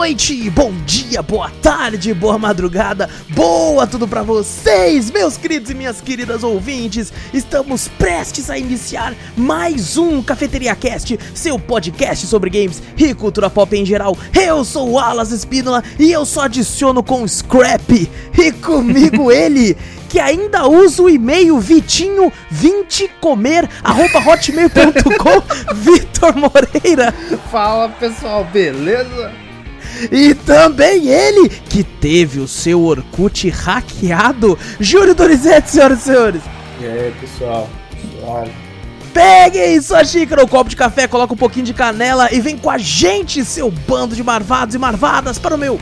noite, bom dia, boa tarde, boa madrugada, boa tudo pra vocês, meus queridos e minhas queridas ouvintes. Estamos prestes a iniciar mais um Cafeteria Cast, seu podcast sobre games e cultura pop em geral. Eu sou o Alas Espínola e eu só adiciono com Scrap. E comigo ele, que ainda usa o e-mail vitinho20comer@hotmail.com, Vitor Moreira. Fala pessoal, beleza? E também ele, que teve o seu Orkut hackeado, Júlio Donizete, senhoras e senhores. E aí pessoal, suave. Peguem sua xícara ou copo de café, coloca um pouquinho de canela e vem com a gente, seu bando de marvados e marvadas, para o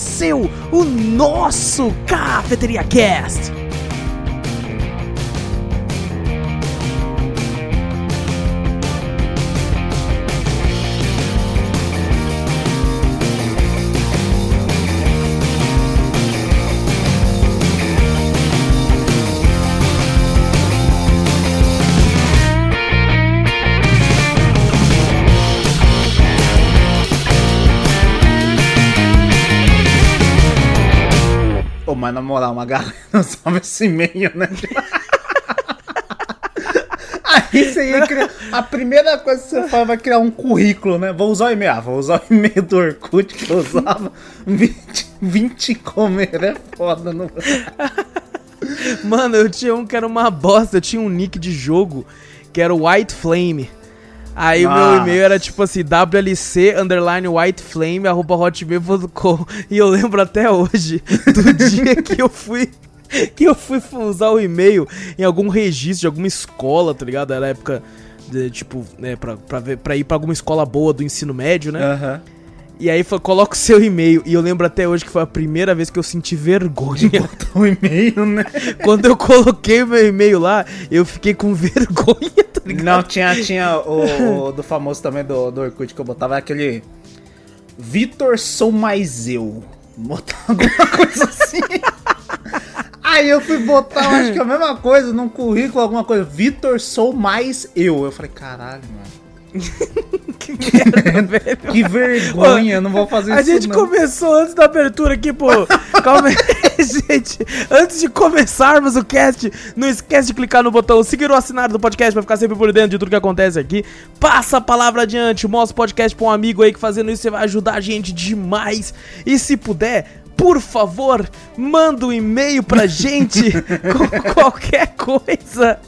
nosso Cafeteria Cast. Mas na moral, uma galera não sabe esse e-mail, né? Aí você ia criar. A primeira coisa que você faz vai criar um currículo, né? Vou usar o e-mail. Vou usar o e-mail do Orkut que eu usava. 20 comer é foda, não? Mano, eu tinha um que era uma bosta. Eu tinha um nick de jogo que era White Flame. Aí o meu e-mail era tipo assim, wlc_whiteflame@hotmail.com. E eu lembro até hoje do dia que eu fui usar o e-mail em algum registro de alguma escola, tá ligado? Era época de, tipo, né, pra ir pra alguma escola boa do ensino médio, né? Aham. E aí coloca o seu e-mail. E eu lembro até hoje que foi a primeira vez que eu senti vergonha de botar o e-mail, né? Quando eu coloquei o meu e-mail lá, eu fiquei com vergonha, tá ligado? Não, tinha o do famoso também do Orkut que eu botava, aquele Vitor sou mais eu. Botava alguma coisa assim. Aí eu fui botar, acho que a mesma coisa, num currículo, alguma coisa. Vitor sou mais eu. Eu falei, caralho, mano. Que merda, velho. Que vergonha, eu não vou fazer isso. A gente começou antes da abertura aqui, pô. Calma aí, gente. Antes de começarmos o cast, não esquece de clicar no botão seguir ou assinar do podcast pra ficar sempre por dentro de tudo que acontece aqui. Passa a palavra adiante, mostra o podcast pra um amigo aí que fazendo isso você vai ajudar a gente demais. E se puder, por favor, manda um e-mail pra gente com qualquer coisa.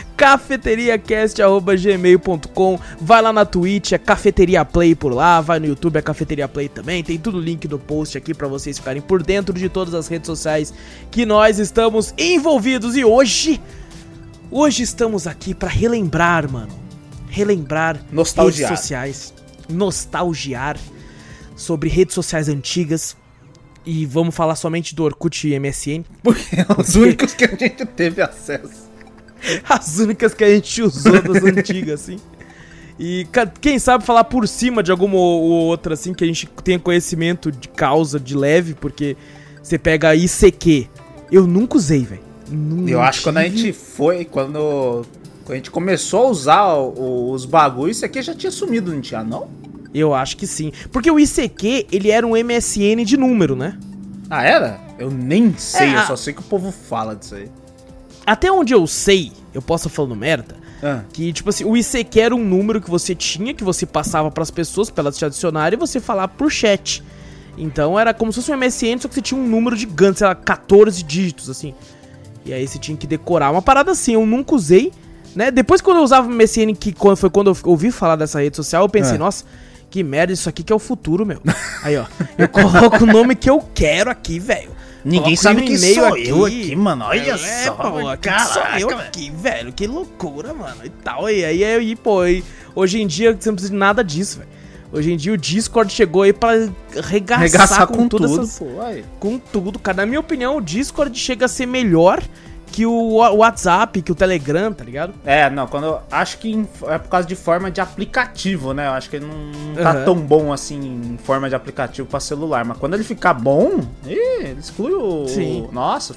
cafeteriacast@gmail.com. Vai lá na Twitch, é Cafeteria Play por lá. Vai no YouTube, é Cafeteria Play também. Tem tudo o link do post aqui pra vocês ficarem por dentro de todas as redes sociais que nós estamos envolvidos. E hoje estamos aqui pra relembrar, mano. Relembrar nostalgiar. Redes sociais. Nostalgiar sobre redes sociais antigas. E vamos falar somente do Orkut e MSN. Porque é os únicos que a gente teve acesso. As únicas que a gente usou das antigas, assim. E quem sabe falar por cima de alguma ou outra, assim, que a gente tenha conhecimento de causa, de leve, porque você pega a ICQ. Eu nunca usei, velho. Eu acho que quando a gente foi, quando a gente começou a usar os bagulhos, isso aqui já tinha sumido, não tinha, não? Eu acho que sim. Porque o ICQ, ele era um MSN de número, né? Ah, era? Eu nem sei, eu só sei que o povo fala disso aí. Até onde eu sei, eu posso estar falando merda, que, tipo assim, o ICQ era um número que você tinha, que você passava pras pessoas pra elas te adicionarem e você falava por chat. Então era como se fosse um MSN, só que você tinha um número gigante, sei lá, 14 dígitos, assim. E aí você tinha que decorar. Uma parada assim, eu nunca usei, né? Depois quando eu usava o MSN, que foi quando eu ouvi falar dessa rede social, eu pensei, nossa, que merda, isso aqui que é o futuro, meu. Aí, ó, eu coloco o nome que eu quero aqui, velho. Ninguém sabe quem sou eu aqui, mano. Olha só, pô, sou eu aqui, velho. Que loucura, mano. E tal. E aí, pô, hoje em dia você não precisa de nada disso, velho. Hoje em dia o Discord chegou aí pra arregaçar com tudo. Com tudo, cara. Na minha opinião, o Discord chega a ser melhor que o WhatsApp, que o Telegram, tá ligado? Não, acho que é por causa de forma de aplicativo, né? Eu acho que ele não tá tão bom assim em forma de aplicativo pra celular. Mas quando ele ficar bom, ele exclui nossa,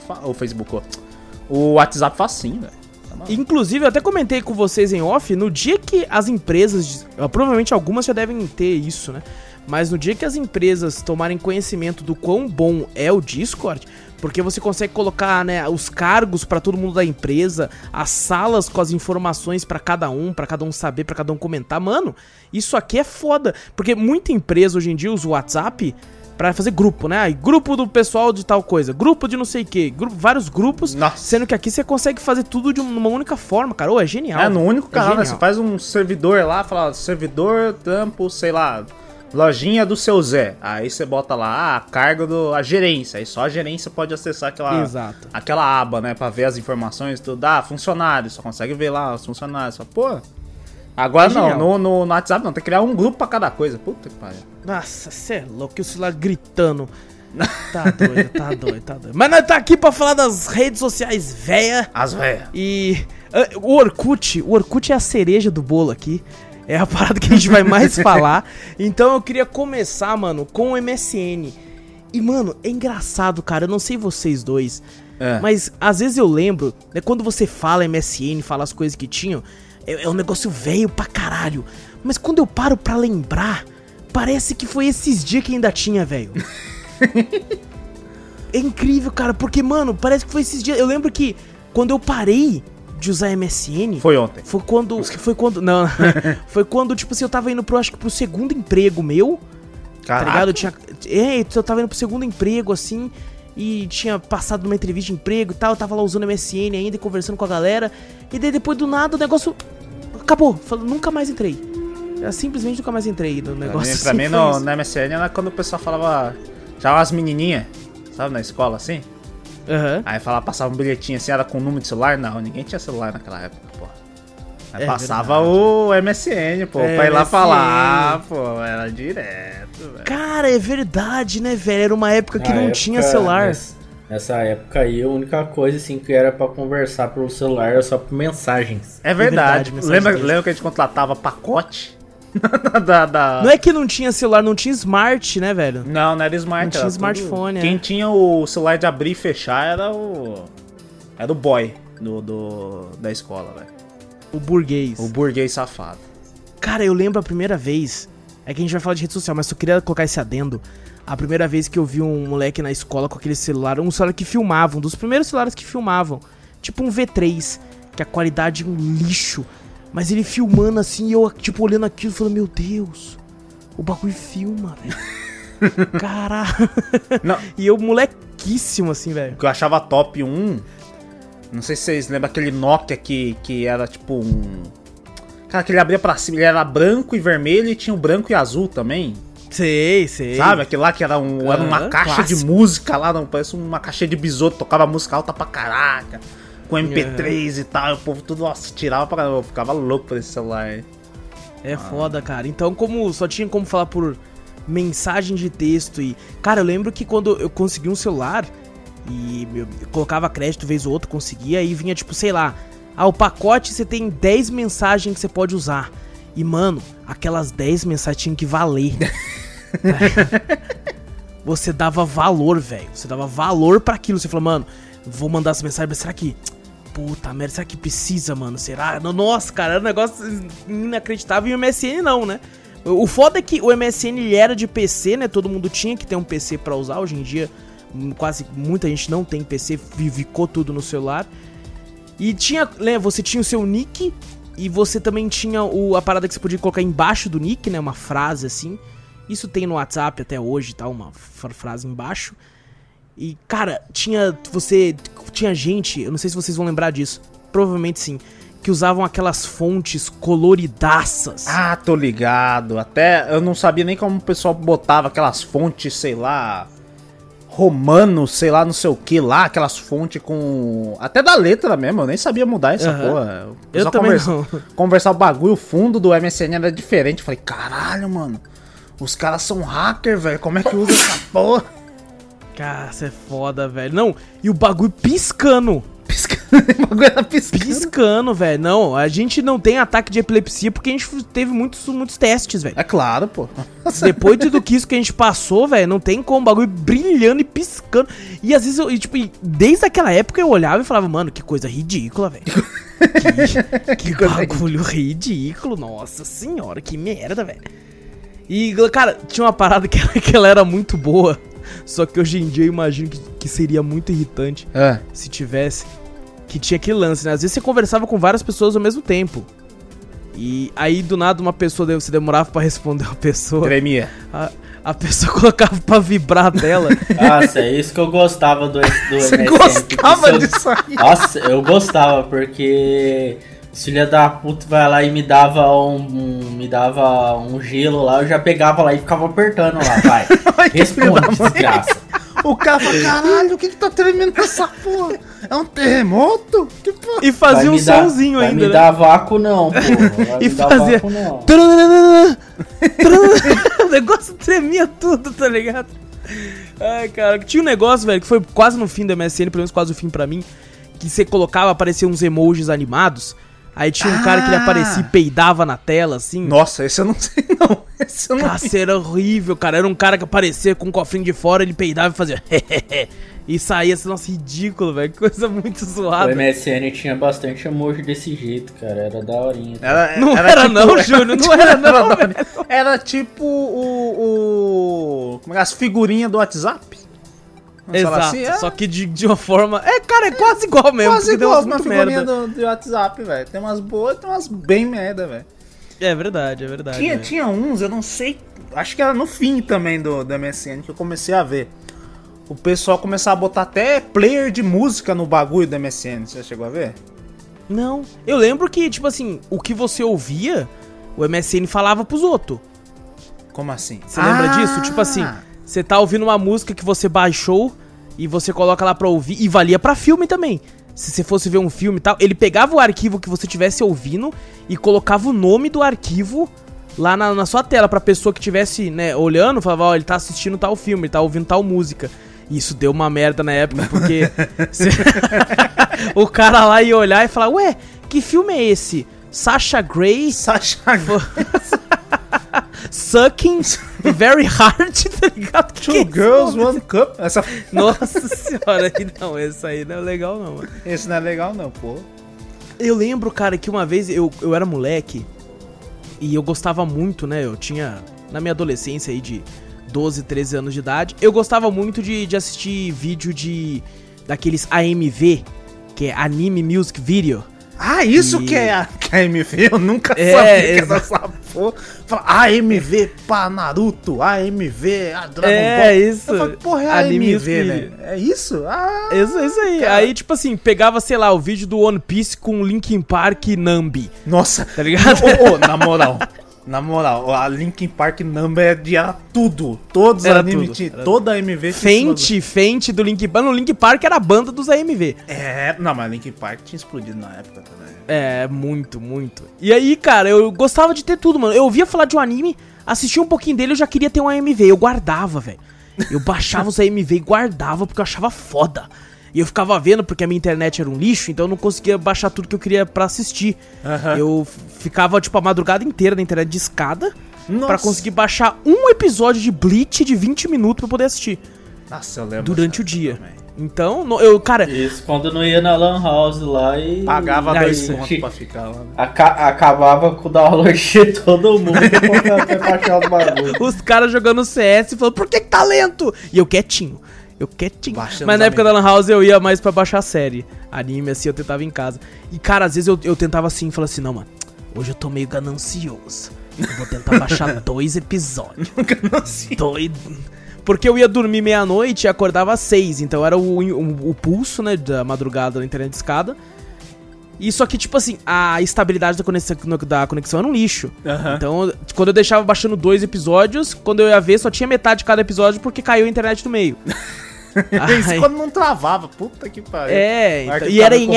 o WhatsApp facinho, velho. Inclusive, eu até comentei com vocês em off, no dia que as empresas, provavelmente algumas já devem ter isso, né? Mas no dia que as empresas tomarem conhecimento do quão bom é o Discord, porque você consegue colocar, né, os cargos pra todo mundo da empresa, as salas com as informações pra cada um saber, pra cada um comentar. Mano, isso aqui é foda. Porque muita empresa hoje em dia usa o WhatsApp pra fazer grupo, né? Grupo do pessoal de tal coisa, grupo de não sei o que, vários grupos. Nossa. Sendo que aqui você consegue fazer tudo de uma única forma, cara. É genial. É, no único canal, né? Você faz um servidor lá, fala servidor, tampo, sei lá, lojinha do seu Zé. Aí você bota lá, cargo a gerência. Aí só a gerência pode acessar aquela aba, né? Pra ver as informações, tudo. Funcionários, só consegue ver lá os funcionários. Só, pô. Agora não, no WhatsApp não, tem que criar um grupo pra cada coisa. Puta que pariu. Nossa, cê é louco, e o celular gritando. Tá doido. Mas nós tá aqui pra falar das redes sociais véia. As véia. E o Orkut é a cereja do bolo aqui. É a parada que a gente vai mais falar. Então eu queria começar, mano, com o MSN. E, mano, é engraçado, cara, eu não sei vocês dois, mas às vezes eu lembro, né, quando você fala MSN, fala as coisas que tinham, é um negócio velho pra caralho. Mas quando eu paro pra lembrar, parece que foi esses dias que ainda tinha, velho. É incrível, cara, porque, mano, parece que foi esses dias. Eu lembro que quando eu parei de usar MSN... Foi ontem. Foi quando... Não, foi quando, tipo assim, eu tava indo acho que pro segundo emprego meu. Caraca. Tá ligado? Eu tava indo pro segundo emprego, assim, e tinha passado numa entrevista de emprego e tal. Eu tava lá usando MSN ainda e conversando com a galera. E daí, depois do nada, o negócio acabou. Nunca mais entrei. Eu simplesmente nunca mais entrei no negócio. Pra mim no MSN era quando o pessoal falava... Já as menininhas, sabe, na escola, assim. Uhum. Aí passava um bilhetinho assim, era com número de celular. Não, ninguém tinha celular naquela época, pô. Aí passava verdade. O MSN, pô, pra ir lá falar, pô, era direto, velho. Cara, é verdade, né, velho? Era uma época que não tinha celular. Nessa época aí, a única coisa, assim, que era pra conversar pelo celular era só por mensagens. É verdade. Lembra que a gente contratava pacote? Não é que não tinha celular, não tinha smart, né, velho? Não era smart. Não tinha smartphone, Quem tinha o celular de abrir e fechar era o boy da escola, velho. O burguês. O burguês safado. Cara, eu lembro a primeira vez... É que a gente vai falar de rede social, mas eu queria colocar esse adendo. A primeira vez que eu vi um moleque na escola com aquele celular... Um celular que filmava, um dos primeiros celulares que filmavam. Tipo um V3, que a qualidade é um lixo. Mas ele filmando assim, e eu tipo olhando aquilo e falando... Meu Deus, o bagulho filma, velho. Caralho. E eu molequíssimo assim, velho. O que eu achava top 1... Não sei se vocês lembram aquele Nokia que era tipo um... Cara, que ele abria pra cima, ele era branco e vermelho e tinha o branco e azul também. Sei. Sabe, aquele lá que era uma caixa clássico. de música lá, parece uma caixa de bisoto, tocava música alta pra caraca, com MP3 e tal, e o povo tudo, nossa, tirava pra caramba, eu ficava louco por esse celular aí. É foda, cara. Então, como só tinha como falar por mensagem de texto e... Cara, eu lembro que quando eu consegui um celular... E eu colocava crédito vez ou outra, conseguia. Aí vinha tipo, sei lá, o pacote você tem 10 mensagens que você pode usar. E mano, aquelas 10 mensagens tinham que valer. Você dava valor, velho. Você dava valor pra aquilo. Você falou, mano, vou mandar essa mensagem, mas será que... Puta merda, será que precisa, mano? Será? Nossa, cara, era um negócio inacreditável. E o MSN não, né? O foda é que o MSN ele era de PC, né? Todo mundo tinha que ter um PC pra usar. Hoje em dia... Quase muita gente não tem PC, ficou tudo no celular. E tinha, né, você tinha o seu nick e você também tinha a parada que você podia colocar embaixo do nick, né, uma frase assim. Isso tem no WhatsApp até hoje, tá, uma frase embaixo. E cara, tinha gente, eu não sei se vocês vão lembrar disso, provavelmente sim, que usavam aquelas fontes coloridaças. Ah, tô ligado. Até eu não sabia nem como o pessoal botava aquelas fontes, sei lá, romano, sei lá, não sei o que lá, aquelas fontes com... Até da letra mesmo, eu nem sabia mudar essa porra. Eu também não. Conversar o bagulho, o fundo do MSN era diferente. Eu falei, caralho, mano, os caras são hacker, velho, como é que usa essa porra? Cara, isso é foda, velho. Não, e o bagulho piscando. O bagulho era piscando, velho. Não, a gente não tem ataque de epilepsia porque a gente teve muitos testes, velho. É claro, pô. Depois de tudo isso que a gente passou, velho, não tem como, bagulho brilhando e piscando. E às vezes, desde aquela época eu olhava e falava, mano, que coisa ridícula, velho. que bagulho ridículo, nossa senhora, que merda, velho. E, cara, tinha uma parada que ela era muito boa. Só que hoje em dia eu imagino que seria muito irritante se tivesse. Que tinha aquele lance, né? Às vezes você conversava com várias pessoas ao mesmo tempo. E aí, do nada, uma pessoa, você demorava pra responder a pessoa. Tremia. A pessoa colocava pra vibrar a tela. Nossa, é isso que eu gostava do Você MSN. gostava disso aí? Nossa, eu gostava, porque os filha da puta vai lá e me dava um gelo lá, eu já pegava lá e ficava apertando lá, vai. Responde, desgraça. O cara fala, caralho, o que tá tremendo nessa porra? É um terremoto? Que porra? E fazia um sonzinho ainda, Vai me né? dar vácuo não, pô. E fazia... O negócio tremia tudo, tá ligado? Ai, cara, tinha um negócio, velho, que foi quase no fim do MSN, pelo menos quase o fim pra mim, que você colocava, apareciam uns emojis animados, aí tinha um cara que ele aparecia e peidava na tela, assim. Nossa, esse eu não sei não. Esse eu não Nossa, era horrível, cara. Era um cara que aparecia com um cofrinho de fora, ele peidava e fazia e saía assim, nossa, ridículo, velho. Que coisa muito zoada. O MSN tinha bastante emoji desse jeito, cara. Era daorinha. Não era tipo, não, Júnior. Não era não, velho. Era tipo como é, as figurinhas do WhatsApp. Vamos falar Exato, assim, só que de uma forma... cara, é quase igual mesmo. quase porque deu igual umas uma muito figurinha merda. do WhatsApp, velho. Tem umas boas e tem umas bem merda, velho. É verdade, velho. Tinha uns, eu não sei, acho que era no fim também do MSN que eu comecei a ver. O pessoal começava a botar até player de música no bagulho do MSN, você já chegou a ver? Não, eu lembro que, tipo assim, o que você ouvia, o MSN falava pros outros. Como assim? Você lembra disso? Tipo assim, você tá ouvindo uma música que você baixou e você coloca lá pra ouvir, e valia pra filme também. Se você fosse ver um filme e tal, ele pegava o arquivo que você tivesse ouvindo e colocava o nome do arquivo lá na sua tela, pra pessoa que tivesse, né, olhando, falava, ó, ele tá assistindo tal filme, ele tá ouvindo tal música. E isso deu uma merda na época, porque o cara lá ia olhar e falar, ué, que filme é esse? Sasha Grey? Sucking Very Hard, tá ligado? Two Girls, One Cup. Nossa senhora, não, esse aí não é legal não, mano. Esse não é legal não, pô. Eu lembro, cara, que uma vez eu era moleque e eu gostava muito, né, eu tinha, na minha adolescência aí de 12, 13 anos de idade, eu gostava muito de assistir vídeo daqueles AMV, que é Anime Music Video. Isso que é a AMV? Eu nunca sabia que era essa porra. Fala AMV pra Naruto, AMV, a Dragon Ball. Isso. Eu falo, porra, é AMV, velho. É isso? Isso aí. Cara. Aí, tipo assim, pegava, sei lá, o vídeo do One Piece com Linkin Park e Nambi. Nossa. Tá ligado? Na moral, a Linkin Park Number era tudo. Todos os animes tinham. Toda a AMV tinha. Fente do Linkin Park. No Linkin Park era a banda dos AMV. Não, mas Linkin Park tinha explodido na época também. Muito, muito. E aí, cara, eu gostava de ter tudo, mano. Eu ouvia falar de um anime, assistia um pouquinho dele, eu já queria ter um AMV. Eu guardava, velho. Eu baixava os AMV e guardava porque eu achava foda. E eu ficava vendo porque a minha internet era um lixo, então eu não conseguia baixar tudo que eu queria pra assistir. Eu ficava, tipo, a madrugada inteira na internet de escada pra conseguir baixar um episódio de Bleach de 20 minutos pra poder assistir. Nossa, eu lembro. Durante o dia. Também. Então, cara... Isso quando não ia na Lan House lá e... Pagava 2 contos pra ficar lá. Né? Acabava com o download de todo mundo pra baixar os bagulhos. Os caras jogando CS e falando, por que tá lento? E eu quietinho. Baixando. Mas na época da Lan House eu ia mais pra baixar a série. Anime, assim, eu tentava em casa. E, cara, às vezes eu tentava assim, falava assim, não, mano, hoje eu tô meio ganancioso. Eu vou tentar baixar 2 episódios. Doido. Porque eu ia dormir meia-noite e acordava às 6. Então era o pulso, né, da madrugada na internet de escada. E só que, tipo assim, a estabilidade da conexão era um lixo. Então, quando eu deixava baixando 2 episódios, quando eu ia ver, só tinha metade de cada episódio porque caiu a internet no meio. Isso quando não travava, puta que pariu. Então, e era em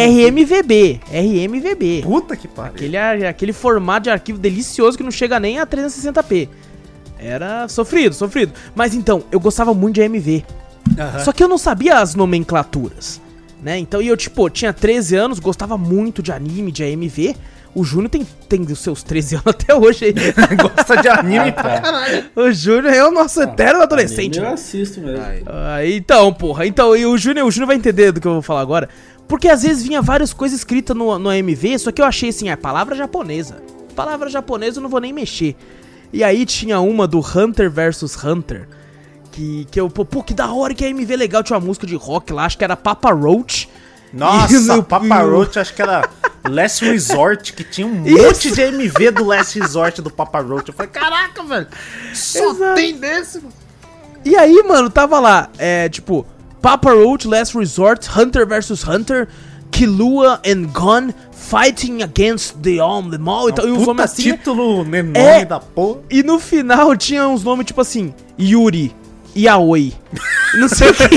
RMVB. Puta que pariu. Aquele formato de arquivo delicioso que não chega nem a 360p. Era sofrido. Mas então, eu gostava muito de AMV. Só que eu não sabia as nomenclaturas, né? Então, eu, tipo, tinha 13 anos, gostava muito de anime, de AMV. O Júnior tem os seus 13 anos até hoje aí. Gosta de anime pra caralho. O Júnior é o nosso eterno adolescente. Eu assisto mesmo. Então, porra. Então, e o Júnior vai entender do que eu vou falar agora. Porque às vezes vinha várias coisas escritas no AMV, só que eu achei assim, palavra japonesa. Palavra japonesa eu não vou nem mexer. E aí tinha uma do Hunter vs Hunter, que eu, pô, que da hora, que a MV legal, tinha uma música de rock lá, acho que era Papa Roach. Nossa, Papa Roach, acho que era Last Resort, que tinha um monte de MV do Last Resort do Papa Roach. Eu falei, caraca, velho, só tem desse, mano. E aí, mano, tava lá, tipo, Papa Roach, Last Resort, Hunter vs Hunter, Killua and Gon fighting against the Mall. E os nomes assim, título, né, nome da porra. E no final tinha uns nomes tipo assim, Yuri, Yaoi, não sei o que.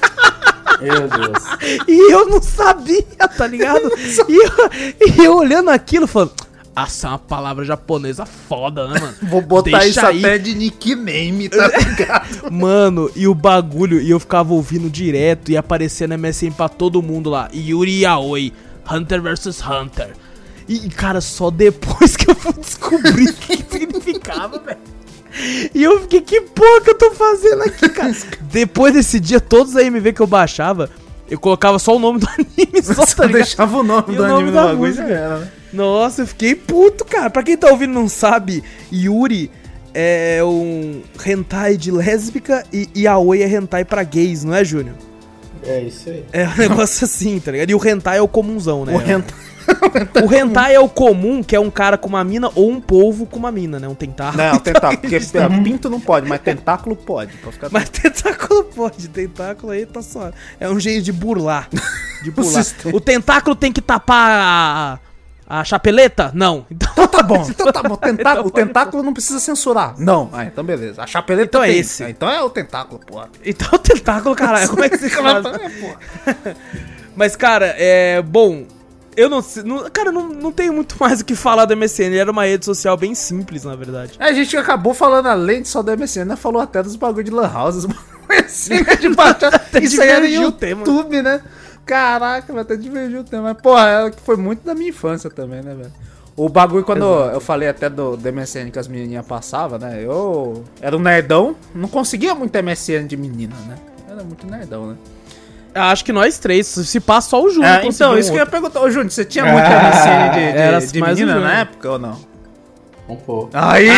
Meu Deus. E eu não sabia, tá ligado? E eu olhando aquilo, falando, essa é uma palavra japonesa foda, né, mano? Vou botar Deixa isso aí. até de nickname, tá ligado? Mano, e o bagulho, e eu ficava ouvindo direto e aparecendo MSN pra todo mundo lá. Yuri Yaoi, Hunter vs Hunter. E, cara, só depois que eu fui descobrir o que significava, velho. E eu fiquei, que porra que eu tô fazendo aqui, cara? Depois desse dia, todos os AMV que eu baixava, eu colocava só o nome do anime, só deixava o nome do anime no bagulho, já era, né? Nossa, eu fiquei puto, cara. Pra quem tá ouvindo e não sabe, Yuri é um hentai de lésbica e Yaoi é hentai pra gays, não é, Júnior? É isso aí. É um negócio assim, tá ligado? E o hentai é o comunzão, né? O hentai é o comum, que é um cara com uma mina ou um polvo com uma mina, né? Um tentáculo. Não, tentáculo, porque pinto não pode, mas tentáculo pode. Ficar mas tentáculo pode, tentáculo aí tá só. É um jeito de burlar. De burlar. O tentáculo tem que tapar a chapeleta? Não. Então tá bom. Então tá bom. O tentáculo não precisa censurar. Não. Ah, então beleza. A chapeleta então tem. É esse. Então é o tentáculo, porra. Então é o tentáculo, caralho. Como é que você fala? Mas, cara, bom, eu não sei. Cara, não tenho muito mais o que falar do MSN. Ele era uma rede social bem simples, na verdade. A gente acabou falando além de só do MSN, né? Falou até dos bagulho de lan houses. Assim, né? De baixar. Isso aí era YouTube, né? Caraca, vai até divergir o tema. Mas, porra, foi muito da minha infância também, né, velho? O bagulho, quando eu falei até do MSN que as menininhas passavam, né? Eu era um nerdão, não conseguia muito MSN de menina, né? Era muito nerdão, né? Acho que nós três, se passa só o Júnior. Então, isso que eu ia perguntar. Ô, Júnior, você tinha muito MSN de menina na época ou não? Um pouco. Aí,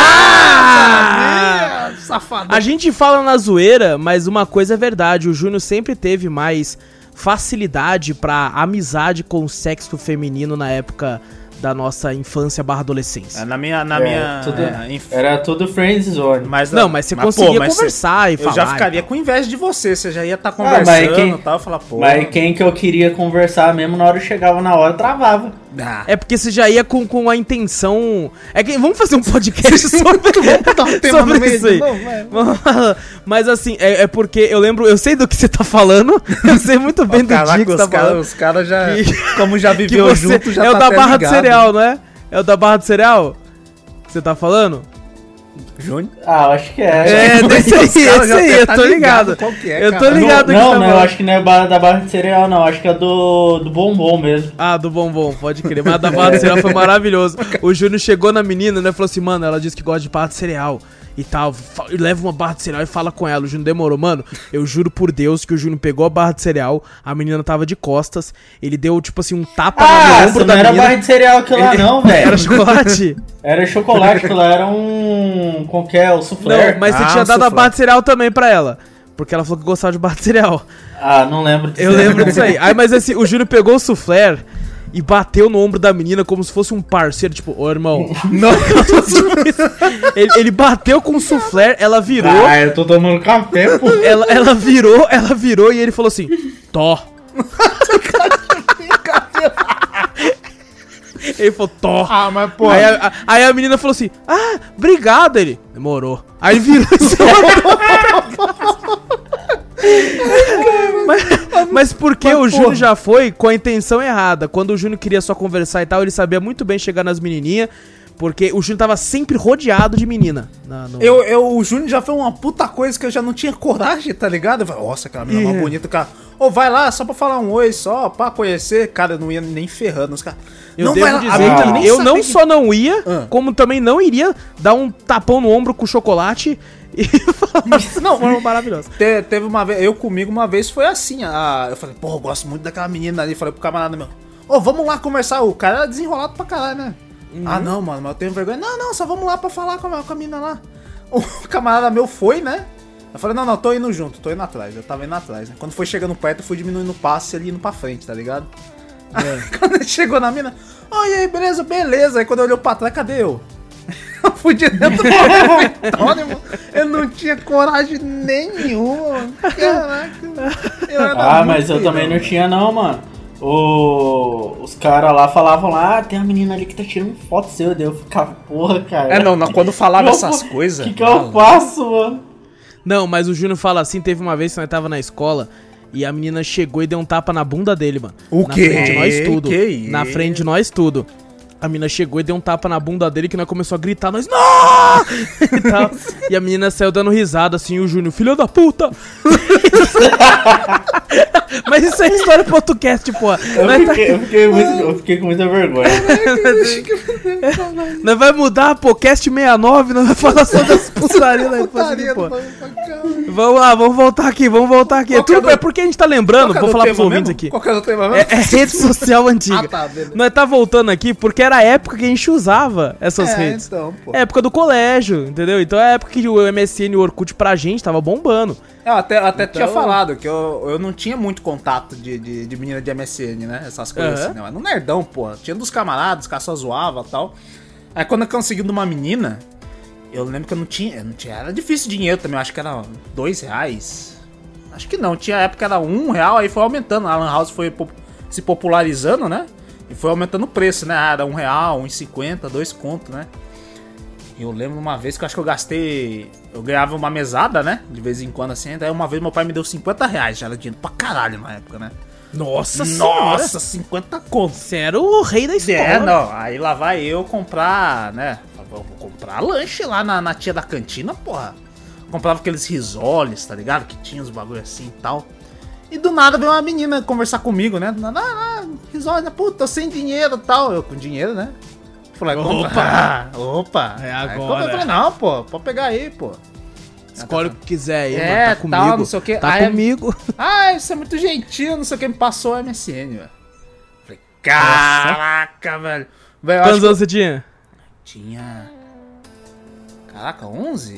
safado. A gente fala na zoeira, mas uma coisa é verdade. O Júnior sempre teve mais facilidade pra amizade com o sexo feminino na época da nossa infância / adolescência. Era tudo friend zone. Mas você conseguia conversar e falar. Eu já ficaria com inveja de você já ia estar conversando e tal, falar, pô. Mas quem que eu queria conversar mesmo, na hora que chegava na hora, travava. É porque você já ia com a intenção... vamos fazer um podcast sobre isso aí. Mas assim, é porque eu sei do que você tá falando, eu sei muito bem do dia que você tá falando. Os caras já, como já viveu junto, já tá ligado. É o da barra do cereal, não é? É o da barra do cereal que você tá falando? Júnior? Ah, eu acho que é. Desse aí, eu tô ligado. Eu tô ligado. Não, eu acho que não é da barra de cereal, não. Acho que é do bombom mesmo. Ah, do bombom, pode crer. Mas a da barra de cereal foi maravilhoso. O Júnior chegou na menina, né? Falou assim, mano, ela disse que gosta de barra de cereal e tal. Leva uma barra de cereal e fala com ela. O Júnior demorou. Mano, eu juro por Deus que o Júnior pegou a barra de cereal, a menina tava de costas, ele deu, tipo assim, um tapa no ombro da menina. Não era barra de cereal aquilo lá, não, velho. Era chocolate? Era chocolate, aquilo lá era um... Como que é? O soufflé. Não, mas você tinha dado a barra de cereal também pra ela. Porque ela falou que gostava de barra de cereal. Ah, não lembro disso. Eu lembro disso aí. Aí, mas assim, o Júnior pegou o soufflé e bateu no ombro da menina como se fosse um parceiro, tipo, ô irmão. Não, ele bateu com o soufflé, ela virou. Ah, eu tô tomando café, pô. Ela virou e ele falou assim: Tó. Ele falou, Tó. Ah, mas pô. Aí a menina falou assim: ah, obrigado. Ele demorou. Aí virou esse mas porque o Júnior já foi com a intenção errada. Quando o Júnior queria só conversar e tal, ele sabia muito bem chegar nas menininhas. Porque o Júnior tava sempre rodeado de menina. O Júnior já foi uma puta coisa que eu já não tinha coragem, tá ligado? Eu falei, nossa, aquela menina mais bonita, cara. Ô, vai lá, só pra falar um oi, só pra conhecer. Cara, eu não ia nem ferrando os caras. Eu devo dizer que eu não só não ia, como também não iria dar um tapão no ombro com chocolate e falar de uma forma maravilhosa. Teve uma vez, comigo uma vez foi assim, eu falei, pô, eu gosto muito daquela menina ali, falei pro camarada meu, ô, vamos lá conversar, o cara era desenrolado pra caralho, né? Ah, não, mano, mas eu tenho vergonha. Não, só vamos lá pra falar com a mina lá. O camarada meu foi, né? Eu falei, não, tô indo junto, tô indo atrás. Eu tava indo atrás, né? Quando foi chegando perto, eu fui diminuindo o passo e ele indo pra frente, tá ligado? Quando ele chegou na mina, e aí, beleza. Aí quando eu olhei pra trás, cadê eu? Eu fui direto pro Antônio, eu não tinha coragem nenhuma. Caraca. Mas eu também não tinha não, mano. Os caras lá falavam lá, tem uma menina ali que tá tirando foto seu, daí eu ficava, porra, cara. Quando falava essas coisas. O que eu faço, mano? Não, mas o Júnior fala assim, teve uma vez que nós tava na escola e a menina chegou e deu um tapa na bunda dele, mano. O quê? Na frente de nós tudo. Que isso? Na frente de nós tudo. A menina chegou e deu um tapa na bunda dele que nós começou a gritar, nós, não! E a menina saiu dando risada assim, e o Júnior, filho da puta! Mas isso é história pro outro cast, pô. Eu fiquei com muita vergonha. Nós vai mudar, pô, cast 69, nós vai falar só das putarias da infância, pô. Vamos lá, vamos voltar aqui. É porque a gente tá lembrando, vou falar pros ouvintes aqui. Qual que era o tema mesmo? É rede social antiga. Tá, beleza. Nós tá voltando aqui porque era a época que a gente usava essas redes. Então, pô. É a época do colégio, entendeu? Então é a época que o MSN e o Orkut pra gente tava bombando. Eu até tinha falado que eu não tinha muito contato de menina de MSN, né? Essas coisas assim, né? Mas no nerdão, pô. Tinha dos camaradas, os caras só zoavam e tal. Aí quando eu consegui de uma menina, eu lembro que eu não tinha. Era difícil dinheiro também, eu acho que era R$2. Acho que não, tinha época que era R$1, aí foi aumentando. A Lan House foi se popularizando, né? E foi aumentando o preço, né? Era R$1, R$1,50, R$2, né? Eu lembro uma vez que eu acho que eu gastei. Eu ganhava uma mesada, né? De vez em quando assim. Daí uma vez meu pai me deu R$50. Já era dinheiro pra caralho na época, né? Nossa, 50 conto. Você era o rei da escola. Não. Aí lá vai eu comprar, né? Vou comprar lanche lá na tia da cantina, porra. Comprava aqueles risoles, tá ligado? Que tinha os bagulho assim e tal. E do nada veio uma menina conversar comigo, né? Risole, puta, tô sem dinheiro e tal. Eu com dinheiro, né? Falei, opa. É agora. Eu falei, não, pô, pode pegar aí, pô. Escolhe o que quiser aí, mano, tá comigo. Tal, não sei o que. Tá comigo. Isso é muito gentil, não sei o que, me passou o MSN, velho. Falei, caraca, velho. Quantos anos você tinha? Tinha... Caraca, 11?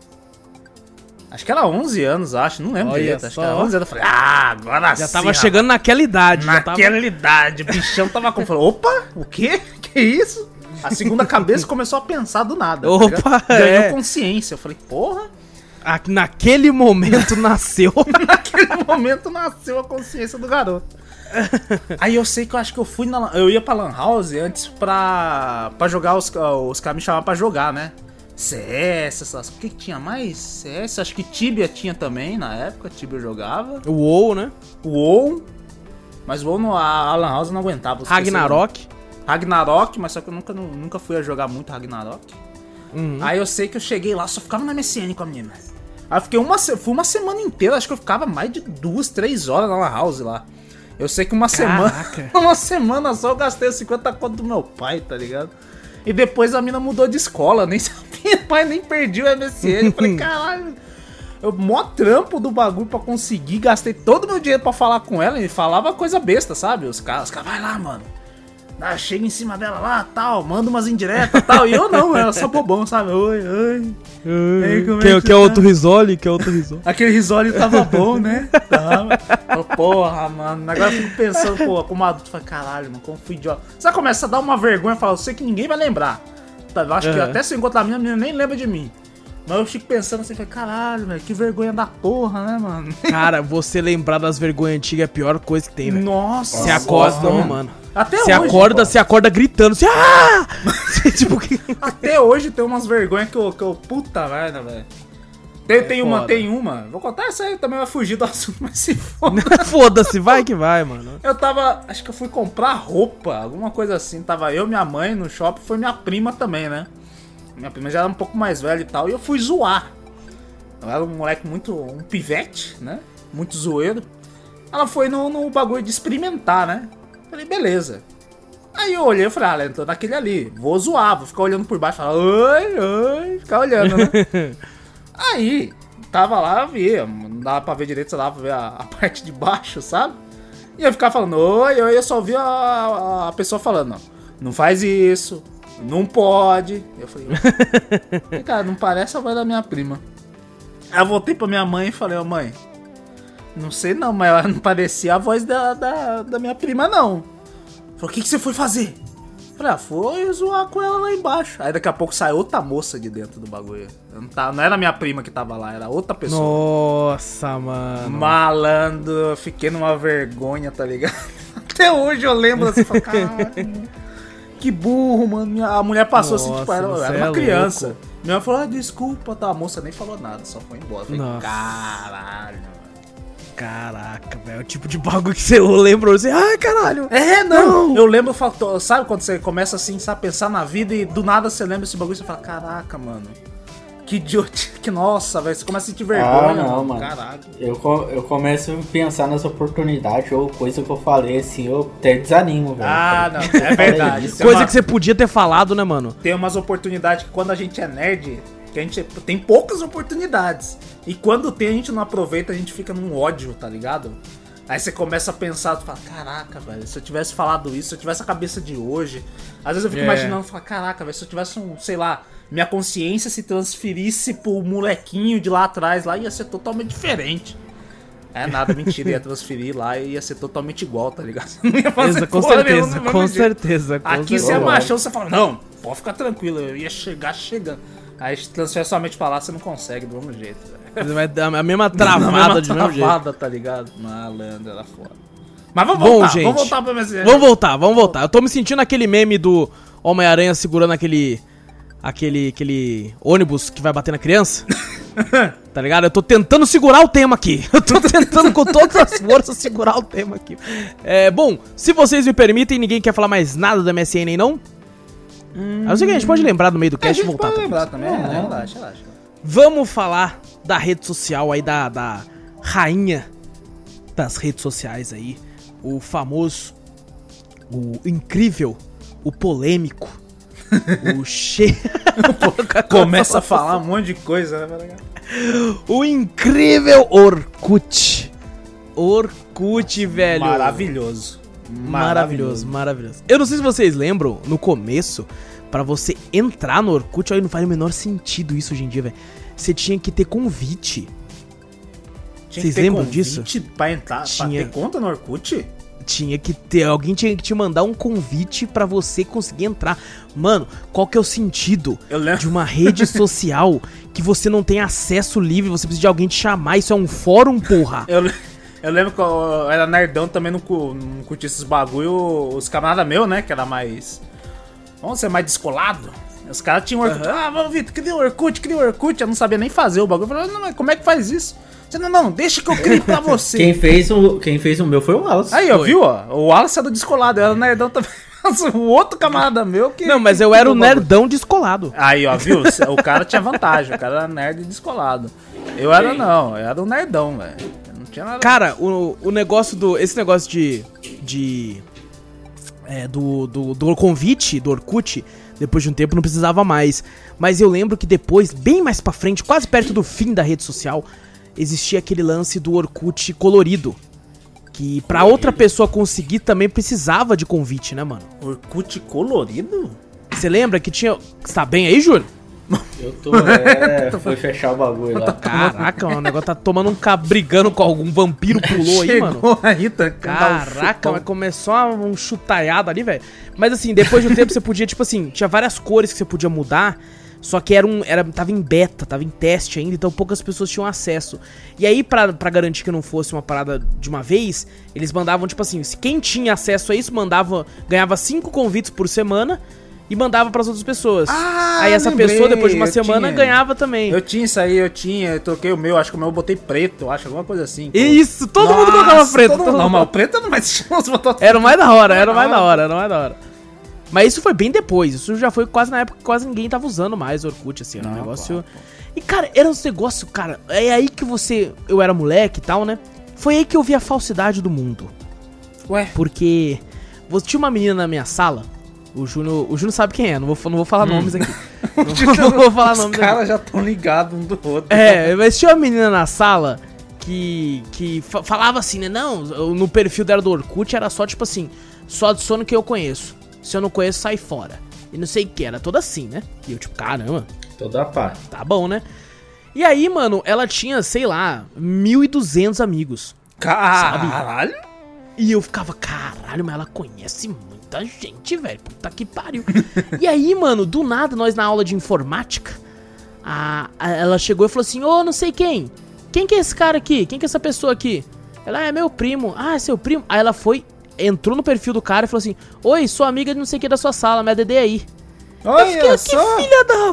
Acho que era 11 anos, não lembro direito. Acho que era 11 anos. Eu falei, agora sim. Já tava chegando naquela idade. Idade, o bichão tava com... Falei, opa, o quê? Que isso? A segunda cabeça começou a pensar do nada. Opa, ganhou consciência. Eu falei, porra. Naquele momento nasceu. Naquele momento nasceu a consciência do garoto. Aí eu sei que eu acho que eu ia pra Lan House antes pra jogar, os caras me chamavam pra jogar, né? CS, o que tinha mais? CS, acho que Tibia tinha também na época, Tibia eu jogava. O WoW, né? O WoW, mas o WoW a Lan House não aguentava. Ragnarok, mas só que eu nunca fui a jogar muito Ragnarok. Uhum. Aí eu sei que eu cheguei lá, só ficava na MSN com a menina. Aí eu fiquei fui uma semana inteira, acho que eu ficava mais de 2, 3 horas na Lan House lá. Eu sei que uma semana só eu gastei os 50 conto do meu pai, tá ligado? E depois a mina mudou de escola, nem sabia, pai, nem perdi o MSN. Eu falei, caralho, eu mó trampo do bagulho pra conseguir, gastei todo o meu dinheiro pra falar com ela e falava coisa besta, sabe? Os caras, vai lá, mano. Chega em cima dela lá, tal, manda umas indiretas, tal. E eu não, era só bobão, sabe? Oi. Que é outro risole, Aquele risole tava bom, né? Tava. Porra, mano. Agora eu fico pensando, como adulto, falei, caralho, mano, como fui idiota. Você começa a dar uma vergonha e fala, eu sei que ninguém vai lembrar. Eu acho que até se eu encontrar a menina nem lembra de mim. Mas eu fico pensando assim, caralho, velho, que vergonha da porra, né, mano? Cara, você lembrar das vergonhas antigas é a pior coisa que tem, velho. Nossa. Você acorda, mano. Até você hoje. Você acorda gritando, você... tipo, até hoje tem umas vergonhas que eu puta merda, velho. Tem uma. Vou contar essa aí, também vai fugir do assunto, mas se foda. Foda-se, vai que vai, mano. Acho que eu fui comprar roupa, alguma coisa assim. Tava eu, minha mãe no shopping, foi minha prima também, né? Minha prima já era um pouco mais velha e tal, e eu fui zoar. Eu era um moleque um pivete, né? Muito zoeiro. Ela foi no bagulho de experimentar, né? Falei, beleza. Aí eu olhei e falei, ela entrou naquele ali, vou zoar, vou ficar olhando por baixo, falar, oi, ficar olhando, né? Aí, tava lá, eu via, não dava pra ver direito, só dava pra ver a parte de baixo, sabe? E eu ficava falando, oi, eu só ouvia a pessoa falando, não faz isso, Não pode. Eu falei, cara, não parece a voz da minha prima. Aí eu voltei pra minha mãe e falei, mãe, não sei não, mas ela não parecia a voz da minha prima, não. Falei, o que você foi fazer? Eu falei, foi zoar com ela lá embaixo. Aí daqui a pouco sai outra moça de dentro do bagulho. Não era a minha prima que tava lá, era outra pessoa. Nossa, mano. Malandro, eu fiquei numa vergonha, tá ligado? Até hoje eu lembro assim, falo, caralho, que burro, mano. A mulher passou. Nossa, assim, tipo, era uma criança. Louco. Minha mãe falou, desculpa, tá? A moça nem falou nada, só foi embora. Eu falei, caralho. Caraca, velho, é o tipo de bagulho que você lembrou assim, ai, caralho. Não. Eu lembro, sabe quando você começa assim, sabe, pensar na vida e do nada você lembra esse bagulho e você fala, caraca, mano. Que idiota, que nossa, velho, você começa a sentir vergonha. Não, mano. Caralho. Eu começo a pensar nas oportunidades ou coisa que eu falei, assim, eu até desanimo, velho. Não, é verdade. Coisa que você podia ter falado, né, mano? Tem umas oportunidades que quando a gente é nerd, que a gente tem poucas oportunidades. E quando tem, a gente não aproveita, a gente fica num ódio, tá ligado? Aí você começa a pensar, tu fala, caraca, velho, se eu tivesse falado isso, se eu tivesse a cabeça de hoje. Às vezes eu fico imaginando, falo, caraca, velho, se eu tivesse sei lá, minha consciência se transferisse pro molequinho de lá atrás, lá ia ser totalmente diferente. Nada, mentira, ia transferir lá e ia ser totalmente igual, tá ligado? Você não ia fazer com certeza, com certeza. Aqui você é machão, você fala, não, pode ficar tranquilo, eu ia chegar chegando. Aí transfere somente pra lá, você não consegue do mesmo jeito, velho. Vai dar a mesma travada de mesmo jeito. Travada, tá ligado? Malandro, era foda. Mas vamos voltar, gente, vamos voltar pra MSN. Vamos voltar. Eu tô me sentindo aquele meme do Homem-Aranha segurando aquele ônibus que vai bater na criança. Tá ligado? Eu tô tentando segurar o tema aqui. Eu tô tentando com todas as forças segurar o tema aqui. Bom, se vocês me permitem, ninguém quer falar mais nada do MSN aí, não? A não ser que a gente pode lembrar no meio do cast e voltar. A gente pode lembrar também, relaxa. Vamos falar da rede social aí, da rainha das redes sociais aí. O famoso, o incrível, o polêmico, o Começa a falar um monte de coisa, né? O incrível Orkut. Orkut, velho. Maravilhoso. Eu não sei se vocês lembram, no começo, pra você entrar no Orkut, aí não faz o menor sentido isso hoje em dia, velho. Você tinha que ter convite. Vocês lembram disso? Pra entrar, pra ter conta no Orkut? Tinha que ter, alguém tinha que te mandar um convite pra você conseguir entrar. Mano, qual que é o sentido de uma rede social que você não tem acesso livre, você precisa de alguém te chamar? Isso é um fórum, porra. Eu lembro que eu era nerdão também, não curtia esses bagulho. Os camaradas meus, né, que era mais... Vamos ser mais descolado. Os caras tinham Orkut. Vamos, Vitor, cria o Orkut. Eu não sabia nem fazer o bagulho. Eu falei, não, mas como é que faz isso? Você, não, deixa que eu crie pra você. Quem fez o meu foi o Wallace. Aí, ó, viu, ó? O Wallace é do descolado, eu era nerdão também. O outro camarada meu que... Não, mas eu era o nerdão descolado. Aí, ó, viu? O cara tinha vantagem, o cara era nerd e descolado. Eu era não, eu era um nerdão, velho. Não tinha nada. Cara, o negócio esse negócio do convite do Orkut, depois de um tempo não precisava mais. Mas eu lembro que depois, bem mais pra frente, quase perto do fim da rede social, existia aquele lance do Orkut colorido. Que pra outra pessoa conseguir também precisava de convite, né, mano? Orkut colorido? Você lembra que tinha... Você tá bem aí, Júlio? Eu tô, foi fechar o bagulho lá. Caraca, mano, o negócio tá tomando brigando com algum vampiro, pulou aí, mano. Aí, tá, caraca, mas começou um chutaiado ali, velho. Mas assim, depois de um tempo você podia, tipo assim, tinha várias cores que você podia mudar, só que tava em beta, tava em teste ainda, então poucas pessoas tinham acesso. E aí, pra garantir que não fosse uma parada de uma vez, eles mandavam, tipo assim, quem tinha acesso a isso, ganhava 5 convites por semana, e mandava pras outras pessoas. Aí essa pessoa, depois de uma semana, ganhava também. Eu tinha isso aí, eu troquei o meu, acho que o meu eu botei preto, acho, alguma coisa assim. Isso, todo mundo colocava preto. Não, mas o preto era mais... Era o mais da hora. Mas isso foi bem depois, isso já foi quase na época que quase ninguém tava usando mais o Orkut, assim, era um negócio... E, cara, era um negócio, cara, é aí que eu era moleque e tal, né? Foi aí que eu vi a falsidade do mundo. Ué? Porque tinha uma menina na minha sala... O Júnior sabe quem é, não vou falar nomes aqui. Não vou falar nomes aqui. Os caras já estão ligados um do outro. Mas tinha uma menina na sala que falava assim, né? Não, no perfil dela do Orkut era só tipo assim, só adiciona quem eu conheço. Se eu não conheço, sai fora. e não sei o que, era toda assim, né? E eu tipo, caramba. Toda pá. Tá bom, né? E aí, mano, ela tinha, sei lá, 1.200 amigos. Caralho! Sabe? E eu ficava, caralho, mas ela conhece muita gente, velho. Puta que pariu. E aí, mano, do nada, nós na aula de informática, ela chegou e falou assim, ô, não sei quem. Quem que é esse cara aqui? Quem que é essa pessoa aqui? Ela, é meu primo. Ah, é seu primo? Aí ela foi, entrou no perfil do cara e falou assim, oi, sou amiga de não sei o que da sua sala, me ADD aí. Olha eu fiquei, só! que filha da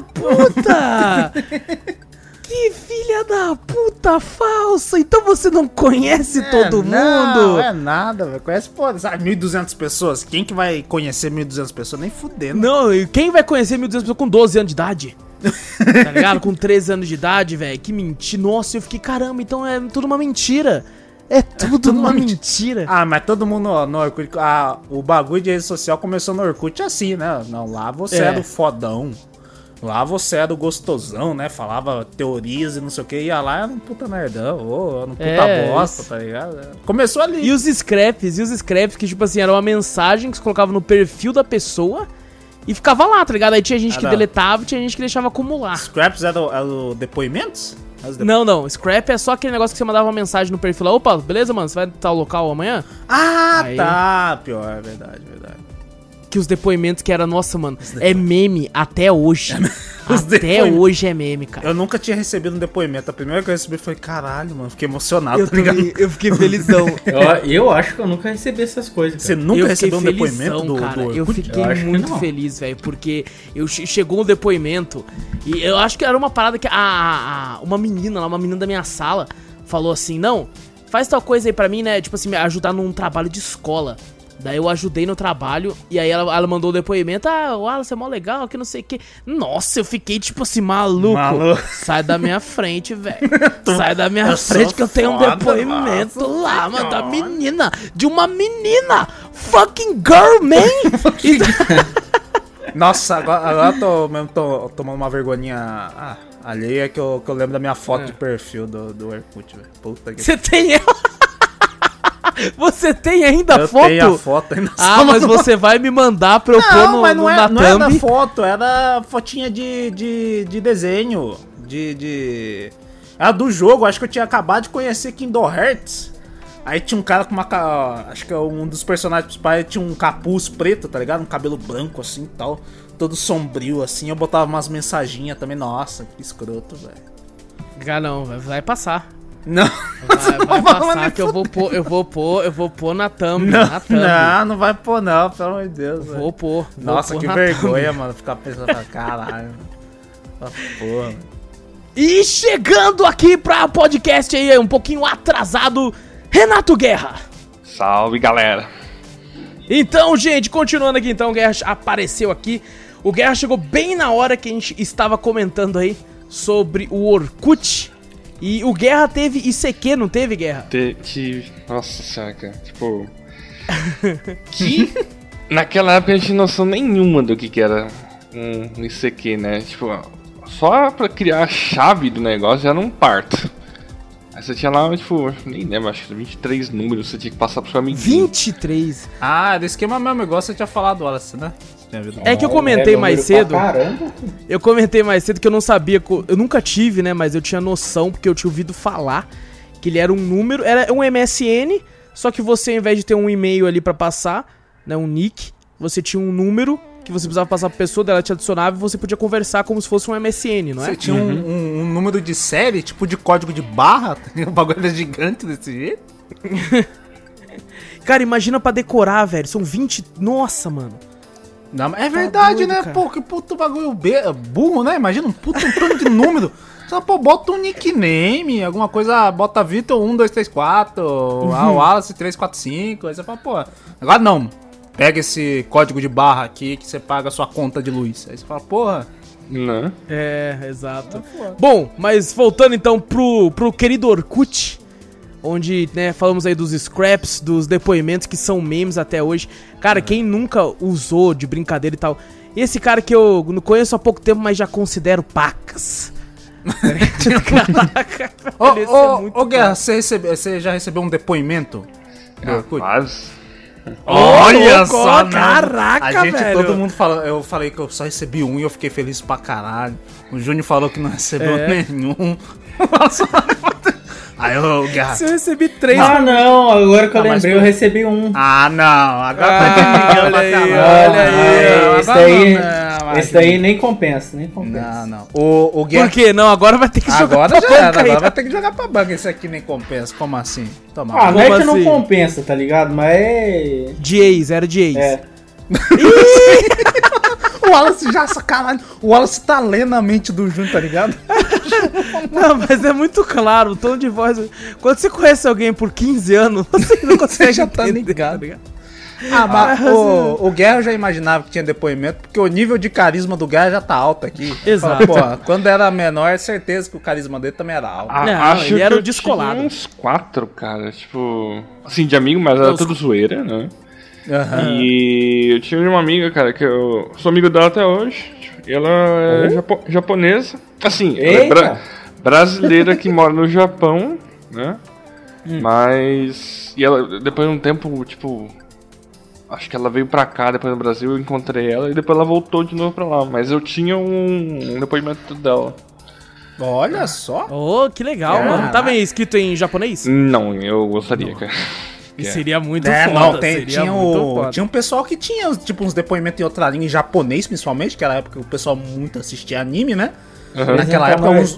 puta! Que filha da puta falsa! Então você não conhece todo mundo? Não, é nada, velho. Conhece, pô, sabe, 1.200 pessoas. Quem que vai conhecer 1.200 pessoas? Nem fudendo. Não, e quem vai conhecer 1.200 pessoas com 12 anos de idade? Tá ligado? Com 13 anos de idade, velho. Que mentira. Nossa, eu fiquei, caramba, então é tudo uma mentira. É tudo uma mentira. Ah, mas todo mundo no Orkut... o bagulho de rede social começou no Orkut assim, né? Não, lá você era o fodão. Lá você era o gostosão, né? Falava teorias e não sei o que. Ia lá era um puta nerdão. Ou um puta bosta, isso. Tá ligado? Começou ali. E os scraps que, tipo assim, era uma mensagem que você colocava no perfil da pessoa e ficava lá, tá ligado? Aí tinha gente que deletava e tinha gente que deixava acumular. Scraps era o depoimentos? Não. Scrap é só aquele negócio que você mandava uma mensagem no perfil lá. Opa, beleza, mano? Você vai estar no local amanhã? Ah, aí... tá. Pior, é verdade. Que os depoimentos que era, nossa, mano, é meme até hoje. Até hoje é meme, cara. Eu nunca tinha recebido um depoimento. A primeira que eu recebi foi, caralho, mano, fiquei emocionado, tá ligado? Eu fiquei felizão. Eu acho que eu nunca recebi essas coisas, cara. Você nunca recebeu um depoimento do Orkut? Eu fiquei muito feliz, velho, porque chegou um depoimento e eu acho que era uma parada que uma menina da minha sala falou assim, não, faz tal coisa aí pra mim, né, tipo assim, me ajudar num trabalho de escola. Daí eu ajudei no trabalho e aí ela mandou o depoimento, o Wallace é mó legal, que não sei o que. Nossa, eu fiquei tipo assim, maluco. Sai da minha frente, velho. Sai da minha frente que eu tenho um depoimento lá, mano, da menina. De uma menina. Fucking girl, man. Nossa, agora eu tô tomando uma vergonhinha alheia que eu lembro da minha foto de perfil do Orkut, velho. Puta que... Você tem ela? Você tem ainda a foto? Eu tenho a foto ainda. Mas você vai me mandar pra eu pôr no mas não na thumb? Não era foto, era fotinha de desenho. Era do jogo, acho que eu tinha acabado de conhecer Kingdom Hearts. Aí tinha um cara com uma... Acho que é um dos personagens principais, tinha um capuz preto, tá ligado? Um cabelo branco assim e tal. Todo sombrio assim. Eu botava umas mensaginhas também. Nossa, que escroto, velho. Não, vai passar. Não. Vai passar que eu vou pôr na thumb. Não vai pôr não, pelo amor de Deus. Vou pôr. Nossa, que vergonha, mano. Ficar pensando, caralho. Porra, mano. E chegando aqui pra podcast aí, um pouquinho atrasado, Renato Guerra. Salve, galera. Então, gente, continuando aqui, então, o Guerra apareceu aqui. O Guerra chegou bem na hora que a gente estava comentando aí sobre o Orkut. E o Guerra teve ICQ, não teve, Guerra? Tive. Nossa senhora, cara. Tipo... que naquela época a gente não tinha noção nenhuma do que era um ICQ, né? Tipo, só pra criar a chave do negócio era um parto. Aí você tinha lá, tipo, nem lembro, acho que 23 números você tinha que passar pro seu amiguinho. 23? Do esquema mesmo, igual você tinha falado, Wallace, né? É que eu comentei mais cedo. Eu comentei mais cedo que eu não sabia. Eu nunca tive, né? Mas eu tinha noção, porque eu tinha ouvido falar que ele era um número. Era um MSN, só que você, ao invés de ter um e-mail ali pra passar, né? Um nick, você tinha um número que você precisava passar pra pessoa, dela te adicionava e você podia conversar como se fosse um MSN, não é? Você tinha um número de série, tipo de código de barra? O bagulho era gigante desse jeito? Cara, imagina pra decorar, velho. São 20. Nossa, mano. Não, é verdade, doido, né? Cara. Pô, que puto bagulho burro, né? Imagina um puto tanto de número. Só, pô, bota um nickname, alguma coisa, bota Vitor 1234, Wallace 345, aí você fala, pô, agora não. Pega esse código de barra aqui que você paga a sua conta de luz. Aí você fala, porra. Não. Exato. Bom, mas voltando então pro querido Orkut, onde, né, falamos aí dos scraps, dos depoimentos que são memes até hoje. Cara, quem nunca usou de brincadeira e tal. E esse cara que eu não conheço há pouco tempo, mas já considero pacas. Caraca, Guerra, você já recebeu um depoimento do Orkut? Olha só, caraca, a gente, velho. todo mundo falou. Eu falei que eu só recebi um e eu fiquei feliz pra caralho. O Júnior falou que não recebeu nenhum. Aí eu, Guerra. Se eu recebi 3... Ah, não, agora que eu mas lembrei, eu recebi um. Ah, não, agora tá olha pra aí, caralho. olha aí. Esse daí nem compensa, nem compensa. Não. O Guerra. Por quê? Não, agora vai ter que jogar Agora pra já era, banca aí. agora vai ter que jogar pra banca. Esse aqui nem compensa. Como assim? Toma. Ah, não é Como que não assim? compensa, tá ligado? Mas é. De ex, era de ex. É. O Wallace já, caralho. O Wallace tá lendo a mente do Júnior, tá ligado? Não, mas é muito claro, o tom de voz. Quando você conhece alguém por 15 anos, você não consegue já tá entender, ligado. Mas Ah, o Guerra eu já imaginava que tinha depoimento, porque o nível de carisma do Guerra já tá alto aqui. Exato. Pô, quando era menor, é certeza que o carisma dele também era alto. Não, ele era o descolado. Tinha uns 4, cara, tipo... Assim, de amigo, mas era tudo zoeira, né? E eu tinha uma amiga, cara, que eu sou amigo dela até hoje. E ela é japonesa. Assim, ela é brasileira que mora no Japão, né? Mas... E ela, depois de um tempo, tipo... Acho que ela veio pra cá, depois no Brasil, eu encontrei ela. E depois ela voltou de novo pra lá. Mas eu tinha um depoimento dela. Olha só. Oh, que legal, mano. Tava escrito em japonês? Não, eu gostaria, cara. E seria muito É, foda. não, seria tinha, muito foda. tinha um pessoal que tinha, tipo, uns depoimentos em outra língua, em japonês, principalmente, que era a época que o pessoal muito assistia anime, né? Naquela época, uns...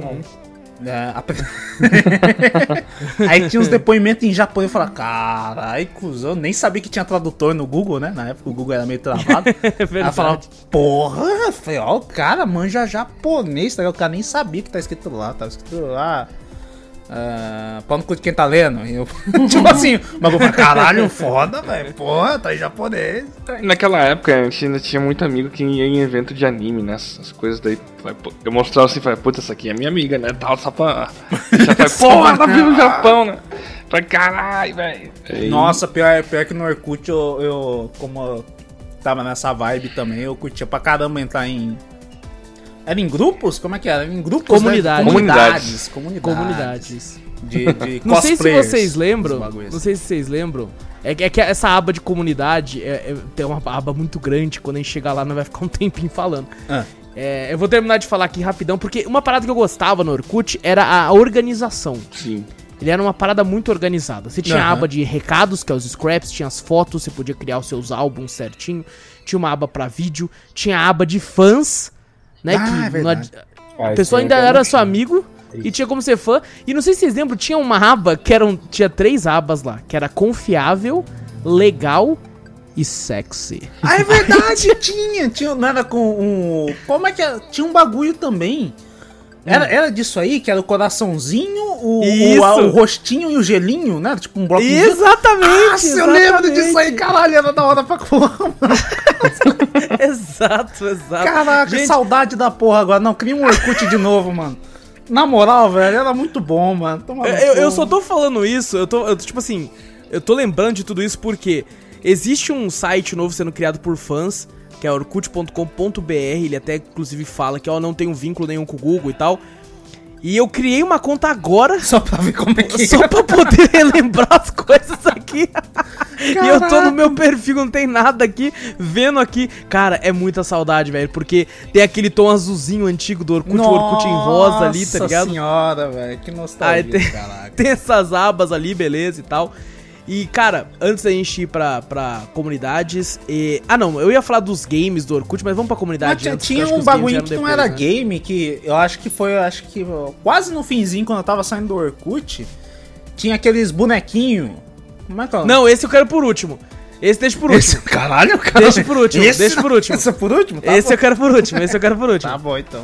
Aí tinha uns depoimentos em japonês, eu falava, carai, cuzão, nem sabia que tinha tradutor no Google, né? Na época o Google era meio travado. Aí eu falava, porra, eu falei, ó, o cara manja japonês, tá ligado? O cara nem sabia que tá escrito lá, tava escrito lá. Pau no cu de quem tá lendo. E eu, tipo assim, mas eu falei, caralho, foda, velho. Porra, tá em japonês. Naquela época a gente ainda tinha muito amigo que ia em evento de anime, né? Essas coisas daí. Eu mostrava assim, falei, puta, essa aqui é minha amiga, né? Tal, só pra. Porra, tá vindo no Japão, né? Falei, caralho, velho. Nossa, pior que no Orkut eu como eu tava nessa vibe também, eu curtia pra caramba entrar em. Era em grupos? Como é que era? Em grupos, Comunidades. Né? Comunidades. De Não sei se cosplayers, vocês lembram. esses bagulhos. Não sei se vocês lembram. É que essa aba de comunidade tem uma aba muito grande. Quando a gente chegar lá, não vai ficar um tempinho falando. Eu vou terminar de falar aqui rapidão, porque uma parada que eu gostava no Orkut era a organização. Sim. Ele era uma parada muito organizada. Você tinha a aba de recados, que é os scraps, tinha as fotos, você podia criar os seus álbuns certinho. Tinha uma aba pra vídeo, tinha a aba de fãs, né? É verdade. A pessoa ainda era seu amigo e tinha como ser fã. E não sei se vocês lembram, tinha uma aba que tinha 3 abas lá, que era confiável, legal e sexy. Ah, é verdade, tinha. Não era com um... Como é que era? Tinha um bagulho também. Era disso aí, que era o coraçãozinho, o rostinho e o gelinho, né? Tipo um bloco de gelo. Exatamente! Nossa, eu lembro disso aí, caralho, era da hora pra porra. Exato. Caraca, que saudade da porra agora. Não, cria um Orkut de novo, mano. Na moral, velho, era muito bom, mano. Eu só tô falando isso, eu tipo assim, eu tô lembrando de tudo isso porque existe um site novo sendo criado por fãs, que é orkut.com.br, ele até inclusive fala que não tem um vínculo nenhum com o Google e tal. E eu criei uma conta agora. Só pra ver como é que Só pra poder relembrar as coisas aqui. E eu tô no meu perfil, não tem nada aqui, vendo aqui. Cara, é muita saudade, velho, porque tem aquele tom azulzinho antigo do Orkut, o Orkut em rosa ali, tá ligado? Nossa senhora, velho, que nostalgia, caraca. Tem essas abas ali, beleza e tal. E, cara, antes da gente ir pra comunidades... não, eu ia falar dos games do Orkut, mas vamos pra comunidade. Mas tinha um bagulho que não era game, que eu acho que foi, quase no finzinho, quando eu tava saindo do Orkut, tinha aqueles bonequinhos. Como é que é? Não, esse eu quero por último. Esse deixa por último. Caralho, cara. Deixa por último, deixa por último. Esse é por último? Tá esse bom. eu quero por último, Tá bom, então.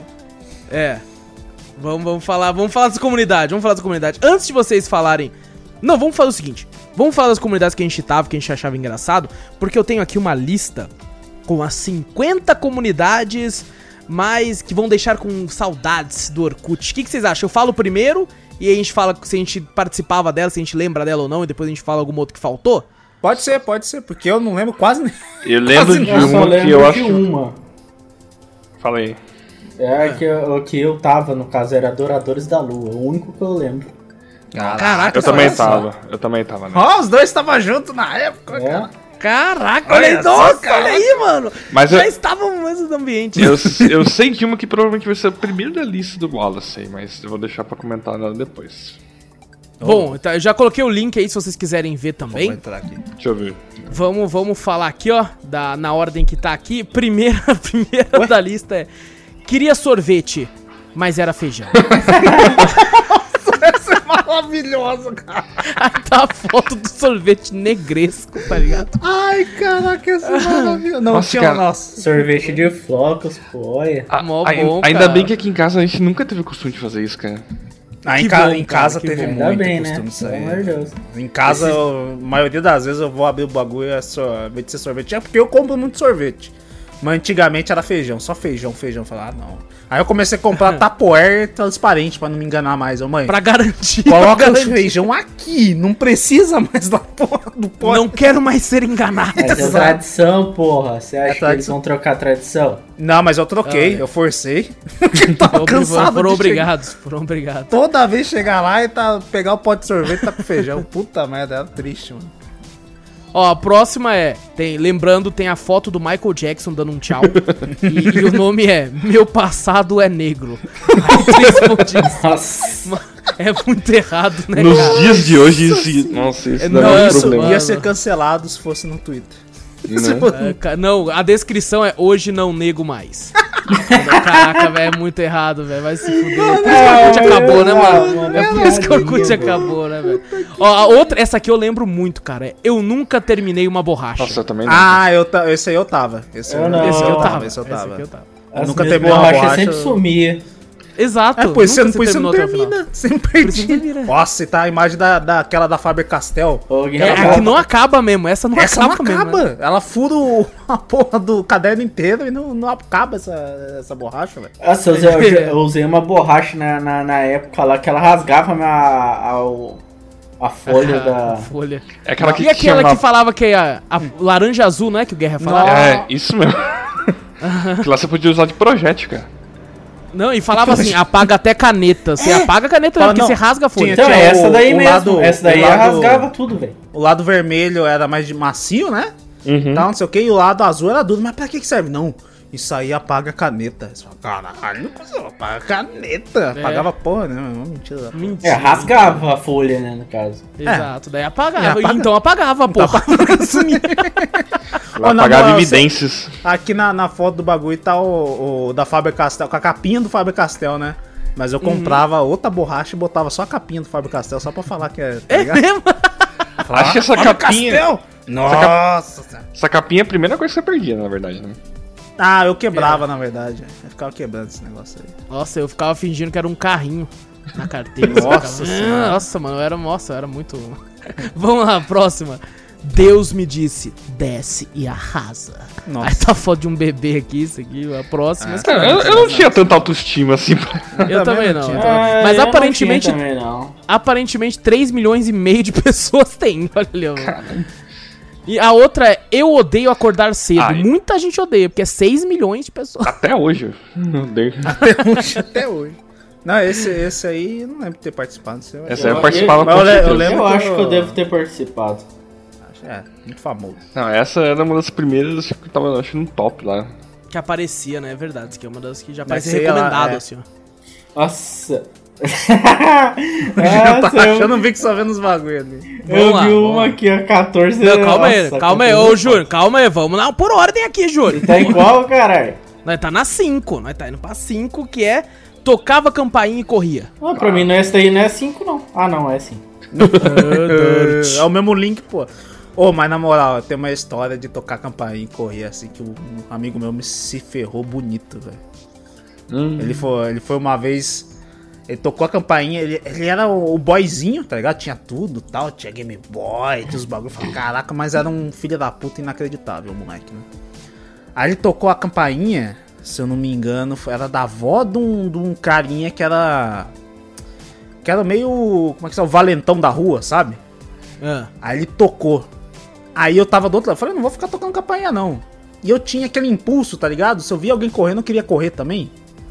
Vamos falar das comunidades, Antes de vocês falarem... Não, vamos fazer o seguinte. Vamos falar das comunidades que a gente tava, que a gente achava engraçado, porque eu tenho aqui uma lista com as 50 comunidades mais que vão deixar com saudades do Orkut. O que vocês acham? Eu falo primeiro e a gente fala se a gente participava dela, se a gente lembra dela ou não, e depois a gente fala alguma outra que faltou? Pode ser, porque eu não lembro quase nem. Eu lembro de uma que eu acho... Fala aí. Que eu tava, no caso, era Adoradores da Lua, o único que eu lembro. Caraca, Eu também tava, né? Ó, os dois estavam juntos na época, cara. Caraca, Olha olha, só, nossa, cara. olha aí, mano. Mas Já eu- estavam no mesmo ambiente. Eu sei de uma que provavelmente vai ser a primeira da lista do Wallace aí, mas eu vou deixar pra comentar nela depois. Bom, então, eu já coloquei o link aí se vocês quiserem ver Vou também. entrar aqui. Deixa eu ver. Vamos falar aqui, ó, na ordem que tá aqui. Primeira da lista é: queria sorvete, mas era feijão. Essa é maravilhosa, cara. Aí tá a foto do sorvete negresco, tá ligado? Ai, caraca, essa é maravilhosa. Não, Nossa, tinha cara. nossa. Sorvete de flocos, pô, olha. Mó Ai- bom, ainda cara. bem que aqui em casa a gente nunca teve o costume de fazer isso, cara. Ah, Que em, ca- bom, em cara, casa que teve bom. Ainda muito bem, né? costume disso Pelo amor aí. de Deus. Em casa, a maioria das vezes eu vou abrir o bagulho e é sorvete de ser sorvete. É porque eu compro muito sorvete. Mas antigamente era feijão, só feijão. Eu falei, não. Aí eu comecei a comprar Tupperware transparente pra não me enganar mais. Ô, mãe, Pra garantir. coloca pra o garantir. feijão aqui, não precisa mais da porra do pote. Não quero mais ser enganado. Mas é tradição, porra. Você acha que eles tradição. vão trocar a tradição? Não, mas eu troquei, eu forcei. Porque tava cansado Foram de obrigados, foram obrigados. Toda vez chegar lá e pegar o pote de sorvete e tá com feijão. Puta merda, era triste, mano. Ó, a próxima lembrando, tem a foto do Michael Jackson dando um tchau. e o nome é Meu Passado é Negro. Aí 3 pontinhos. Nossa. É muito errado, né, Nos cara? dias de hoje, nossa, isso Não, dá um isso, problema. Ia ser cancelado se fosse no Twitter. Né? Não, a descrição é Hoje não nego mais. Caraca, velho, é muito errado, velho. Vai se fuder. É por isso que o Orkut acabou, né, mano? É por isso que o Orkut acabou, né, velho? Ó, a outra, essa aqui eu lembro muito, cara. Eu nunca terminei uma borracha. Nossa, eu também não. Ah, esse aí eu tava. Esse Eu não. Esse aqui eu tava. Esse eu Esse tava. aqui eu tava. Eu nunca As minhas terminei uma borrachas borracha. sempre sumia. Exato. É, pois você nunca não até o final. termina. Sempre Por isso não perdi. termina. Nossa, e tá a imagem daquela da Faber-Castell. É que não acaba mesmo. Essa não Essa não acaba mesmo. acaba. Né? Ela fura a porra do caderno inteiro e não acaba essa borracha, velho. Nossa, eu usei uma borracha na época lá que ela rasgava a folha da. A folha. É aquela que E aquela tinha que falava que a laranja azul, não é que o Guerra falava? É, isso mesmo. Que lá você podia usar de projétil, cara. Não, e falava assim, apaga até caneta. Você apaga a caneta Fala, porque não. você rasga a folha. Então, Tinha essa daí o mesmo. lado- essa daí o lado- rasgava tudo, velho. O lado vermelho era mais de macio, né? Uhum. Tal, não sei o que. E o lado azul era duro. Mas pra que serve? Não. Isso aí apaga a caneta. Você fala, caralho, apaga a caneta. Apagava porra, né? Uma mentira. da porra. Mentira. Rasgava a folha, né, no caso. Exato, daí apagava. É, apaga. Então apagava, porra. Sumia. Lá Ô, na pagava moral, evidências. Aqui na foto do bagulho tá o da Faber-Castell, com a capinha do Faber-Castell, né? Mas eu comprava outra borracha e botava só a capinha do Faber-Castell só pra falar que é. Tá É ligado? mesmo? Acho que essa capinha. Faber-Castell! Nossa Senhora. Essa capinha é a primeira coisa que você perdia, na verdade, né? Ah, eu quebrava, na verdade. Eu ficava quebrando esse negócio aí. Nossa, eu ficava fingindo que era um carrinho na carteira. Nossa Eu ficava, Senhora. Nossa, mano, eu era muito... Vamos lá, próxima. Deus me disse, desce e arrasa. Nossa. Aí tá a foto de um bebê aqui, isso aqui, a próxima. Cara, eu não tinha tanta autoestima assim. Eu também não. tinha. Mas eu não aparentemente, tinha também, não. aparentemente 3 milhões e meio de pessoas têm. Olha ali, ó. E a outra é, eu odeio acordar cedo. Ai. Muita gente odeia, porque é 6 milhões de pessoas. Até hoje. Eu odeio. Até hoje. Não, esse aí eu não lembro de ter participado. Essa aí eu participava Mas com eu certeza. lembro Eu que acho que eu devo ter participado. É, muito famoso. Não, essa era uma das primeiras que tava, acho, no top lá. Que aparecia, né? É verdade. Isso aqui é uma das que já Mas aparecia sei lá, recomendado, é. assim, ó. Nossa. Já tá Nossa, achando vi que só vendo os bagulho ali. eu Vamos lá, vi vamos uma lá. aqui, ó, 14. Não, calma aí, Nossa, calma aí. 14. Ô, Júnior, calma aí. Vamos lá por ordem aqui, Júnior. Tá igual, caralho. Nós tá na 5. Nós tá indo pra 5, que é tocava campainha e corria. Ah, pra mim, essa daí não é 5, não. Ah, não, é 5. É o mesmo link, pô. Ô, mas na moral, tem uma história de tocar campainha e correr assim que um amigo meu se ferrou bonito, velho. Ele foi uma vez. Ele tocou a campainha, ele era o boyzinho, tá ligado? Tinha tudo tal, tinha Game Boy, tinha os bagulho. Falei, caraca, mas era um filho da puta inacreditável, o moleque, né? Aí ele tocou a campainha, se eu não me engano, era da avó de um carinha que era. Que era meio. Como é que é? O valentão da rua, sabe? Ah. Aí ele tocou. Aí eu tava do outro lado, falei, não vou ficar tocando campainha não. E eu tinha aquele impulso, tá ligado? Se eu via alguém correndo, eu queria correr também.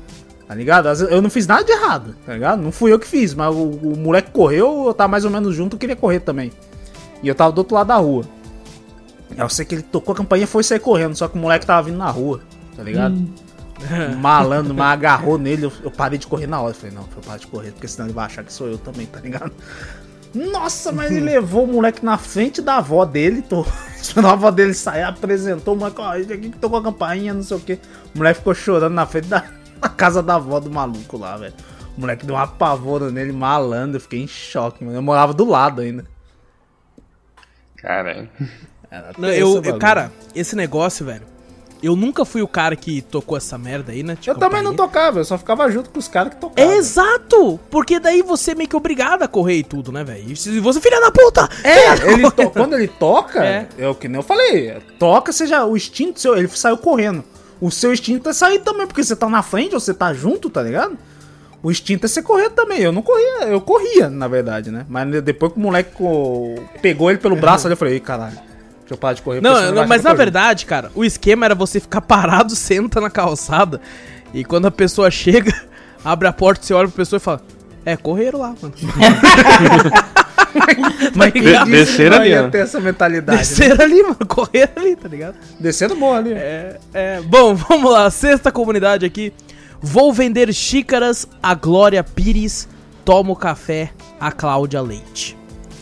Tá ligado? Eu não fiz nada de errado, tá ligado? Não fui eu que fiz, mas o moleque correu, eu tava mais ou menos junto, eu queria correr também. E eu tava do outro lado da rua. Eu sei que ele tocou a campainha e foi sair correndo, só que o moleque tava vindo na rua, tá ligado? Malandro, mas agarrou nele, eu parei de correr na hora. Eu falei, não, eu paro de correr, porque senão ele vai achar que sou eu também, tá ligado? Nossa, mas ele levou o moleque na frente da avó dele, esperou a avó dele sair, apresentou o moleque, ó, esse aqui que tocou a campainha, não sei o que. O moleque ficou chorando na frente da casa da avó do maluco lá, velho. O moleque deu uma pavora nele, malandro, eu fiquei em choque, mano. Eu morava do lado ainda. Caralho. Cara, esse negócio, velho, eu nunca fui o cara que tocou essa merda aí, né? Eu também não tocava, eu só ficava junto com os caras que tocavam. Exato! Porque daí você é meio que obrigado a correr e tudo, né, velho? E você, filha da puta! Quando ele toca, é o que nem eu falei, toca, seja o instinto seu, ele saiu correndo. O seu instinto é sair também, porque você tá na frente ou você tá junto, tá ligado? O instinto é você correr também. Eu não corria, eu corria, na verdade, né? Mas depois que o moleque pegou ele pelo braço ali, eu falei, caralho, deixa eu parar de correr. Não, mas na verdade, cara, o esquema era você ficar parado, senta na calçada, e quando a pessoa chega, abre a porta, você olha pra pessoa e fala, correram lá, mano. Mas desceram ali, ia ter essa mentalidade. Desceram ali, mano, correram ali, tá ligado? Descendo bom ali. Bom, vamos lá, sexta comunidade aqui. Vou vender xícaras a Glória Pires, tomo café a Cláudia Leite.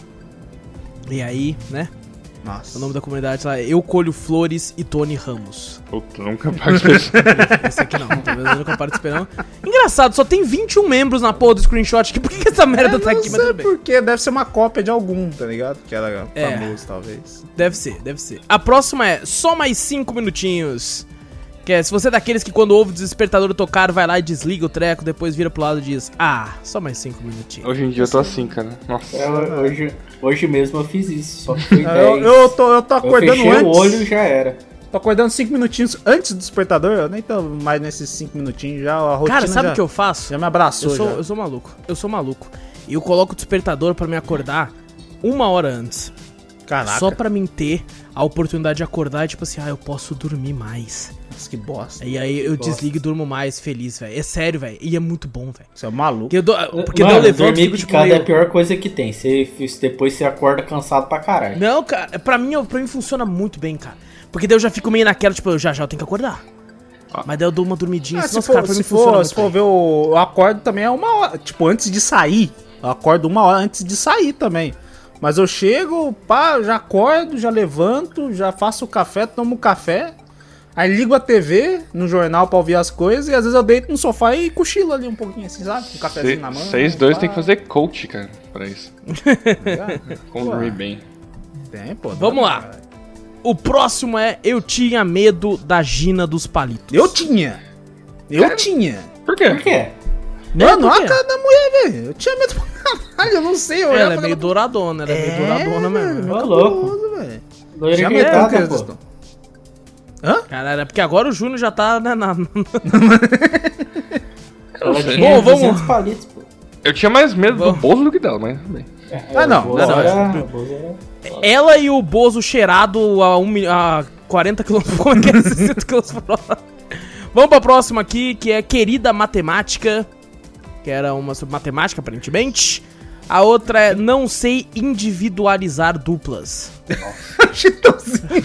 E aí, né? Nossa. O nome da comunidade lá é Eu Colho Flores e Tony Ramos. Puta, nunca participei. Esse aqui não, talvez eu nunca participei não. Engraçado, só tem 21 membros na porra do screenshot aqui. Por que essa merda tá aqui? Não sei porque, deve ser uma cópia de algum, tá ligado? Que era famoso, talvez. Deve ser. A próxima é só mais 5 minutinhos. Que é, se você é daqueles que quando ouve o despertador tocar, vai lá e desliga o treco, depois vira pro lado e diz, só mais 5 minutinhos. Hoje em dia eu tô assim, cara. Nossa. Hoje mesmo eu fiz isso, só que foi 10. Eu tô acordando fechei antes. O olho e já era. Tô acordando 5 minutinhos antes do despertador, eu nem tô mais nesses 5 minutinhos já, a rotina. Cara, sabe o que eu faço? Já me abraçou, eu sou maluco. E eu coloco o despertador pra me acordar 1 hora antes. Caraca. Só pra mim ter a oportunidade de acordar e tipo assim, eu posso dormir mais. Nossa, que bosta. E aí eu desligo e durmo mais feliz, velho. É sério, velho. E é muito bom, velho. Você é maluco. Porque eu levanto dormir picado é a pior coisa que tem. Depois você acorda cansado pra caralho. Não, cara, pra mim funciona muito bem, cara. Porque daí eu já fico meio naquela, tipo, eu já tenho que acordar. Mas daí eu dou uma dormidinha. Se for ver, eu acordo também 1 hora. Tipo, antes de sair. Eu acordo 1 hora antes de sair também. Mas eu chego, já acordo, já levanto, já faço o café, tomo café. Aí ligo a TV no jornal pra ouvir as coisas. E às vezes eu deito no sofá e cochilo ali um pouquinho assim, sabe? Com um cafezinho na mão. Vocês dois tem que fazer coach, cara, pra isso. Como dormir bem. Tem, pô. Vamos lá. O próximo é Eu Tinha Medo da Gina dos Palitos. Eu tinha. Por quê? Mano, olha a cara da mulher, velho. Eu tinha medo pra caralho, eu não sei. Ela é meio douradona, mesmo. Ô, louco. Velho. Tinha medo, pô. Hã? Cara, era porque agora o Júnior já tá, né, Ela tinha 200 palitos, pô. Eu tinha mais medo do Bozo do que dela, mas bem. Não. Ela e o Bozo cheirado a 40 km, como é que é? 60 km por hora. Vamos pra próxima aqui, que é Querida Matemática, que era uma sobre matemática, aparentemente. A outra é Não Sei Individualizar Duplas. Chitãozinho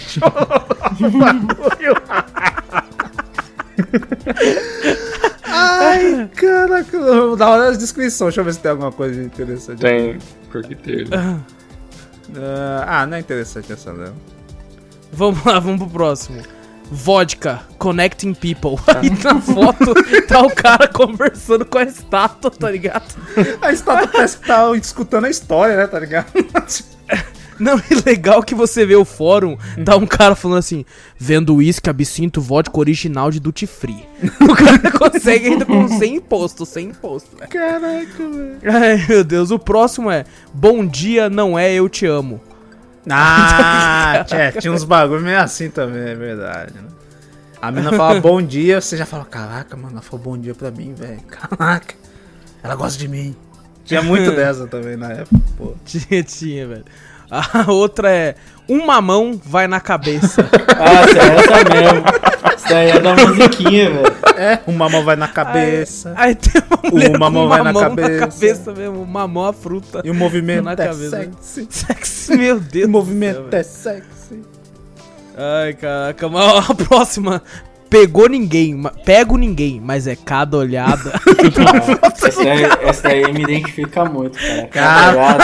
Ai, caraca. Da hora das descrições, deixa eu ver se tem alguma coisa interessante. Tem, porque teve. Não é interessante essa, não. Vamos lá, vamos pro próximo. Vodka, Connecting People. Aí na foto tá o cara conversando com a estátua, tá ligado? A estátua parece que tá escutando a história, né, tá ligado? Não, e legal que você vê o fórum, tá um cara falando assim, vendo uísque, absinto, vodka original de Duty Free. O cara consegue ainda sem imposto, velho. Caraca, velho. Ai, meu Deus, o próximo é Bom Dia, Não É Eu Te Amo. Tinha uns bagulho meio assim também, é verdade, né? A menina fala bom dia, você já fala, caraca, mano, ela falou bom dia pra mim, velho. Caraca, ela gosta de mim. Tinha muito dessa também na época, pô. Tinha, velho. A outra é Uma Mão Vai na Cabeça. Essa mesmo. Isso daí é da musiquinha, velho. uma mão vai na cabeça. Aí tem uma mulher Uma mão com vai uma na mão cabeça. mesmo, uma mão a fruta. E o movimento na é cabeça. sexy. Sexy, meu Deus. O movimento do céu, é sexy. Ai, caraca, mas a próxima. Pegou ninguém, pego ninguém, mas é cada olhada. Essa aí me identifica muito, cara. Cara,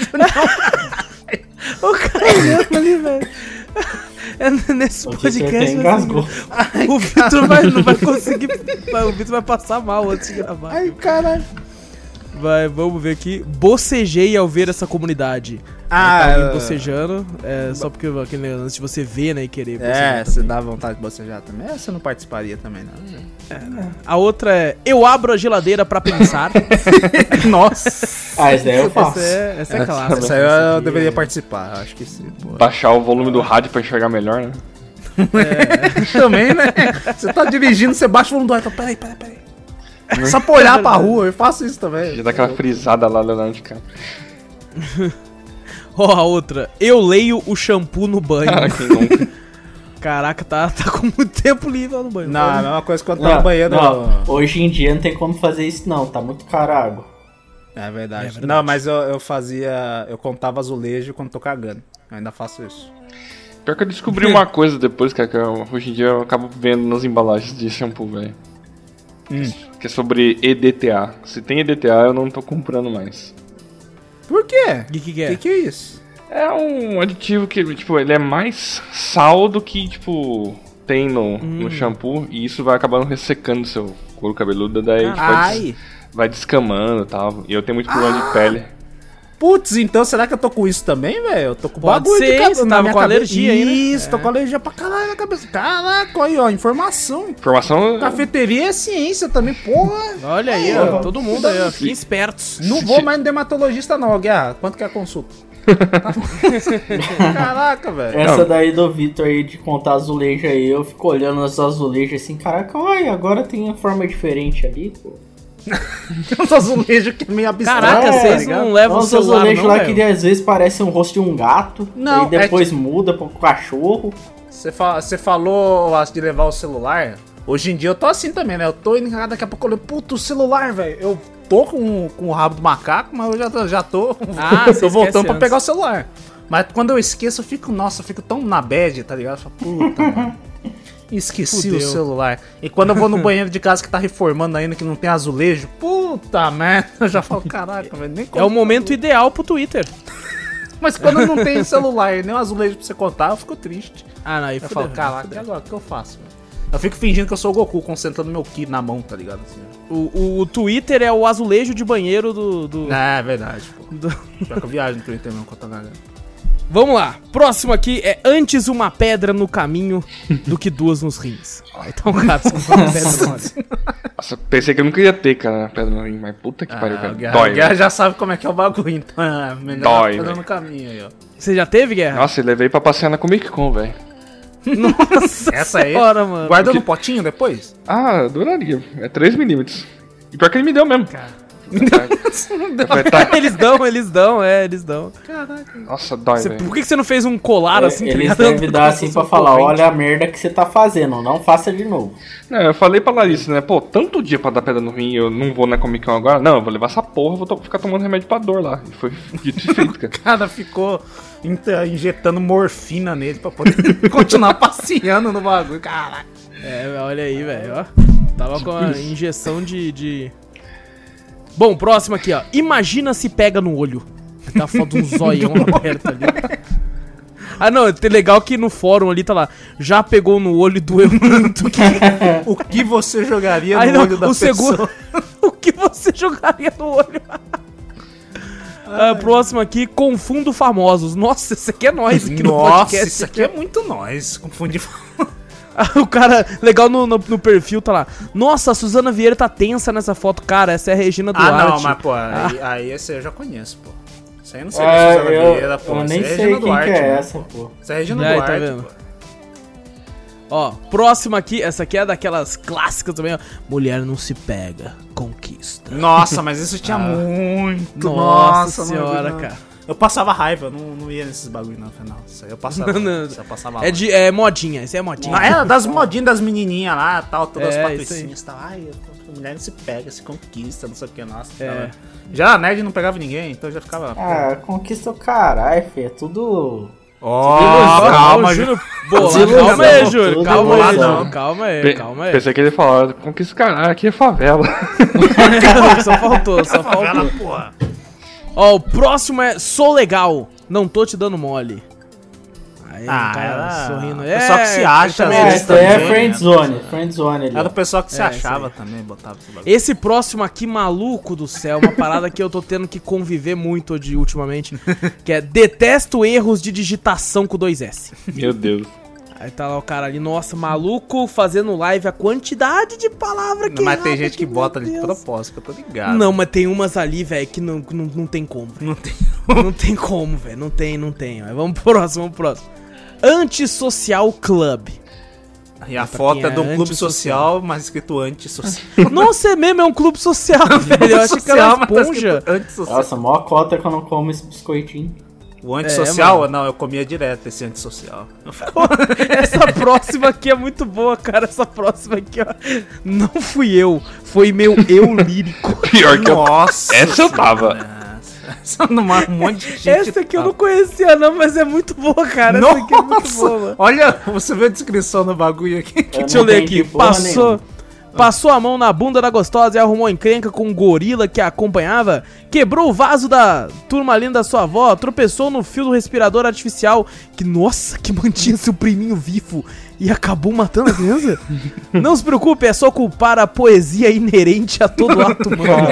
O cara mesmo ali, velho. É nesse podcast engasgou. assim, o Vitor não vai conseguir. O Vitor vai passar mal antes de gravar. Ai, caralho. Vai, vamos ver aqui. Bocejei ao ver essa comunidade. Ah, tá alguém bocejando. É, só porque aquele antes de você ver, né, e querer bocejar você também. dá vontade de bocejar também. Você não participaria também, não. A outra é eu abro a geladeira pra pensar. Nossa. Essa daí eu faço. Essa é clássica. Essa aí Essa eu aqui deveria é- participar, acho que sim. Pô. Baixar o volume do rádio pra enxergar melhor, né? Também, né? Você tá dirigindo, você baixa o volume do ar, então peraí. Só pra olhar pra rua, eu faço isso também. Já dá aquela frisada lá, Leonardo, cara. Ó, a outra. Eu leio o shampoo no banho. Cara, quem nunca? Caraca, tá com muito tempo livre lá no banho. Não, a mesma coisa quando tá no banheiro. Não, hoje em dia não tem como fazer isso não, tá muito caro a água. É verdade. É verdade. Não, mas eu fazia. Eu contava azulejo quando tô cagando. Eu ainda faço isso. Pior que eu descobri uma coisa depois, cara, que hoje em dia eu acabo vendo nas embalagens de shampoo, velho. Que é sobre EDTA. Se tem EDTA, eu não tô comprando mais. Por quê? O que é? Que é isso? É um aditivo que, tipo, ele é mais sal do que, tipo, tem no shampoo. E isso vai acabando ressecando seu couro cabeludo, daí tipo, Ai! vai descamando e tal. E eu tenho muito problema de pele. Putz, então será que eu tô com isso também, velho? Eu tô com Pode bagulho ser, de cabelo você na tava minha com cabeça. alergia aí, né? Isso, tô com alergia pra caralho na cabeça. Caraca, aí, ó, informação. Informação... Cafeteria é ciência também, porra. Olha aí, ó, todo mundo aí, ó, fiquem espertos. Não vou mais no dermatologista não, Guerra. Quanto que é a consulta? Caraca, velho. Essa daí do Vitor aí de contar azulejo aí, eu fico olhando os azulejos assim, caraca, olha, agora tem uma forma diferente ali, pô. Uns azulejos que é meio abstrato. Caraca, tá vocês ligado? não levam o Uns celular azulejos não, lá velho? que às vezes parece um rosto de um gato, Não, e depois muda pro cachorro. Você falou de levar o celular. Hoje em dia eu tô assim também, né? Eu tô indo lá, daqui a pouco eu olho, puto, o celular, velho. Eu tô com o rabo do macaco, mas eu já tô. Ah, você tô voltando pra esquece pegar o celular. Mas quando eu esqueço, eu fico tão na bad, tá ligado? Eu falo, puta, mano. Esqueci Fudeu. o celular. E quando eu vou no banheiro de casa que tá reformando ainda, que não tem azulejo, puta merda, eu já falo, caraca, velho, nem É o momento ideal pro Twitter. Mas quando não tem celular e nem um azulejo pra você contar, eu fico triste. Ah, não, aí Eu fudeu. falo, caraca, e agora o que eu faço, velho? Eu fico fingindo que eu sou o Goku, concentrando meu ki na mão, tá ligado? Assim, O Twitter é o azulejo de banheiro do... É verdade, pô. do- Pior que eu viajo no Twitter mesmo, quando eu tô cagando. Vamos lá, próximo aqui é antes uma pedra no caminho do que duas nos rins. Ó, então, cara, você comprou uma pedra no olho. Nossa, pensei que eu nunca ia ter, cara, pedra no rim, mas puta que pariu, cara. O Guerra, Dói, o Guerra velho. já sabe como é que é o bagulho, então é melhor Dói, tá velho. no caminho aí, ó. Você já teve, Guerra? Nossa, eu levei pra passear na Comic Con, velho. Nossa Essa aí, senhora, mano. guarda no potinho depois? Ah, adoraria. É 3mm. E pior que ele me deu mesmo. Vai tá... Eles dão. Caraca. Nossa, dói, Você- velho. por que você não fez um colar assim? tá Eles ligado? devem dar assim Como pra se fosse falar, corrente. olha a merda que você tá fazendo, não faça de novo. Não, eu falei pra Larissa, né? Pô, tanto dia pra dar pedra no rim e eu não vou na Comic Con agora. Não, eu vou levar essa porra, vou ficar tomando remédio pra dor lá. E foi dito e feito, cara. O cara ficou injetando morfina nele pra poder continuar passeando no bagulho. Caraca. É, olha aí, velho, ó. Tava com a injeção de... Bom, próximo aqui, ó. Imagina se pega no olho. Tá a foto de um zoião aberto ali. Ah, não, é legal que no fórum ali tá lá. Já pegou no olho e doeu muito. O que você jogaria Aí no não, olho da o pessoa? segundo... O que você jogaria no olho? Próximo aqui, confundo famosos. Nossa, esse aqui é nós aqui no Nossa, podcast. isso aqui é muito nós. Confundi. O cara, legal no perfil, tá lá. Nossa, a Suzana Vieira tá tensa nessa foto. Cara, essa é a Regina Duarte. Ah, não, mas pô, aí esse eu já conheço, pô. Isso aí eu não sei É, Suzana Vieira, pô. eu Isso nem é sei Regina quem Duarte, que é mano. essa, pô. Isso é Regina Aí, tá Duarte, vendo? pô. Ó, próxima aqui, essa aqui é daquelas clássicas também, ó. Mulher não se pega, conquista. Nossa, mas isso tinha muito. Nossa Nossa senhora, mano. cara. Eu passava raiva, eu não ia nesses bagulho não, afinal. Isso aí eu passava, eu passava raiva. É modinha, isso é modinha. Não, era das modinhas das menininhas lá, tal, todas as patricinhas e tal. Ai, a mulher não se pega, se conquista, não sei o que, nossa. Já a nerd não pegava ninguém, então já ficava... Ah, conquista o caralho, filho, é tudo... calma, Júnior. Calma aí. Pensei que ele falava, conquista o caralho, aqui é favela. Só faltou. Porra. Ó, o próximo é Sou Legal, não tô te dando mole. Aí o cara sorrindo. O pessoal que se acha, às vezes, isso aí é friendzone ali. Era o pessoal que se achava também, botava esse bagulho. Esse próximo aqui, maluco do céu, uma parada que eu tô tendo que conviver muito ultimamente, que é detesto erros de digitação com 2S. Meu Deus. Aí tá lá o cara ali, nossa, maluco, fazendo live, a quantidade de palavras que mas tem gente que bota ali de propósito, que eu tô ligado. Não, mas tem umas ali, velho, que não tem como. Não tem. Não tem como, velho, não tem. Mas vamos pro próximo. Antissocial Club. E a foto é de um clube social, mas escrito antissocial. Nossa, é mesmo, é um clube social, velho. Eu achei que era uma esponja. Nossa, mó cota que eu não como esse biscoitinho. O antissocial? Não, eu comia direto esse antissocial. Essa próxima aqui é muito boa, cara. Essa próxima aqui, ó. Não fui eu, foi meu eu lírico. Pior que Nossa, essa eu tava. Essa um monte de gente. Essa aqui eu não conhecia, não, mas é muito boa, cara. Nossa, essa aqui é muito boa. Olha, você vê a descrição do bagulho aqui. Deixa eu ler aqui. Passou a mão na bunda da gostosa e arrumou encrenca com um gorila que a acompanhava, quebrou o vaso da turma linda da sua avó, tropeçou no fio do respirador artificial, que mantinha seu priminho vivo e acabou matando a criança? Não se preocupe, é só culpar a poesia inerente a todo ato humano.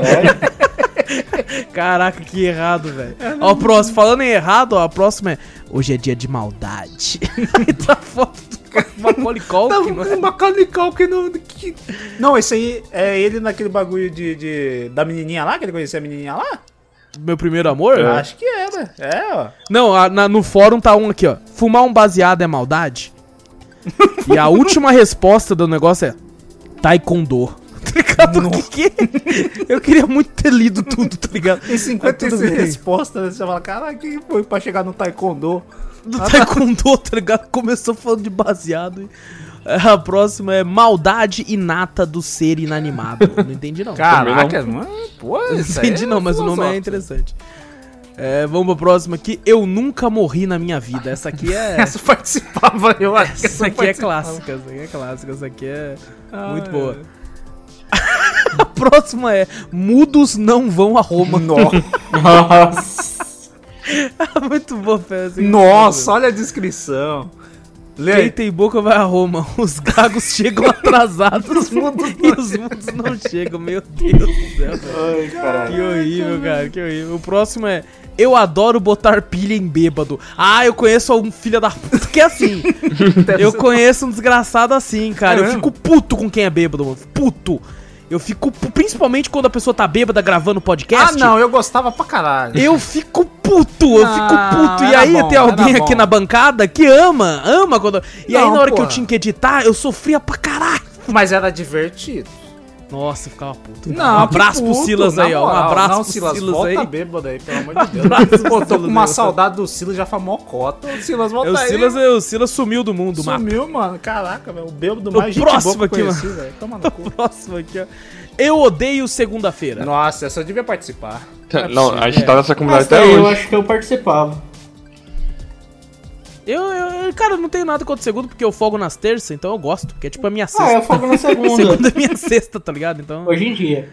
Caraca, que errado, velho. Ó, o próximo, falando em errado, ó, a próxima é: hoje é dia de maldade. Aí tá foto do Macaulay Culkin, não, Macaulay Culkin não, esse aí é ele naquele bagulho da menininha lá, que ele conhecia a menininha lá? Meu primeiro amor? Acho que era, ó. Não, no fórum tá um aqui, ó. Fumar um baseado é maldade? E a última resposta do negócio é Taekwondo. Tá ligado? O que? Eu queria muito ter lido tudo, tá ligado? Em 56 respostas, você fala, cara, que foi pra chegar no Taekwondo? Do Taekwondo, tá ligado? Começou falando de baseado. A próxima é maldade inata do ser inanimado. Eu não entendi, não. Caraca, mano. Pô, não entendi, não, mas o nome é interessante. Vamos pra próxima aqui. Eu nunca morri na minha vida. Essa aqui é... Essa participava, eu acho. Essa aqui é clássica. Essa aqui é muito boa. A próxima é: mudos não vão a Roma. Nossa. Muito boa, Fê. Nossa, olha a descrição. Quem tem boca vai a Roma. Os gagos chegam atrasados. E os mudos não chegam. Meu Deus do céu, velho. Ai, caralho. Que horrível, cara. Que horrível. O próximo é: eu adoro botar pilha em bêbado. Ah, eu conheço um filho da puta que é assim. Eu conheço um desgraçado assim, cara. Eu fico puto com quem é bêbado, mano. Puto. Eu fico, principalmente quando a pessoa tá bêbada gravando podcast. Ah, não, eu gostava pra caralho. Eu fico puto. E aí tem alguém aqui na bancada que ama quando... E aí na hora que eu tinha que editar, eu sofria pra caralho. Mas era divertido. Nossa, eu ficava puto. Não, um abraço pro Silas aí, ó. Um abraço pro Silas aí. Volta bêbado aí, pelo amor de Deus. Pô, tô com uma saudade do Silas, já foi mocota. O Silas volta aí. O Silas sumiu do mundo, mano. Sumiu, mano. Caraca, velho. O bêbado mais gente boa que eu conheci, velho. Toma no cu. O próximo aqui, ó. Eu odeio segunda-feira. Nossa, essa eu devia participar. Não, a gente tá nessa comunidade até eu hoje. acho que eu participava. Cara, eu não tenho nada contra segunda, porque eu folgo nas terças, então eu gosto, porque é tipo a minha sexta. Ah, eu folgo na segunda. Segunda é minha sexta, tá ligado? Então... Hoje em dia.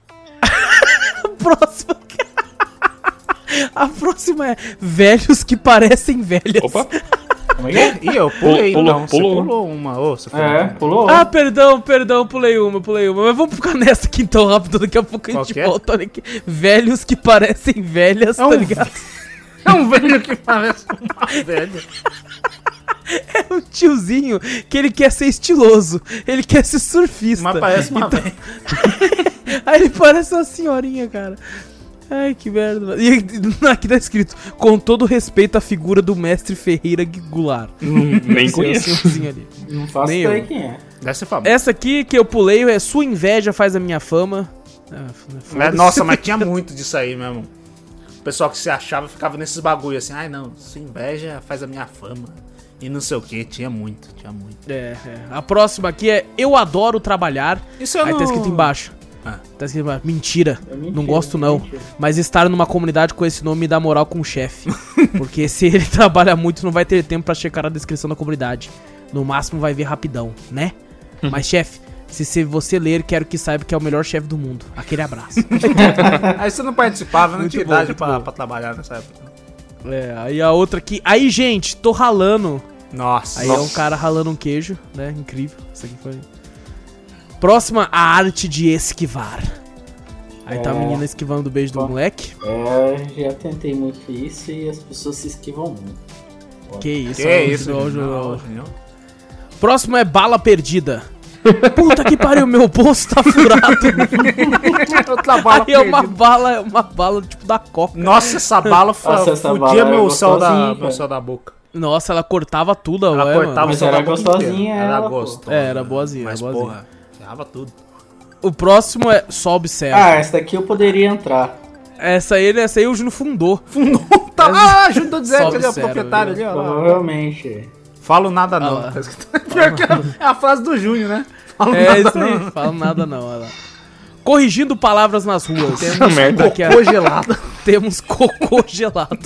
A próxima é velhos que parecem velhas. Opa. Ih, eu pulei, não. Você pulou uma. Pulou. Ah, perdão, pulei uma. Mas vamos ficar nessa aqui então rápido, daqui a pouco a gente volta. Olha aqui. Velhos que parecem velhas, tá ligado? É um velho que parece uma velha. É um tiozinho que ele quer ser estiloso, ele quer ser surfista. Mas parece uma velha. Aí ele parece uma senhorinha, cara. Ai, que merda. E aqui tá escrito: com todo respeito à figura do mestre Ferreira Goulart. Nem conheço. Ali. Não faço ideia quem é. Deve ser famoso. Essa aqui que eu pulei é Sua Inveja Faz a Minha Fama. Nossa, mas tinha muito disso aí mesmo. pessoal que se achava ficava nesses bagulho assim, ai não, sua inveja faz a minha fama. E não sei o que, tinha muito. A próxima aqui é Eu Adoro Trabalhar. Isso eu Aí não... tá escrito embaixo. Tá escrito embaixo. Mentira. Não gosto não. Mas estar numa comunidade com esse nome me dá moral com o chefe. Porque se ele trabalha muito, não vai ter tempo pra checar a descrição da comunidade. No máximo vai ver rapidão, né? Mas chefe, se você ler, quero que saiba que é o melhor chefe do mundo. Aquele abraço. Aí você não participava, não Muito tinha bom, idade muito pra bom. trabalhar nessa época. Aí a outra aqui. Aí, gente, tô ralando. Nossa. Aí é um cara ralando um queijo, né? Incrível. Isso aqui foi. Próxima, a arte de esquivar. Aí tá a menina esquivando o beijo do moleque. Já tentei muito isso e as pessoas se esquivam muito. Que isso, Que isso, Junior. Próximo é bala perdida. Puta que pariu, meu bolso tá furado. Outra bala Aí é uma bala tipo da Coca. Nossa, essa bala fudia meu céu da boca. Nossa, ela cortava tudo, Ela ué, cortava mano. o Mas céu era da boca gostosinha, inteira. Era ela, pô. gostosa. Era boazinha, Mas, era boazinha. porra, ferrava tudo. O próximo é Só Observa. Essa daqui eu poderia entrar. Essa aí o Júnior fundou. Junto do Zé, Só ali, ó, observa, proprietário ali, ó. Provavelmente. Falo nada não. lá. Tá escrito. Pior que é a frase do Júnior, né? Falo É nada isso aí, não. fala nada não, olha lá. Corrigindo palavras nas ruas. Temos merda. cocô gelado. Temos cocô gelado.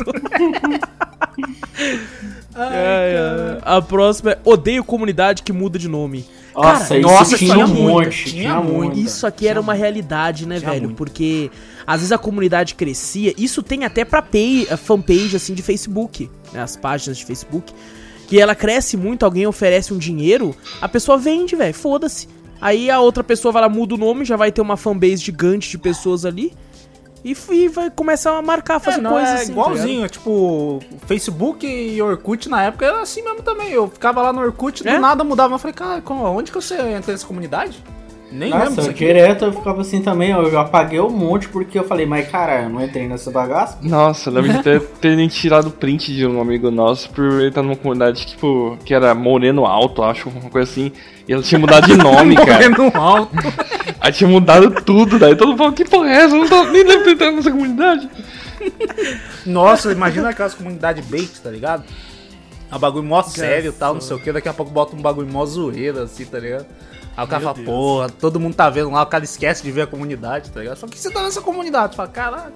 A próxima é Odeio comunidade que muda de nome. Nossa, isso nossa, tinha tinha um muito, monte. tinha muito. Isso aqui era uma realidade, né, Tinha velho? muito. Porque às vezes a comunidade crescia. Isso tem até pra fanpage, assim, de Facebook, né? As páginas de Facebook. Que ela cresce muito, alguém oferece um dinheiro, a pessoa vende, velho, foda-se. Aí a outra pessoa vai lá, muda o nome, já vai ter uma fanbase gigante de pessoas ali. E vai começar a marcar, fazer coisas assim. Igualzinho, tipo, Facebook e Orkut na época era assim mesmo também. Eu ficava lá no Orkut, do É? nada mudava. Eu falei, cara, onde que você entra nessa comunidade? Nem lembro Nossa, disso aqui. direto eu ficava assim também, eu apaguei um monte porque eu falei, mas cara, eu não entrei nessa bagaça. Nossa, eu lembro de terem tirado print de um amigo nosso por ele estar numa comunidade, tipo, que era Moreno Alto, acho, uma coisa assim. E ela tinha mudado de nome, cara. Morrendo alto. Aí tinha mudado tudo, daí todo mundo falou, que porra é essa? Eu não tô, nem lembro de entrar nessa comunidade. Nossa, imagina aquelas comunidades bait, tá ligado? Um bagulho mó sério e tal, não sei o que. Daqui a pouco bota um bagulho mó zoeira, assim, tá ligado? Aí o cara fala, porra, todo mundo tá vendo lá, o cara esquece de ver a comunidade, tá ligado? Só que você tá nessa comunidade, fala, caralho.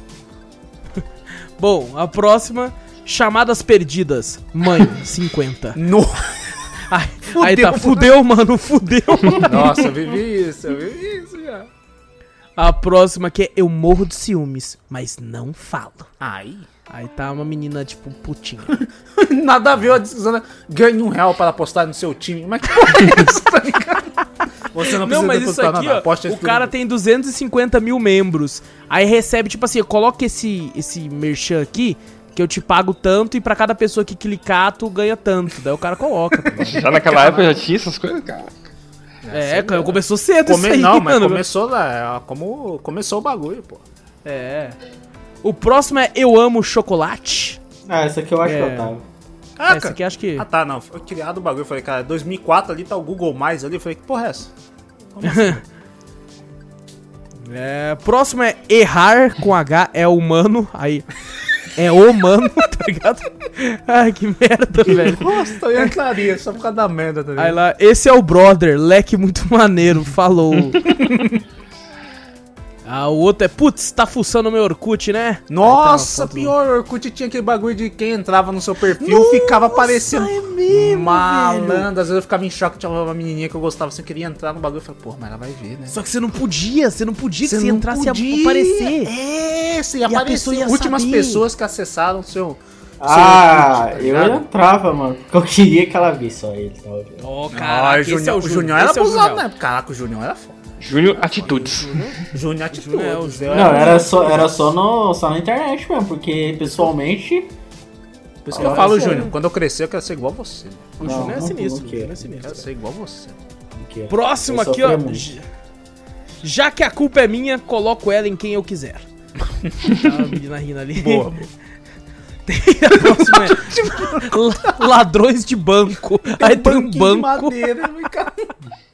Bom, a próxima, chamadas perdidas. Mãe, 50. No... Aí tá, fudeu, mano, fudeu. Nossa, eu vivi isso já. A próxima aqui é Eu Morro de Ciúmes, mas não falo. Aí. Aí tá uma menina, tipo, putinha. Nada a ver a discussão, ganhe R$1 para apostar no seu time. Mas que porra é isso, tá ligado? Você não precisa Não, mas isso depositar aqui, nada. ó, Aposta o tudo. cara tem 250 mil membros. Aí recebe, tipo assim, coloca esse merchan aqui, que eu te pago tanto, e pra cada pessoa que clicar, tu ganha tanto. Daí o cara coloca. Tá ligado? Já naquela época já tinha essas coisas, cara. Começou cedo isso aí, Não, mas mano. começou lá, como começou o bagulho, pô. É. O próximo é Eu Amo Chocolate. Essa aqui eu acho que eu tava. Esse aqui acho que... Ah, tá, não. Foi criado o bagulho. Eu falei, cara, 2004 ali tá o Google Mais ali. Eu falei, que porra é essa? Próximo é Errar com H, é humano. Aí... É humano, tá ligado? Ai, que merda, velho. Nossa, eu entraria só por causa da merda, tá ligado? Aí lá, esse é o brother, leque muito maneiro, falou. O outro é, putz, tá fuçando o meu Orkut, né? Nossa, Aí tá, pior, o Orkut tinha aquele bagulho de quem entrava no seu perfil ficava aparecendo é mesmo, malandro. Às vezes eu ficava em choque, tinha uma menininha que eu gostava, assim, eu queria entrar no bagulho. Eu falei, porra, mas ela vai ver, né? Só que você não podia que se não entrasse podia. ia aparecer. É, você ia E a aparecer. pessoa ia Últimas saber. pessoas que acessaram o seu... Ah, tá eu ligado? entrava, mano, porque eu queria que ela visse só ele, sabe? Ó, Ah, esse é o Junior era esse é o abusado, Junior. né? Caraca, o Junior era foda. Júnior Atitudes. Junior atitude. é o Junior. Não, era só na internet mesmo, porque pessoalmente... Por isso que eu falo, Júnior, quando eu crescer eu quero ser igual a você. O Júnior é não, sinistro, não o Júnior é Eu sinistro. quero ser igual a você. Próximo Eu aqui, ó. sofria muito. Já que a culpa é minha, coloco ela em quem eu quiser. Tá a menina rindo ali. Boa. A próxima é ladrões de banco. Aí tem um banquinho de banco. madeira,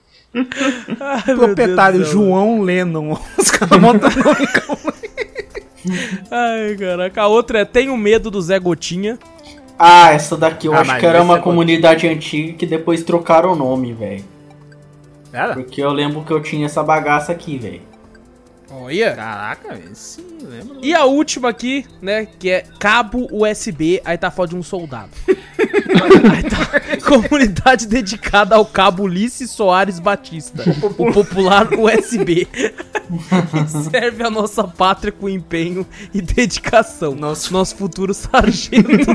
Ai, meu proprietário Deus do céu. João Lennon. Os caras montando um Ai, caraca. A outra é Tenho Medo do Zé Gotinha. Ah, essa daqui eu acho mas que era uma esse é comunidade antiga que depois trocaram o nome, velho. Era? Porque eu lembro que eu tinha essa bagaça aqui, velho. Olha. Caraca, sim, lembro. E a última aqui, né, que é cabo USB, aí tá foto de um soldado. Aí tá, comunidade dedicada ao cabo Ulisses Soares Batista, o popular USB. Serve a nossa pátria com empenho e dedicação. Nosso futuro sargento.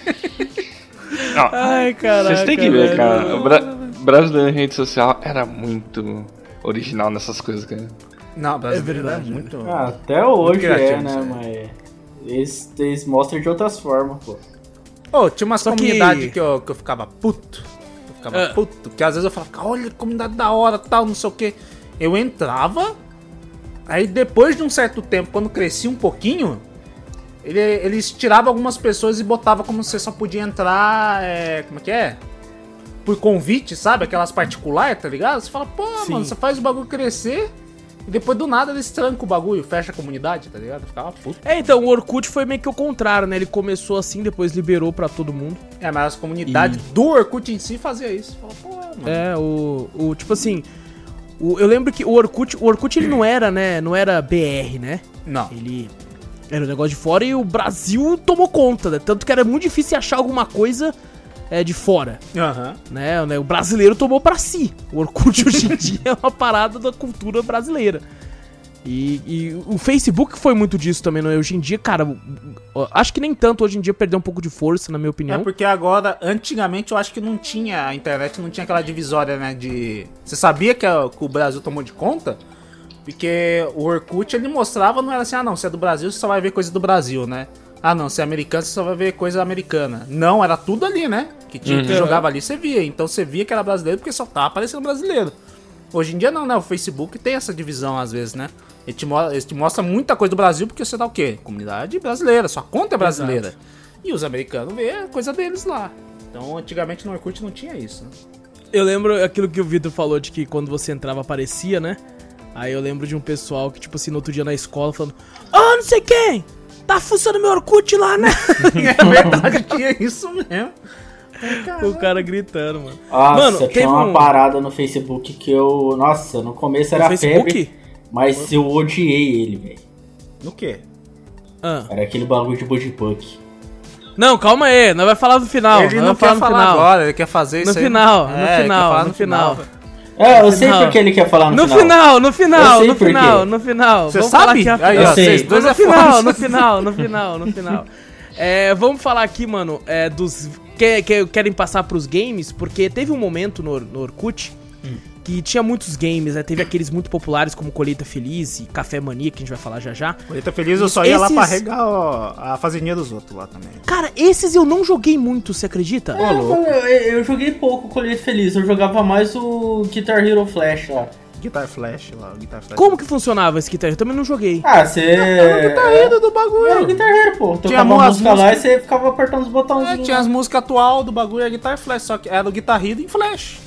Ai, caraca. Vocês têm que ver, cara. O brasileiro em rede social era muito original nessas coisas, cara. Não, É verdade, muito... Até hoje criativo, né, isso mas eles mostram de outras formas, pô. Ô, tinha umas Só que- comunidades que eu ficava puto. Porque às vezes eu falava, olha, comunidade da hora, tal, não sei o que. Eu entrava, aí depois de um certo tempo, quando crescia um pouquinho, eles tiravam algumas pessoas e botavam como você só podia entrar, como é que é? Por convite, sabe? Aquelas particulares, tá ligado? Você fala, pô, Sim. mano, você faz o bagulho crescer e depois do nada eles trancam o bagulho, fecha a comunidade, tá ligado? Eu ficava puto. Então, o Orkut foi meio que o contrário, né? Ele começou assim, depois liberou pra todo mundo. Mas as comunidades do Orkut em si fazia isso. Fala, pô, mano. Tipo assim, eu lembro que o Orkut ele não era, né? Não era BR, né? Não. Ele era um negócio de fora e o Brasil tomou conta, né? Tanto que era muito difícil achar alguma coisa de fora, Aham. né? O brasileiro tomou pra si. O Orkut hoje em dia é uma parada da cultura brasileira. E o Facebook foi muito disso também, né? Hoje em dia, cara, acho que nem tanto hoje em dia perdeu um pouco de força, na minha opinião. É porque agora, antigamente eu acho que não tinha, a internet não tinha aquela divisória, né, de... Você sabia que o Brasil tomou de conta? Porque o Orkut, ele mostrava, não era assim, não, se é do Brasil, você só vai ver coisa do Brasil, né? Ah, não, se é americano, você só vai ver coisa americana. Não, era tudo ali, né? Que jogava ali, você via. Então você via que era brasileiro porque só tava aparecendo brasileiro. Hoje em dia não, né? O Facebook tem essa divisão às vezes, né? Ele te mostra muita coisa do Brasil porque você dá o quê? Comunidade brasileira, sua conta é brasileira. Exato. E os americanos vê a coisa deles lá. Então, antigamente no Orkut não tinha isso, né? Eu lembro aquilo que o Vitor falou de que quando você entrava aparecia, né? Aí eu lembro de um pessoal que, tipo assim, no outro dia na escola falando: "Ah, não sei quem! Tá funcionando meu Orkut lá, né?" É verdade, tinha isso mesmo. O cara gritando, mano. Nossa, Mano, tinha teve uma parada no Facebook que eu... Nossa, no começo era Facebook? febre, mas eu odiei ele, velho. No quê? Ah. Era aquele bagulho de Budipunk. Não, calma aí, nós vai falar no final. Ele nós não vai quer falar agora, ele quer fazer No isso aí. final, no ele quer final, falar no final. É, eu sei final. porque ele quer falar no No final. final, no Eu final, sei no por quê. final, no final. Você Vamos sabe? falar aqui Aí, ó, vocês sei. dois no é final, foda. no final. Vamos falar aqui, mano, dos... Que querem passar pros games, porque teve um momento no Orkut que tinha muitos games, né? Teve aqueles muito populares como Colheita Feliz e Café Mania, que a gente vai falar já já. Colheita Feliz, eu só ia lá Esses- pra regar a fazendinha dos outros lá também. Cara, esses eu não joguei muito, você acredita? Eu joguei pouco Colheita Feliz, eu jogava mais o Guitar Hero Flash lá. Guitar Flash lá, o Guitar Flash. Como que funcionava esse guitarra? Eu também não joguei. Ah, você... Guitar Hero do bagulho. Era o Guitar Hero, pô. Tinha Tocava uma umas música lá e músicas- você ficava apertando os botãozinhos. Tinha as músicas atual do bagulho, é Guitar Flash, só que era o Guitar Hero em Flash.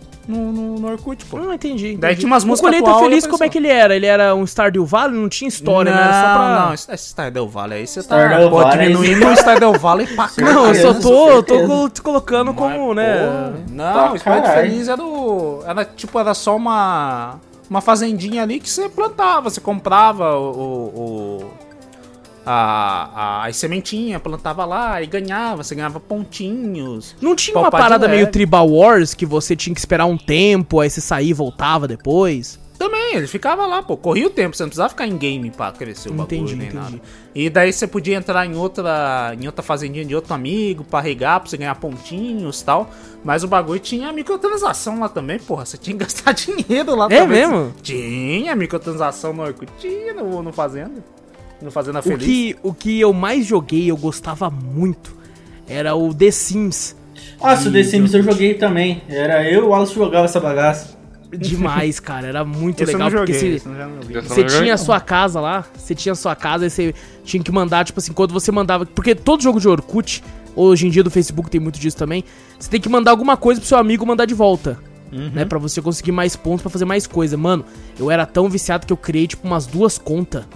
No Orkut, pô. Ah, entendi. Daí tinha umas O músicas Colheita atual e Feliz, como é apareceu. que ele era? Ele era um Stardew Valley? Não tinha história, né? Era só pra... Não, esse Stardew Valley aí você tá Stardew Valley, diminuindo o Stardew Valley pra caralho. Não, eu só certeza. tô te colocando como, né? Não, o Stardew caralho. Feliz era só uma fazendinha ali que você plantava, você comprava as sementinhas, plantava lá e ganhava, você ganhava pontinhos. Não tinha uma Palpar de parada leve. meio Tribal Wars que você tinha que esperar um tempo, aí você saía e voltava depois? Também, ele ficava lá, pô, corria o tempo, você não precisava ficar em game pra crescer o bagulho, Entendi, nem entendi. nada. E daí você podia entrar em outra fazendinha de outro amigo pra regar, pra você ganhar pontinhos e tal. Mas o bagulho tinha microtransação lá também, porra, você tinha que gastar dinheiro lá É também. mesmo? Tinha microtransação no Orkut, tinha no Fazenda. No Fazenda Feliz. O que eu mais joguei, eu gostava muito, era o The Sims. Nossa, o The Sims eu joguei também. Era eu e o Wallace jogava essa bagaça. Demais, cara, era muito Esse eu legal, não porque joguei, você... esse eu já não joguei. Você tinha a sua casa lá, você tinha a sua casa e você tinha que mandar, tipo assim, quando você mandava... Porque todo jogo de Orkut, hoje em dia do Facebook tem muito disso também, você tem que mandar alguma coisa pro seu amigo mandar de volta, né? Pra você conseguir mais pontos, pra fazer mais coisa. Mano, eu era tão viciado que eu criei, tipo, umas 2 contas,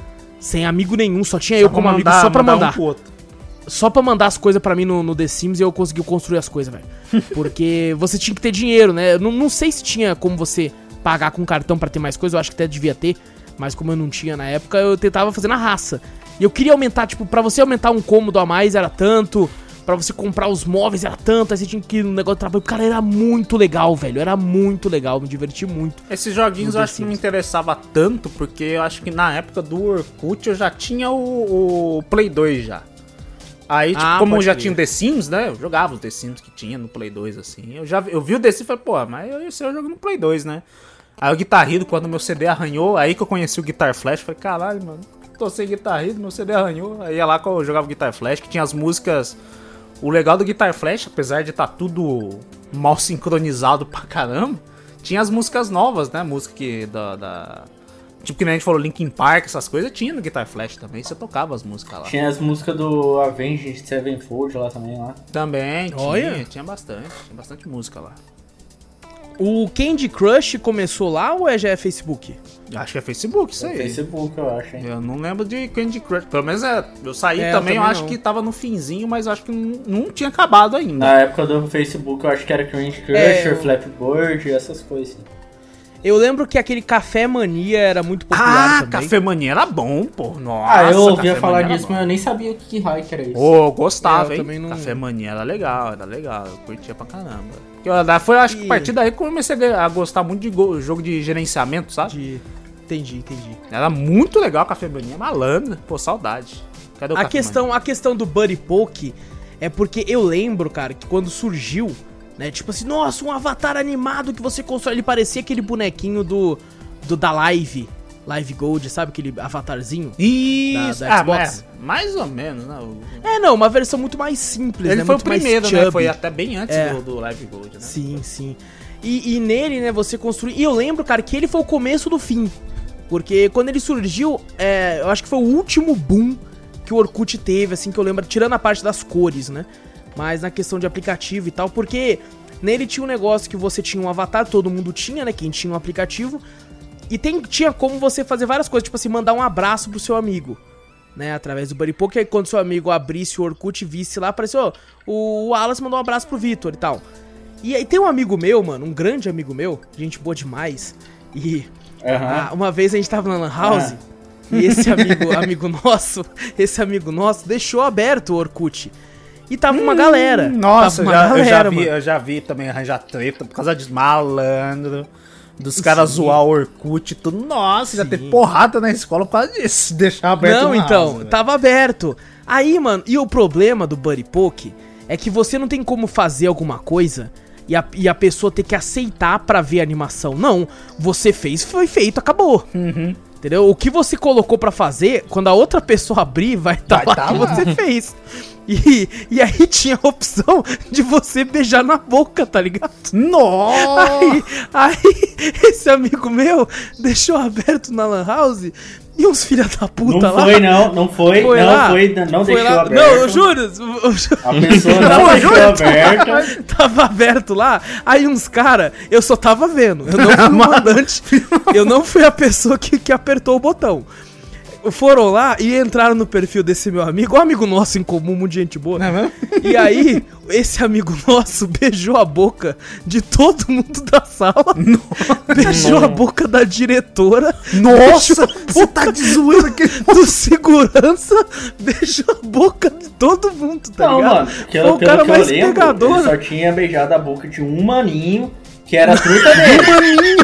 sem amigo nenhum, só tinha eu como amigo só pra mandar. Um pro outro. Só pra mandar as coisas pra mim no The Sims e eu consegui construir as coisas, velho. Porque você tinha que ter dinheiro, né? Não sei se tinha como você pagar com cartão pra ter mais coisa, eu acho que até devia ter. Mas como eu não tinha na época, eu tentava fazer na raça. E eu queria aumentar, tipo, pra você aumentar um cômodo a mais era tanto, pra você comprar os móveis era tanto, aí você tinha que ir no negócio de trabalho. Cara, era muito legal, velho, era muito legal, me diverti muito. Esses joguinhos eu acho que não me interessava tanto, porque eu acho que na época do Orkut eu já tinha o Play 2 já. Aí, tipo, como eu já tinha o The Sims, né, eu jogava os The Sims que tinha no Play 2, assim. Eu vi o The Sims e falei, pô, mas eu jogo no Play 2, né. Aí o Guitar Hero, quando meu CD arranhou, aí que eu conheci o Guitar Flash, falei, caralho, mano, tô sem Guitar Hero, meu CD arranhou. Aí ia lá que eu jogava o Guitar Flash, que tinha as músicas. O legal do Guitar Flash, apesar de estar tudo mal sincronizado pra caramba, tinha as músicas novas, né? Música que tipo que nem a gente falou, Linkin Park, essas coisas, tinha no Guitar Flash também, você tocava as músicas lá. Tinha as músicas do Avenged Sevenfold lá também, lá. Também, Olha. tinha bastante música lá. O Candy Crush começou lá ou já é Facebook? Acho que é Facebook, isso aí. Facebook, eu acho, hein. Eu não lembro de Candy Crush. Pelo menos eu saí também, eu também eu acho não. que tava no finzinho, mas eu acho que não tinha acabado ainda. Na época do Facebook, eu acho que era Candy Crush, Flappy Bird, essas coisas assim. Eu lembro que aquele Café Mania era muito popular também. Café Mania era bom, pô. Nossa, Eu ouvia Café falar Mania disso, era mas eu nem sabia que raio que era isso. Eu gostava, eu hein? também não- Café Mania era legal. Eu curtia pra caramba. Foi, acho que a partir daí que eu comecei a gostar muito de jogo de gerenciamento, sabe? Entendi. Era muito legal Café Mania, malandro. Pô, saudade. Cadê o A Café Mania? questão do Buddy Poke é porque eu lembro, cara, que quando surgiu, né, tipo assim, nossa, um avatar animado que você constrói, ele parecia aquele bonequinho da Live Gold, sabe? Aquele avatarzinho. Isso, da Xbox. mas mais ou menos, né? Não, uma versão muito mais simples, Ele né? foi muito o primeiro, mais né? chubby. Foi até bem antes É. do Live Gold, né? Sim. E nele, né, você construiu... E eu lembro, cara, que ele foi o começo do fim. Porque quando ele surgiu, eu acho que foi o último boom que o Orkut teve, assim, que eu lembro, tirando a parte das cores, né? Mas na questão de aplicativo e tal, porque nele tinha um negócio que você tinha um avatar, todo mundo tinha, né, quem tinha um aplicativo, e tinha como você fazer várias coisas, tipo assim, mandar um abraço pro seu amigo, né, através do Buddy Poke, aí quando seu amigo abrisse o Orkut e visse lá, apareceu, o Wallace mandou um abraço pro Vitor e tal. E aí tem um amigo meu, mano, um grande amigo meu, gente boa demais, e uma vez a gente tava na Lan House, e esse amigo nosso deixou aberto o Orkut. E tava uma galera. Nossa, Tava eu já vi também arranjar treta por causa de malandro. Dos caras zoar o Orkut e tudo. Nossa, já teve porrada na escola por causa disso. Deixar aberto. Não, uma então, house, tava aberto. Aí, mano, e o problema do Buddy Poke é que você não tem como fazer alguma coisa e a pessoa ter que aceitar pra ver a animação. Não, você fez, foi feito, acabou. Entendeu? O que você colocou pra fazer, quando a outra pessoa abrir, vai estar lá que você fez. E aí tinha a opção de você beijar na boca, tá ligado? Nossa! Aí esse amigo meu deixou aberto na Lan House e uns filha da puta lá. Não foi, não deixou lá. aberto. Não, eu juro. A pessoa não deixou aberto. Tava aberto lá, aí uns cara, eu só tava vendo. Eu não fui o mandante, eu não fui a pessoa que apertou o botão. Foram lá e entraram no perfil desse meu amigo, um amigo nosso em comum, muito gente boa. E aí, esse amigo nosso beijou a boca de todo mundo da sala. Beijou a boca da diretora. Nossa, você tá de zoeira aqui. Do segurança. Beijou a boca de todo mundo, tá Não, ligado? mano, Foi o cara pelo que mais eu lembro, pegador. ele só tinha beijado a boca de um maninho, que era a truta dele.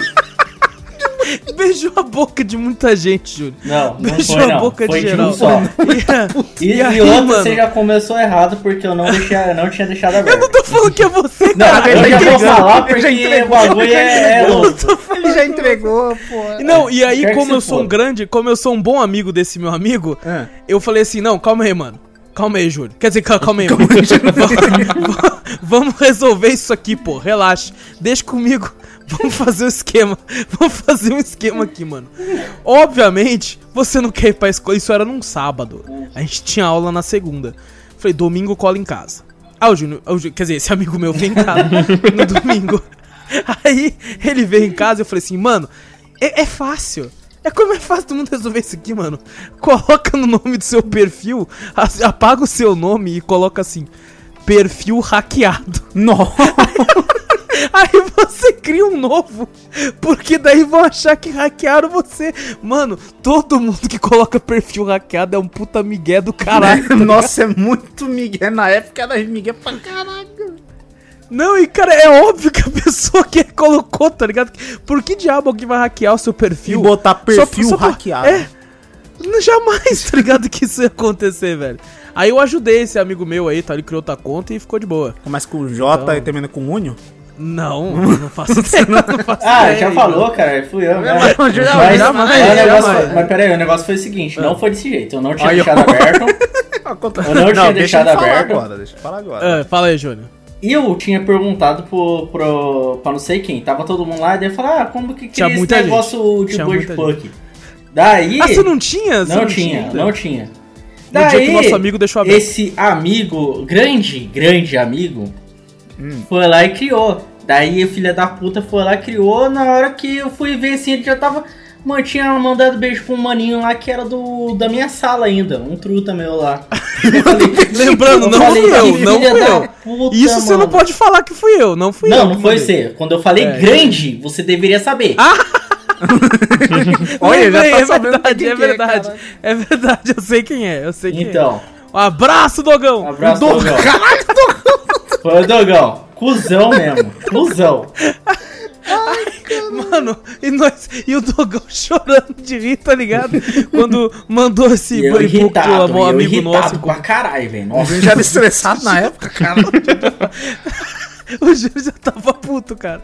Beijou a boca de muita gente, Júlio. Não Beijou foi a não. Boca Foi de de geral. um só. E aí, outra, mano, você já começou errado porque eu não tinha deixado aberto. eu não tô falando que é você, Não, cara. eu já vou falar Ele já porque entregou, o bagulho é louco. Ele já entregou, pô. Não, e aí, Quer que como se eu sou foda. como eu sou um bom amigo desse meu amigo, eu falei assim, não, calma aí, mano. Calma aí, Júlio. Quer dizer, calma aí, mano. Vamos resolver isso aqui, pô. Relaxa. Deixa comigo. Vamos fazer um esquema. Vamos fazer um esquema aqui, mano. Obviamente, você não quer ir pra escola. Isso era num sábado. A gente tinha aula na segunda. Falei, domingo cola em casa. O Júnior, quer dizer, esse amigo meu veio em casa no domingo. Aí ele veio em casa e eu falei assim, mano, é fácil. É como é fácil todo mundo resolver isso aqui, mano. Coloca no nome do seu perfil, apaga o seu nome e coloca assim, perfil hackeado. Nossa. Aí você cria um novo, porque daí vão achar que hackearam você. Mano, todo mundo que coloca perfil hackeado é um puta migué do caralho. Tá Nossa, é muito migué. Na época era migué pra caralho. Não, e cara, é óbvio que a pessoa que colocou, tá ligado? Por que diabo alguém vai hackear o seu perfil? E botar perfil hackeado. Jamais, tá ligado, que isso ia acontecer, velho. Aí eu ajudei esse amigo meu aí, tá? Ele criou outra conta e ficou de boa. Começa com J Então- e termina com Unio? Não faço ideia, não faço Ah, ideia, já falou, cara, fui eu, né? Mas peraí, o negócio foi o seguinte, não foi desse jeito, eu não tinha deixado aberto. Eu não tinha deixado aberto. Deixa eu falar agora. Fala aí, Júnior. E eu tinha perguntado pra não sei quem, tava todo mundo lá, e daí eu falei, como que Tinha cria esse muita negócio de Tinha Blood muita Puck? Daí... Ah, você não tinha? Você Não tinha. No Dia que o nosso amigo deixou aberto. Esse amigo, grande amigo, foi lá e criou. Daí a filha da puta foi lá e criou. Na hora que eu fui ver assim, ele já tava... Mano, tinha mandado beijo pra um maninho lá que era da minha sala ainda. Um truta meu lá. Eu falei, Lembrando, não fui eu, não filha fui da eu. puta, Isso você não mano. pode falar que fui eu, não fui eu. Não que foi mandei. você. Quando eu falei grande, você deveria saber. Olha, já Lembrei, tá sabendo quem é que é, verdade. cara. É verdade, eu sei quem é, eu sei quem é. Então, Um abraço, Dogão! um abraço, Dogão. Foi o Dogão. Cusão mesmo. Cusão. Mano, e o Dogão chorando de rir, tá ligado? Quando mandou esse E eu book irritado, pro amigo nosso. pra caralho, velho. A Nossa. gente já era estressado na época, cara. O Júlio já tava puto, cara.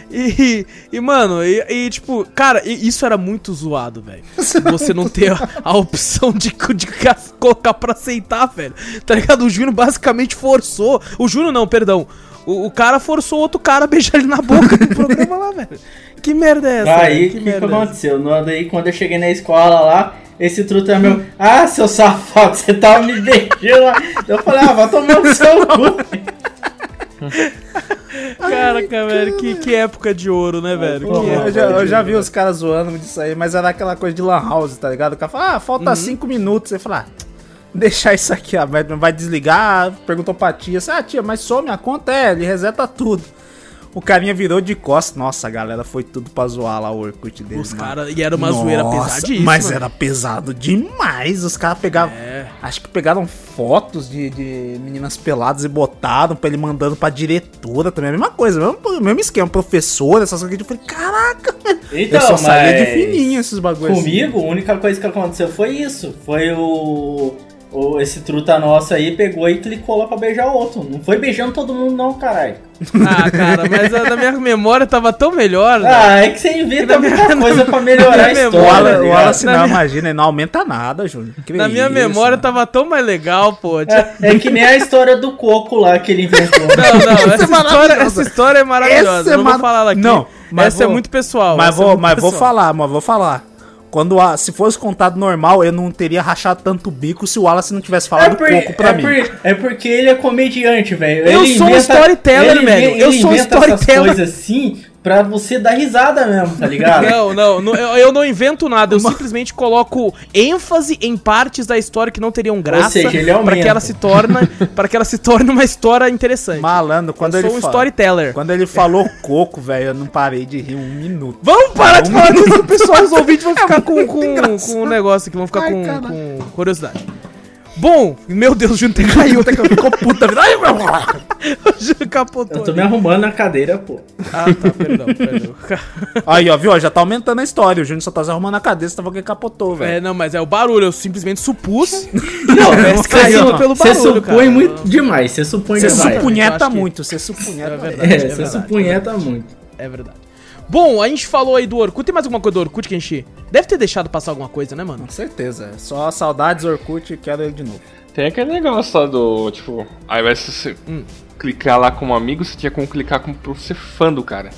Mano, tipo, cara, isso era muito zoado, velho. Você não ter a opção de colocar pra aceitar, velho. Tá ligado? O Júnior basicamente forçou. O Júnior não, perdão. O cara forçou outro cara a beijar ele na boca no programa lá, velho. Que merda é essa? Aí, o que aconteceu? Daí, quando eu cheguei na escola lá, esse truta meu, seu safado, você tava me beijando lá. Eu falei, vai tomar no seu cu. Caraca, velho, que época de ouro, né, velho? Pô, Que eu já vi os caras zoando disso aí, mas era aquela coisa de lan house, tá ligado? O cara fala, falta 5 minutos. Você fala, deixar isso aqui aberto, vai desligar. Perguntou pra tia, tia, mas some a conta? Ele reseta tudo. O carinha virou de costas. Nossa, a galera foi tudo pra zoar lá o Orkut dele. Os caras, e era uma zoeira pesadíssima. Mas era pesado demais. Os caras pegavam. Acho que pegaram fotos de meninas peladas e botaram pra ele mandando pra diretora também. A mesma coisa, mesmo esquema. Professor, essas coisas. Eu falei, caraca, velho. Então, eu só saía de fininho esses bagulhos. Comigo, assim. a única coisa que aconteceu foi isso. Foi esse truta nosso aí pegou e clicou lá pra beijar o outro. Não foi beijando todo mundo, não, caralho. Ah, cara, mas na minha memória tava tão melhor. É que você inventa muita coisa pra melhorar a história. O Wallace não, imagina, ele não aumenta nada, Júnior. Na minha memória tava tão mais legal, pô. É que nem a história do coco lá que ele inventou. Não, essa história é maravilhosa. Eu não vou falar ela aqui. Não, essa é muito pessoal. Mas vou falar. Se fosse contado normal, eu não teria rachado tanto o bico se o Wallace não tivesse falado coco pra mim. É porque ele é comediante, velho. Eu sou um storyteller, velho. Eu sou um storyteller. Essas coisas assim pra você dar risada mesmo, tá ligado? Não, eu não invento nada. Eu simplesmente coloco ênfase em partes da história que não teriam graça. Ou seja, ele aumenta. Pra que ela se torne uma história interessante. Malandro, eu sou um storyteller. Quando ele falou coco, velho, eu não parei de rir um minuto. Vamos parar de falar disso, pessoal. Os ouvintes vão ficar com um negócio aqui, vão ficar com curiosidade. Bom, meu Deus, o Júnior caiu, ficou puta. Ai, meu... O Júnior capotou. Eu tô me arrumando na cadeira, pô. Ah, tá, perdão. Aí, ó, viu? Já tá aumentando a história. O Júnior só tá se arrumando na cadeira, você tava que capotou, velho. Não, mas é o barulho, eu simplesmente supus. Não, caiu pelo você barulho, supõe cara. muito demais, você supõe demais. Você supunheta Eu muito, você supunheta. É verdade. Você supunheta muito. É verdade. Bom, a gente falou aí do Orkut. Tem mais alguma coisa do Orkut que a gente deve ter deixado passar alguma coisa, né, mano? Com certeza. Só saudades Orkut e quero ele de novo. Tem aquele negócio lá do, tipo, ao invés de você clicar lá como amigo, você tinha como clicar como pra ser fã do cara.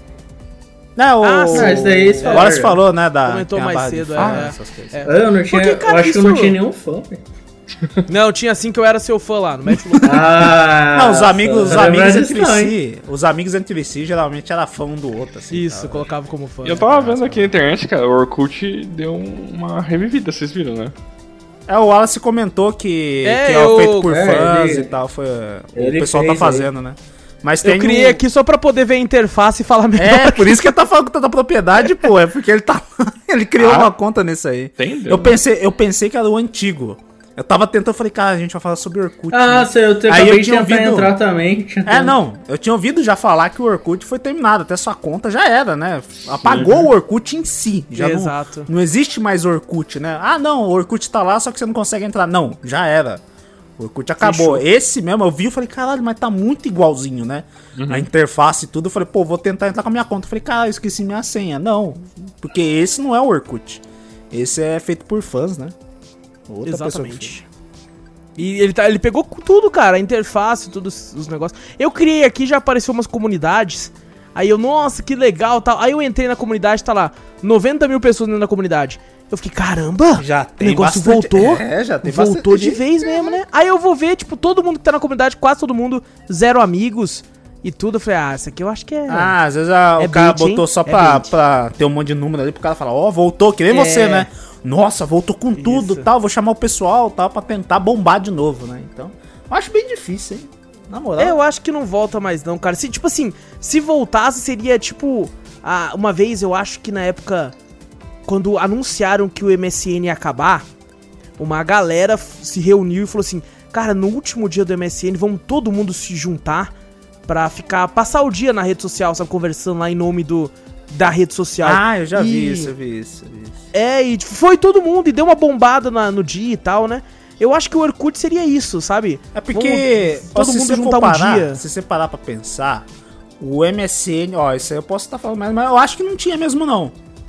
Não, isso daí isso agora você falou, né, Comentou mais cedo, essas coisas. Eu não tinha, Porque, cara, eu acho que eu não tinha nenhum fã, velho. Não, tinha assim que eu era seu fã lá, no Match Louco. Não, os amigos entre si geralmente era fã um do outro, assim. Isso, colocava como fã. Eu tava vendo aqui na internet, cara, o Orkut deu uma revivida, vocês viram, né? O Wallace comentou que é feito por fãs e tal, o pessoal tá fazendo, né? Mas eu criei aqui só pra poder ver a interface e falar melhor. Por isso que ele tá falando da propriedade, pô. É porque ele criou uma conta nisso aí. Entendeu? Eu pensei que era o antigo. Eu tava tentando, falei, cara, a gente vai falar sobre o Orkut. Acabei de entrar também. Não, eu tinha ouvido já falar que o Orkut foi terminado, até sua conta já era, né? Apagou o Orkut em si. Já Exato. Não existe mais Orkut, né? Ah, não, o Orkut tá lá, só que você não consegue entrar. Não, já era. O Orkut acabou. Fechou. Esse mesmo, eu vi e falei, caralho, mas tá muito igualzinho, né? A interface e tudo. Eu falei, pô, vou tentar entrar com a minha conta. Eu falei, caralho, esqueci minha senha. Não, porque esse não é o Orkut. Esse é feito por fãs, né? Outra exatamente. E ele pegou tudo, cara, a interface, todos os negócios. Eu criei aqui, já apareceu umas comunidades. Aí eu, nossa, que legal, tal. Aí eu entrei na comunidade, tá lá, 90 mil pessoas dentro da comunidade. Eu fiquei, caramba, já tem o negócio bastante, voltou. Já tem voltou de vez mesmo, né? Aí eu vou ver, tipo, todo mundo que tá na comunidade, quase todo mundo, 0 amigos e tudo. Eu falei, isso aqui eu acho que é... às vezes o cara botou só pra ter um monte de número ali pro cara falar, voltou, que nem você, né? Nossa, voltou com tudo, tal, vou chamar o pessoal, tal, pra tentar bombar de novo, né? Então, eu acho bem difícil, hein? Na moral. Eu acho que não volta mais não, cara. Tipo assim, se voltasse seria tipo... uma vez, eu acho que na época, quando anunciaram que o MSN ia acabar, uma galera se reuniu e falou assim, cara, no último dia do MSN, vamos todo mundo se juntar pra passar o dia na rede social, sabe, conversando lá em nome da rede social. Eu já vi isso, eu vi isso. E foi todo mundo e deu uma bombada no dia e tal, né? Eu acho que o Orkut seria isso, sabe? É porque todo mundo juntar um dia. Se você parar pra pensar, o MSN, isso aí eu posso estar falando mais, mas eu acho que não tinha mesmo não.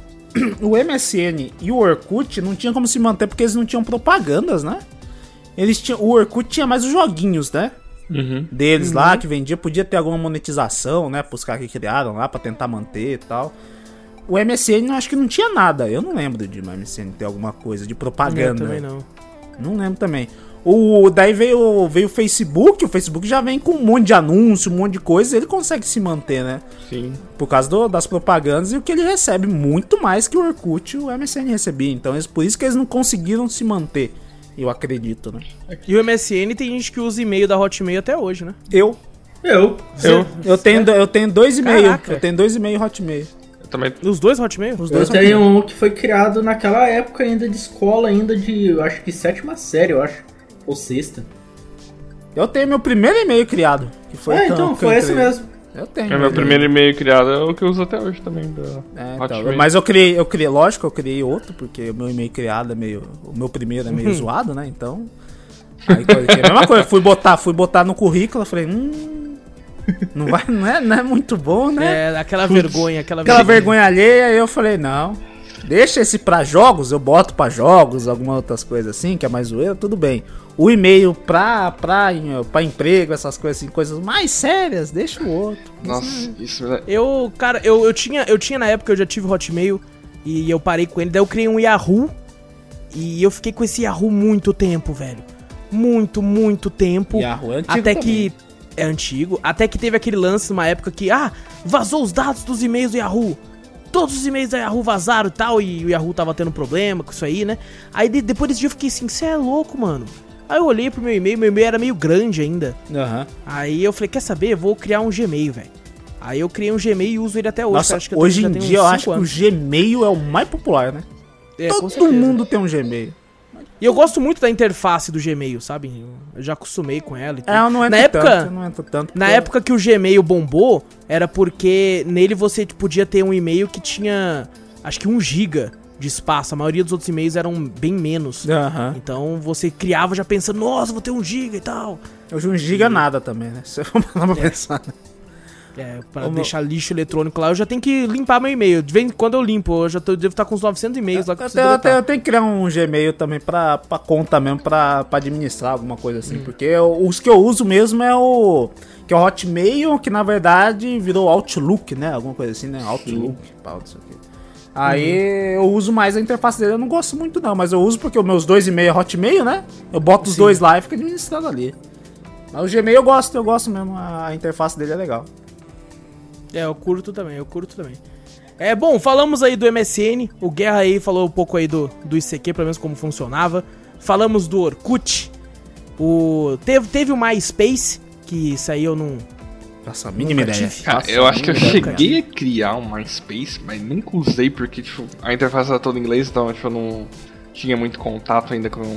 O MSN e o Orkut não tinham como se manter porque eles não tinham propagandas, né? O Orkut tinha mais os joguinhos, né? Deles lá, que vendia, podia ter alguma monetização, né? Pros caras que criaram lá pra tentar manter e tal. O MSN eu acho que não tinha nada. Eu não lembro de MSN ter alguma coisa de propaganda. Eu também não. Não lembro também. Daí veio o Facebook já vem com um monte de anúncio, um monte de coisa, ele consegue se manter, né? Sim. Por causa das propagandas e o que ele recebe muito mais que o Orkut e o MSN recebia. Então, por isso que eles não conseguiram se manter, eu acredito, né? E o MSN tem gente que usa e-mail da Hotmail até hoje, né? Eu tenho 2 e-mail. Eu tenho 2 e-mail Hotmail. Também. Os dois Hotmail? Eu tenho um que foi criado naquela época ainda de escola, ainda de, eu acho que 7ª série, eu acho. Ou 6ª. Eu tenho meu primeiro e-mail criado. Que foi então, foi esse mesmo. Eu tenho. Meu primeiro e-mail criado é o que eu uso até hoje também. Então, mas eu criei, lógico, eu criei outro, porque o meu e-mail criado é meio. O meu primeiro é meio zoado, né? Então. Aí, a mesma coisa, fui botar no currículo, eu falei, não é muito bom, né? Aquela vergonha, aquela vergonha alheia, aí eu falei, não, deixa esse pra jogos, eu boto pra jogos, algumas outras coisas assim, que é mais zoeira, tudo bem. O e-mail pra emprego, essas coisas assim, coisas mais sérias, deixa o outro. Nossa, isso é... Eu tinha na época, eu já tive Hotmail, e eu parei com ele, daí eu criei um Yahoo, e eu fiquei com esse Yahoo muito tempo, velho. Muito tempo. Yahoo é antigo até também. Que é antigo, até que teve aquele lance numa época que, vazou os dados dos e-mails do Yahoo. Todos os e-mails da Yahoo vazaram e tal, e o Yahoo tava tendo problema com isso aí, né? Aí depois desse dia eu fiquei assim, você é louco, mano. Aí eu olhei pro meu e-mail era meio grande ainda. Aí eu falei, quer saber? Eu vou criar um Gmail, velho. Aí eu criei um Gmail e uso ele até hoje. Nossa, acho que hoje em dia eu acho que o Gmail é o mais popular, né? Todo mundo tem um Gmail. E eu gosto muito da interface do Gmail, sabe? Eu já acostumei com ela e tudo. Eu não entro tanto. Na época que o Gmail bombou, era porque nele você podia ter um e-mail que tinha, acho que 1 GB de espaço. A maioria dos outros e-mails eram bem menos. Então você criava já pensando, nossa, vou ter 1 GB e tal. Hoje 1 GB é nada também, né? Se eu for pensar, né? Pra deixar lixo eletrônico lá, eu já tenho que limpar meu e-mail. De vez em quando eu limpo, devo estar com uns 900 e-mails lá que eu tenho que criar um Gmail também pra conta mesmo, pra administrar alguma coisa assim. Porque os que eu uso mesmo é o Hotmail, que na verdade virou Outlook, né? Alguma coisa assim, né? Outlook, pau, isso aqui. Aí eu uso mais a interface dele, eu não gosto muito não, mas eu uso porque os meus 2 e-mail é Hotmail, né? Eu boto os dois lá e fica administrando ali. Mas o Gmail eu gosto mesmo, a interface dele é legal. Eu curto também. Bom, falamos aí do MSN, o Guerra aí falou um pouco aí do ICQ, pelo menos como funcionava. Falamos do Orkut, teve o MySpace, que isso aí eu não... Nossa, a mínima ideia. Cara, eu acho que eu cheguei a criar um MySpace, mas nunca usei porque, tipo, a interface era toda em inglês, então, tipo, eu não tinha muito contato ainda com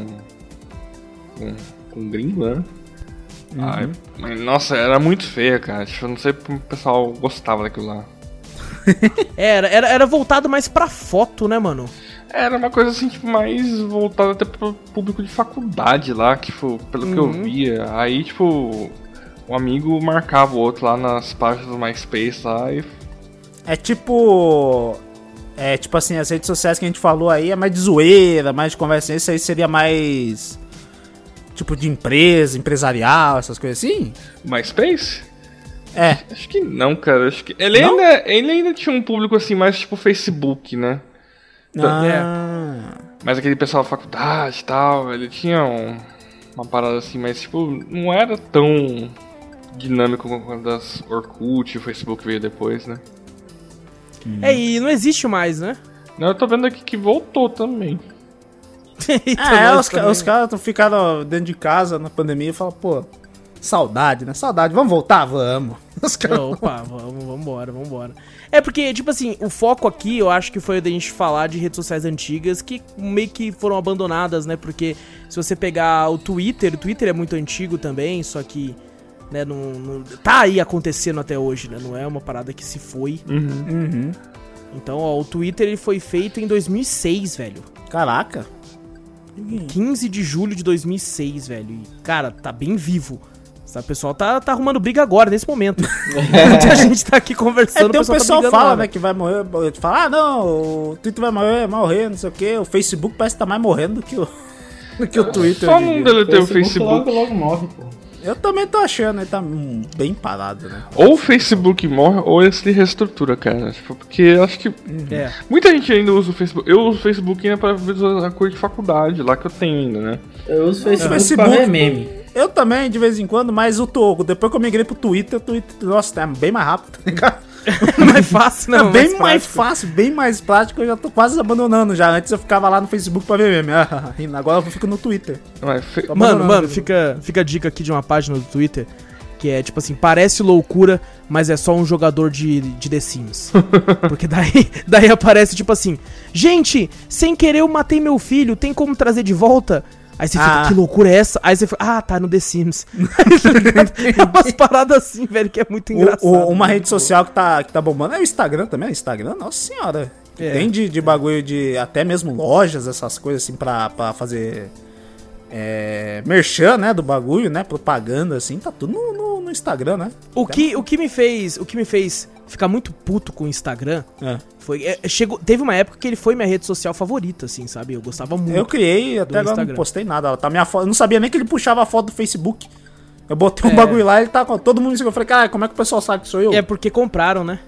gringo, né? Ai, mas, nossa, era muito feia, cara. Tipo, eu não sei como o pessoal gostava daquilo lá. Era voltado mais pra foto, né, mano? Era uma coisa assim, tipo, mais voltada até pro público de faculdade lá, que, tipo, pelo que eu via. Aí, tipo... Um amigo marcava o outro lá nas páginas do MySpace lá e... É tipo assim, as redes sociais que a gente falou aí é mais de zoeira, mais de conversa. Isso aí seria mais... Tipo de empresa, empresarial, essas coisas assim? MySpace? É. Acho que não, cara. Acho que... Ele ainda tinha um público assim, mais tipo Facebook, né? Mas aquele pessoal da faculdade e tal, ele tinha uma parada assim, mas tipo, não era tão... dinâmico quando as Orkut e o Facebook veio depois, né? E não existe mais, né? Não, eu tô vendo aqui que voltou também. Os caras ficaram dentro de casa na pandemia e falaram, pô, saudade, né? Saudade, vamos voltar? Vamos. Os caras... Opa, vambora. É porque, tipo assim, o foco aqui, eu acho que foi da gente falar de redes sociais antigas que meio que foram abandonadas, né? Porque se você pegar o Twitter é muito antigo também, só que... Né, não tá aí acontecendo até hoje, né? Não é uma parada que se foi. Então, ó, o Twitter ele foi feito em 2006, velho. Caraca. 15 de julho de 2006, velho. E, cara, tá bem vivo. O pessoal tá arrumando briga agora, nesse momento. A gente tá aqui conversando, tem o pessoal tá fala, né, que vai morrer. Fala, não, o Twitter vai morrer, não sei o que. O Facebook parece que tá mais morrendo do que o Twitter. Só não deletou o Facebook. Logo morre, pô. Eu também tô achando, ele tá bem parado, né? Ou o Facebook morre, ou ele se reestrutura, cara. Tipo, porque eu acho que muita gente ainda usa o Facebook. Eu uso o Facebook ainda pra ver a coisa de faculdade, lá que eu tenho ainndo, né? Eu uso o Facebook pra ver meme. Eu também, de vez em quando, mas depois que eu migrei pro Twitter, nossa, é bem mais rápido, tá ligado? Mais fácil, não. É bem mais fácil, bem mais prático. Eu já tô quase abandonando já. Antes eu ficava lá no Facebook pra ver meme. Agora eu fico no Twitter. Mano, fica a dica aqui de uma página do Twitter que é tipo assim, parece loucura, mas é só um jogador de The Sims. Porque daí aparece tipo assim, gente, sem querer eu matei meu filho, tem como trazer de volta? Aí você fica, que loucura é essa? Aí você fica, tá no The Sims. É umas paradas assim, velho, que é muito engraçado. Uma rede social que tá bombando é o Instagram também. Instagram, nossa senhora. Tem de bagulho de até mesmo lojas, essas coisas assim, pra fazer merchan, né, do bagulho, né, propaganda, assim, tá tudo no Instagram, né? O que me fez ficar muito puto com o Instagram foi... teve uma época que ele foi minha rede social favorita, assim, sabe? Eu gostava muito. Eu criei, até agora não postei nada. Tá minha foto, eu não sabia nem que ele puxava a foto do Facebook. Eu botei um bagulho lá e ele tá com todo mundo. Eu falei, cara, como é que o pessoal sabe que sou eu? É porque compraram, né?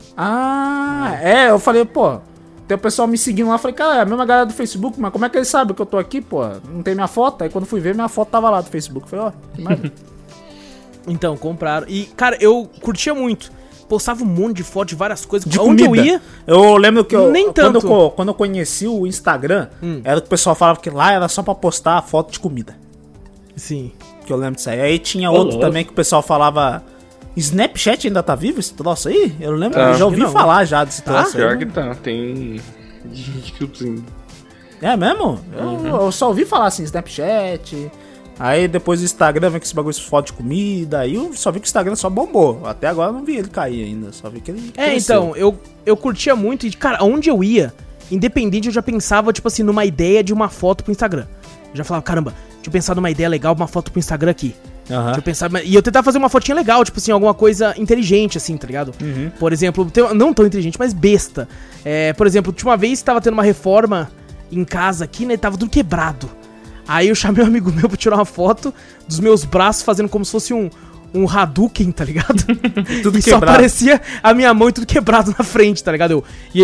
Eu falei, pô... Tem o pessoal me seguindo lá, falei, cara, é a mesma galera do Facebook, mas como é que eles sabem que eu tô aqui, pô? Não tem minha foto? Aí quando fui ver, minha foto tava lá do Facebook. Eu falei, que merda. Então, compraram. E, cara, eu curtia muito. Postava um monte de foto de várias coisas. De onde comida. eu ia... Eu lembro que Nem tanto. Quando eu conheci o Instagram, era que o pessoal falava que lá era só pra postar foto de comida. Sim. Que eu lembro disso aí. Aí tinha outro também que o pessoal falava... Snapchat ainda tá vivo esse troço aí? Eu lembro, eu já ouvi falar já desse troço aí. Pior que tá, tem gente que usa. É mesmo? Eu só ouvi falar assim, Snapchat. Aí depois o Instagram vem com esse bagulho de foto de comida. Aí eu só vi que o Instagram só bombou. Até agora eu não vi ele cair ainda. Só vi que ele cresceu. Então, eu curtia muito. E, cara, onde eu ia, independente, eu já pensava, tipo assim, numa ideia de uma foto pro Instagram. Eu já falava, caramba, deixa eu pensar numa ideia legal, uma foto pro Instagram aqui. Deixa eu pensar, e eu tentava fazer uma fotinha legal, tipo assim, alguma coisa inteligente, assim, tá ligado? Por exemplo, não tão inteligente, mas besta. Por exemplo, tinha uma vez que tava tendo uma reforma em casa aqui, né, tava tudo quebrado. Aí eu chamei um amigo meu pra tirar uma foto dos meus braços fazendo como se fosse um Hadouken, tá ligado? Tudo e quebrado. só aparecia a minha mão e tudo quebrado na frente, tá ligado?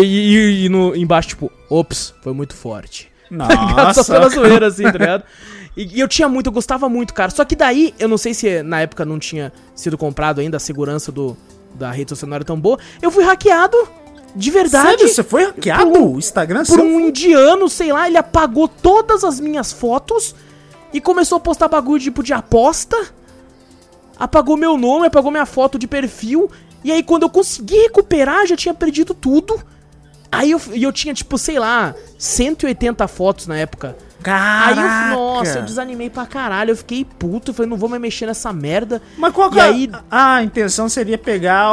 E embaixo, tipo, ops, foi muito forte. Nossa. Só pela zoeira, assim, tá ligado? E eu tinha muito, eu gostava muito, cara. Só que daí, eu não sei se na época não tinha sido comprado ainda, a segurança da rede social não era tão boa. Eu fui hackeado, de verdade. Sério? Você foi hackeado? O Instagram por um indiano, sei lá, ele apagou todas as minhas fotos e começou a postar bagulho tipo de aposta. Apagou meu nome, apagou minha foto de perfil. E aí quando eu consegui recuperar, já tinha perdido tudo. Aí eu tinha, tipo, sei lá, 180 fotos na época. Caraca. Aí eu desanimei pra caralho. Eu fiquei puto, falei, não vou mais mexer nessa merda. Mas qual que aí... a intenção seria pegar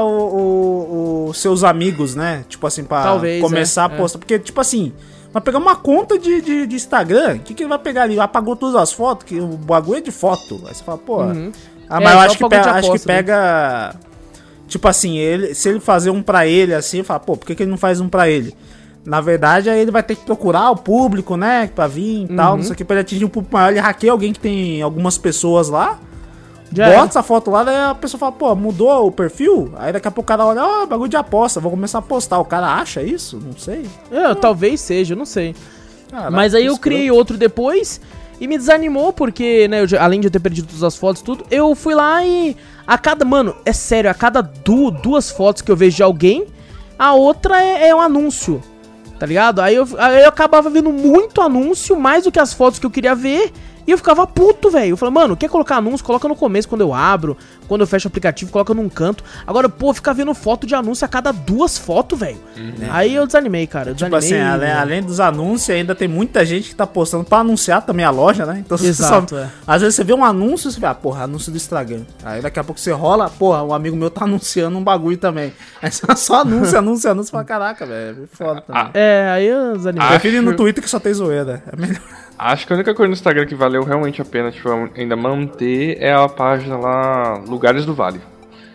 os seus amigos, né? Tipo assim, pra Talvez, começar a postar. Porque, tipo assim, vai pegar uma conta de Instagram, o que ele vai pegar ali? Apagou todas as fotos, que o bagulho é de foto. Aí você fala, pô... mas eu acho que pega... Tipo assim, se ele fazer um pra ele assim, fala, pô, por que ele não faz um pra ele? Na verdade, aí ele vai ter que procurar o público, né? Pra vir e tal, não sei o que, pra ele atingir um público maior. Ele hackeia alguém que tem algumas pessoas lá, bota essa foto lá, daí a pessoa fala, pô, mudou o perfil? Aí daqui a pouco o cara olha, ó, bagulho de aposta, vou começar a postar. O cara acha isso? Não sei. Talvez seja, não sei. Caraca, mas aí eu criei outro depois e me desanimou, porque, né, além de eu ter perdido todas as fotos e tudo, eu fui lá e... Mano, é sério, a cada duas fotos que eu vejo de alguém, a outra é um anúncio, tá ligado? Aí eu acabava vendo muito anúncio, mais do que as fotos que eu queria ver, e eu ficava puto, velho. Eu falei, mano, quer colocar anúncio? Coloca no começo, quando eu abro, quando eu fecho o aplicativo, coloca num canto. Agora, pô, ficar vendo foto de anúncio a cada duas fotos, velho. Aí eu desanimei, cara. Tipo assim, além dos anúncios, ainda tem muita gente que tá postando pra anunciar também a loja, né? Então, exato, às vezes você vê um anúncio, você vê, porra, anúncio do Instagram. Aí daqui a pouco você rola, porra, um amigo meu tá anunciando um bagulho também. Aí só anúncio, fala, caraca, velho, é foda também. Aí eu desanimei. Prefiro ir no Twitter que só tem zoeira, é melhor. Acho que a única coisa no Instagram que valeu realmente a pena, tipo, ainda manter é a página lá, Lugares do Vale.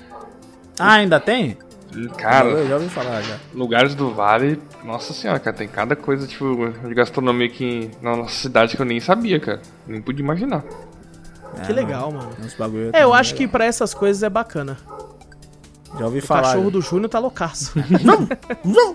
Ainda tem? Cara, eu já ouvi falar já. Lugares do Vale, nossa senhora, cara, tem cada coisa, tipo, de gastronomia aqui na nossa cidade que eu nem sabia, cara. Nem pude imaginar. Que legal, mano. Eu acho que pra essas coisas é bacana. Já ouvi falar. O cachorro do Júnior tá loucaço. Não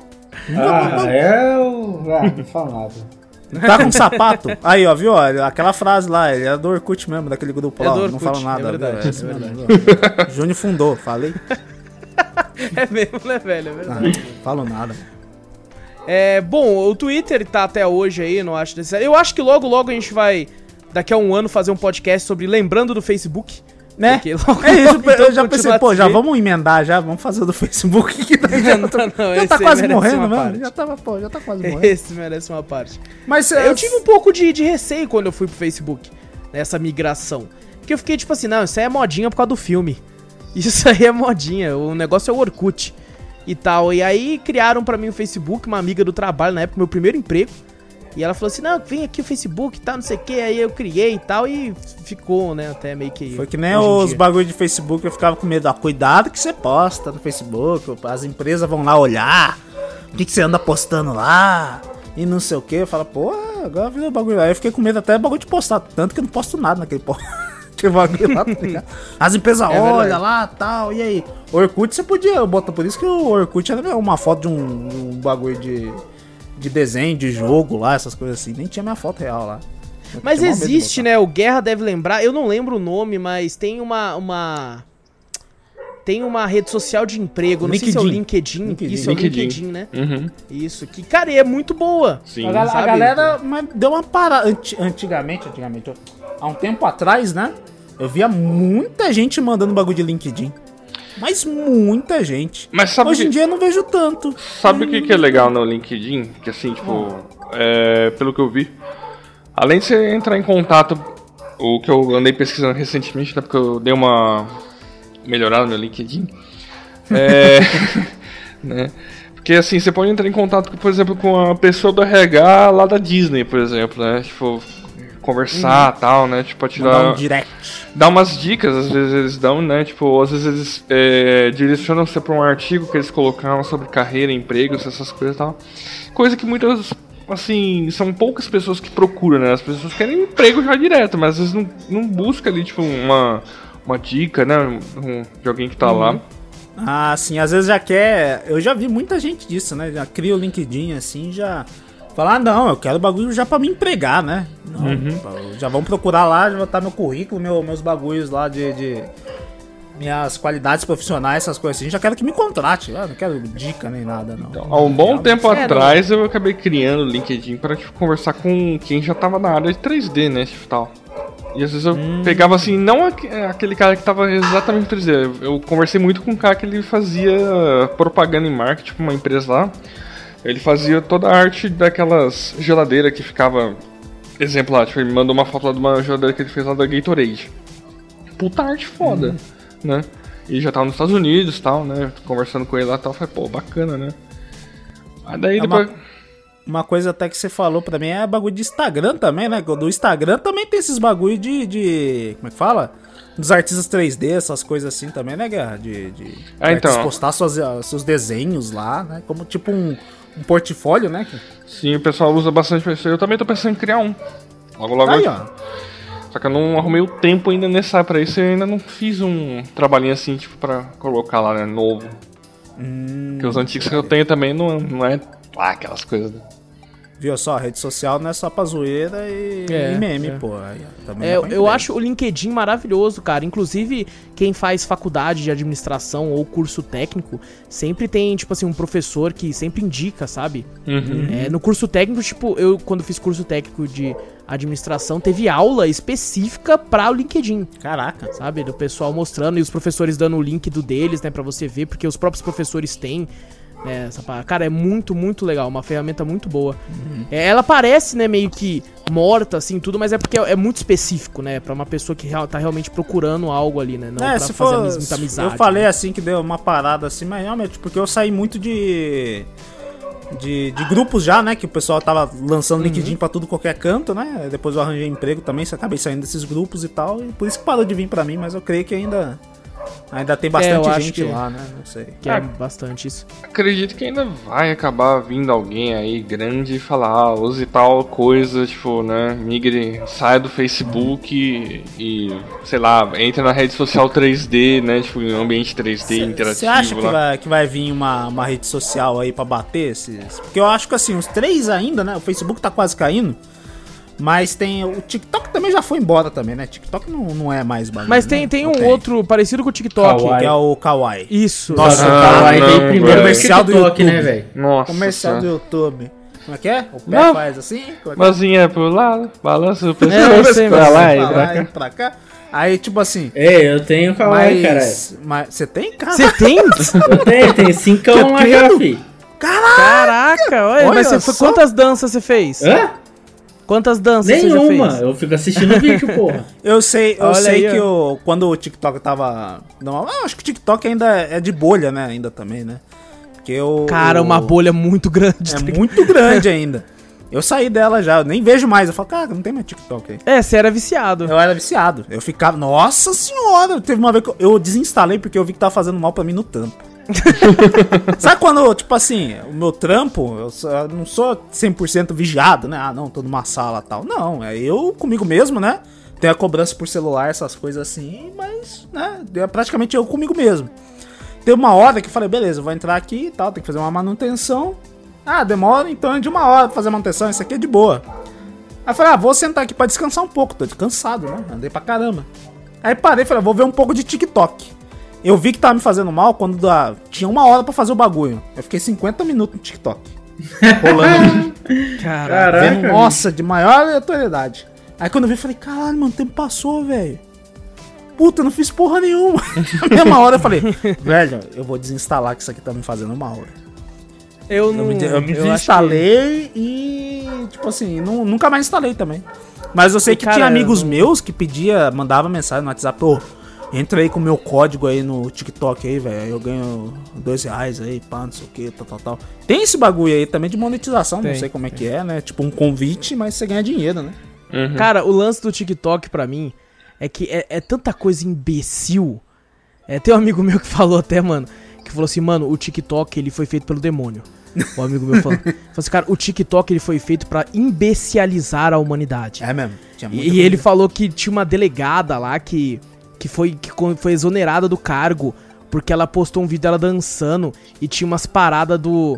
fala nada. Tá com sapato? Aí, ó, viu? Aquela frase lá, ele é do Orkut mesmo, daquele grupo lá, do Orkut, não fala nada. É verdade, é verdade. Júnior fundou, falei. É mesmo, né, velho? É verdade. Não falo nada. Bom, o Twitter tá até hoje aí, não acho necessário. Eu acho que logo a gente vai, daqui a um ano, fazer um podcast sobre lembrando do Facebook. Né? Logo, eu já pensei, pô, já vamos emendar já, vamos fazer o do Facebook que daí já tá quase morrendo, mano. Já tá quase morrendo. Esse merece uma parte. Mas eu tive um pouco de receio quando eu fui pro Facebook, nessa migração. Porque eu fiquei tipo assim, não, isso aí é modinha por causa do filme. Isso aí é modinha, o negócio é o Orkut e tal. E aí criaram pra mim o Facebook, uma amiga do trabalho, na época, meu primeiro emprego. E ela falou assim, não, vem aqui o Facebook e tal, não sei o que. Aí eu criei e tal e ficou, né, até meio que... Foi que nem os bagulho de Facebook, eu ficava com medo. Cuidado que você posta no Facebook, as empresas vão lá olhar. O que você anda postando lá? E não sei o que. Eu falo, pô, agora virou bagulho. Aí eu fiquei com medo até bagulho de postar. Tanto que eu não posto nada naquele bagulho lá, tá ligado? As empresas olham lá e tal, e aí? O Orkut você podia botar, por isso que o Orkut era uma foto de um bagulho de desenho, de jogo lá, essas coisas assim. Nem tinha minha foto real lá. Mas existe, né? O Guerra deve lembrar. Eu não lembro o nome, mas tem tem uma rede social de emprego. Não sei se é o LinkedIn. Isso, é o LinkedIn, né? Uhum. Isso. Que, cara, é muito boa. Sim. A galera deu uma parada. Antigamente, há um tempo atrás, né? Eu via muita gente mandando bagulho de LinkedIn. Mas muita gente. Mas sabe hoje em dia eu não vejo tanto. Sabe o que é legal no LinkedIn? Que assim, tipo, pelo que eu vi, além de você entrar em contato, o que eu andei pesquisando recentemente, né, porque eu dei uma melhorada no meu LinkedIn, né? Porque assim, você pode entrar em contato, por exemplo, com a pessoa do RH lá da Disney, por exemplo, né? Tipo, conversar e tal, né? Tipo, tirar um direct. Dar umas dicas, às vezes eles dão, né? Tipo, às vezes eles direcionam você pra um artigo que eles colocaram sobre carreira, empregos, essas coisas e tal. Coisa que muitas, assim, são poucas pessoas que procuram, né? As pessoas querem emprego já direto, mas às vezes não busca ali, tipo, uma dica, né? De alguém que tá lá. Ah, sim, às vezes já quer... Eu já vi muita gente disso, né? Já cria o LinkedIn assim, já... Falar, não, eu quero bagulho já pra me empregar, né? Não, já vão procurar lá, já vai estar meu currículo, meus bagulhos lá de minhas qualidades profissionais, essas coisas assim. Já quero que me contrate, não quero dica nem nada, não. Então, há um bom tempo atrás eu acabei criando o LinkedIn pra tipo, conversar com quem já tava na área de 3D, né? Tipo, tal. E às vezes eu pegava assim, não aquele cara que tava exatamente em 3D. Eu conversei muito com um cara que ele fazia propaganda em marketing, tipo uma empresa lá. Ele fazia toda a arte daquelas geladeiras que ficava... Exemplo lá, tipo, ele me mandou uma foto lá de uma geladeira que ele fez lá da Gatorade. Puta arte foda, né? E já tava nos Estados Unidos e tal, né? Conversando com ele lá e tal, falei, pô, bacana, né? Aí daí depois... Uma coisa até que você falou pra mim é bagulho de Instagram também, né? Do Instagram também tem esses bagulho de... Como é que fala? Dos artistas 3D, essas coisas assim também, né, Guerra? De então. postar seus desenhos lá, né? Como tipo um portfólio, né? Sim, o pessoal usa bastante pra isso. Eu também tô pensando em criar um. Logo. Aí, ó. Só que eu não arrumei o tempo ainda necessário pra isso. Eu ainda não fiz um trabalhinho assim, tipo, pra colocar lá, né? Novo. Porque os antigos que eu tenho também não é aquelas coisas, né? Viu só, rede social não é só pra zoeira e meme, pô. Aí, também eu acho o LinkedIn maravilhoso, cara. Inclusive, quem faz faculdade de administração ou curso técnico, sempre tem, tipo assim, um professor que sempre indica, sabe? No curso técnico, tipo, eu quando fiz curso técnico de administração, teve aula específica pra o LinkedIn. Caraca. Sabe? Do pessoal mostrando e os professores dando o link deles, né, pra você ver, porque os próprios professores têm. Cara, é muito, muito legal, uma ferramenta muito boa. Ela parece, né, meio que morta, assim, tudo, mas é porque é muito específico, né, pra uma pessoa que tá realmente procurando algo ali, né, não pra fazer muita amizade. Eu falei, né, assim, que deu uma parada assim, mas realmente, porque eu saí muito de grupos já, né, que o pessoal tava lançando LinkedIn pra tudo, qualquer canto, né, depois eu arranjei emprego também, acabei saindo desses grupos e tal, e por isso que parou de vir pra mim, mas eu creio que ainda tem bastante gente lá, né? Não sei. Que é bastante isso. Acredito que ainda vai acabar vindo alguém aí grande e falar, use tal coisa, tipo, né? Migre, saia do Facebook e sei lá, entra na rede social 3D, né? Tipo, um ambiente 3D interativo. Você acha que vai vir uma rede social aí pra bater esses? Porque eu acho que assim, os 3 ainda, né? O Facebook tá quase caindo. Mas tem... O TikTok também já foi embora também, né? TikTok não é mais bagulho. Mas tem um outro parecido com o TikTok. Kawaii. Que é o Kawaii. Isso. Nossa, o Kawaii veio primeiro comercial do YouTube, né, velho? Nossa. Comercial do YouTube. Como é que é? O pé faz assim? Mãozinha pro lado, balança o pescoço pra lá e pra cá. Aí, tipo assim... Eu tenho Kawaii, cara. Mas você tem, cara? Você tem? Eu tenho 5 lá já, fi. Caraca, olha, mas quantas danças você fez? Hã? Quantas danças você já fez? Nenhuma, eu fico assistindo o vídeo, porra. Eu sei que quando o TikTok tava... Não, acho que o TikTok ainda é de bolha, né? Ainda também, né? Porque Cara, uma bolha muito grande. É muito grande ainda. Eu saí dela já, eu nem vejo mais. Eu falo, cara, não tem mais TikTok aí. Você era viciado. Eu era viciado. Eu ficava... Nossa senhora! Teve uma vez que eu desinstalei porque eu vi que tava fazendo mal pra mim no trampo. Sabe quando, tipo assim, o meu trampo, eu não sou 100% vigiado, né? Ah, não, tô numa sala e tal. Não, é eu comigo mesmo, né? Tem a cobrança por celular, essas coisas assim, mas, né? É praticamente eu comigo mesmo. Tem uma hora que eu falei, beleza, eu vou entrar aqui e tal, tem que fazer uma manutenção. Ah, demora então de 1 hora pra fazer a manutenção, isso aqui é de boa. Aí eu falei, vou sentar aqui pra descansar um pouco, tô cansado, né? Andei pra caramba. Aí parei e falei, vou ver um pouco de TikTok. Eu vi que tava me fazendo mal quando tinha 1 hora pra fazer o bagulho. Eu fiquei 50 minutos no TikTok. Rolando. Caraca. Nossa, de maior aleatoriedade. Aí quando eu vi, eu falei, caralho, mano, o tempo passou, velho. Puta, eu não fiz porra nenhuma. Na mesma hora eu falei, velho, eu vou desinstalar que isso aqui tá me fazendo mal, velho. Eu me desinstalei e, tipo assim, nunca mais instalei também. Mas eu sei que tinha amigos meus que mandava mensagem no WhatsApp, entra aí com o meu código aí no TikTok aí, velho. Eu ganho R$2 aí, pá, não sei o que, tal. Tem esse bagulho aí também de monetização, não sei como é que é, né? Tipo um convite, mas você ganha dinheiro, né? Uhum. Cara, o lance do TikTok pra mim é que é tanta coisa imbecil. Tem um amigo meu que falou até, mano, que falou assim, mano, o TikTok ele foi feito pelo demônio. O amigo meu falou assim, cara, o TikTok ele foi feito pra imbecilizar a humanidade. É mesmo. E ele falou que tinha uma delegada lá que que foi exonerada do cargo porque ela postou um vídeo dela dançando e tinha umas paradas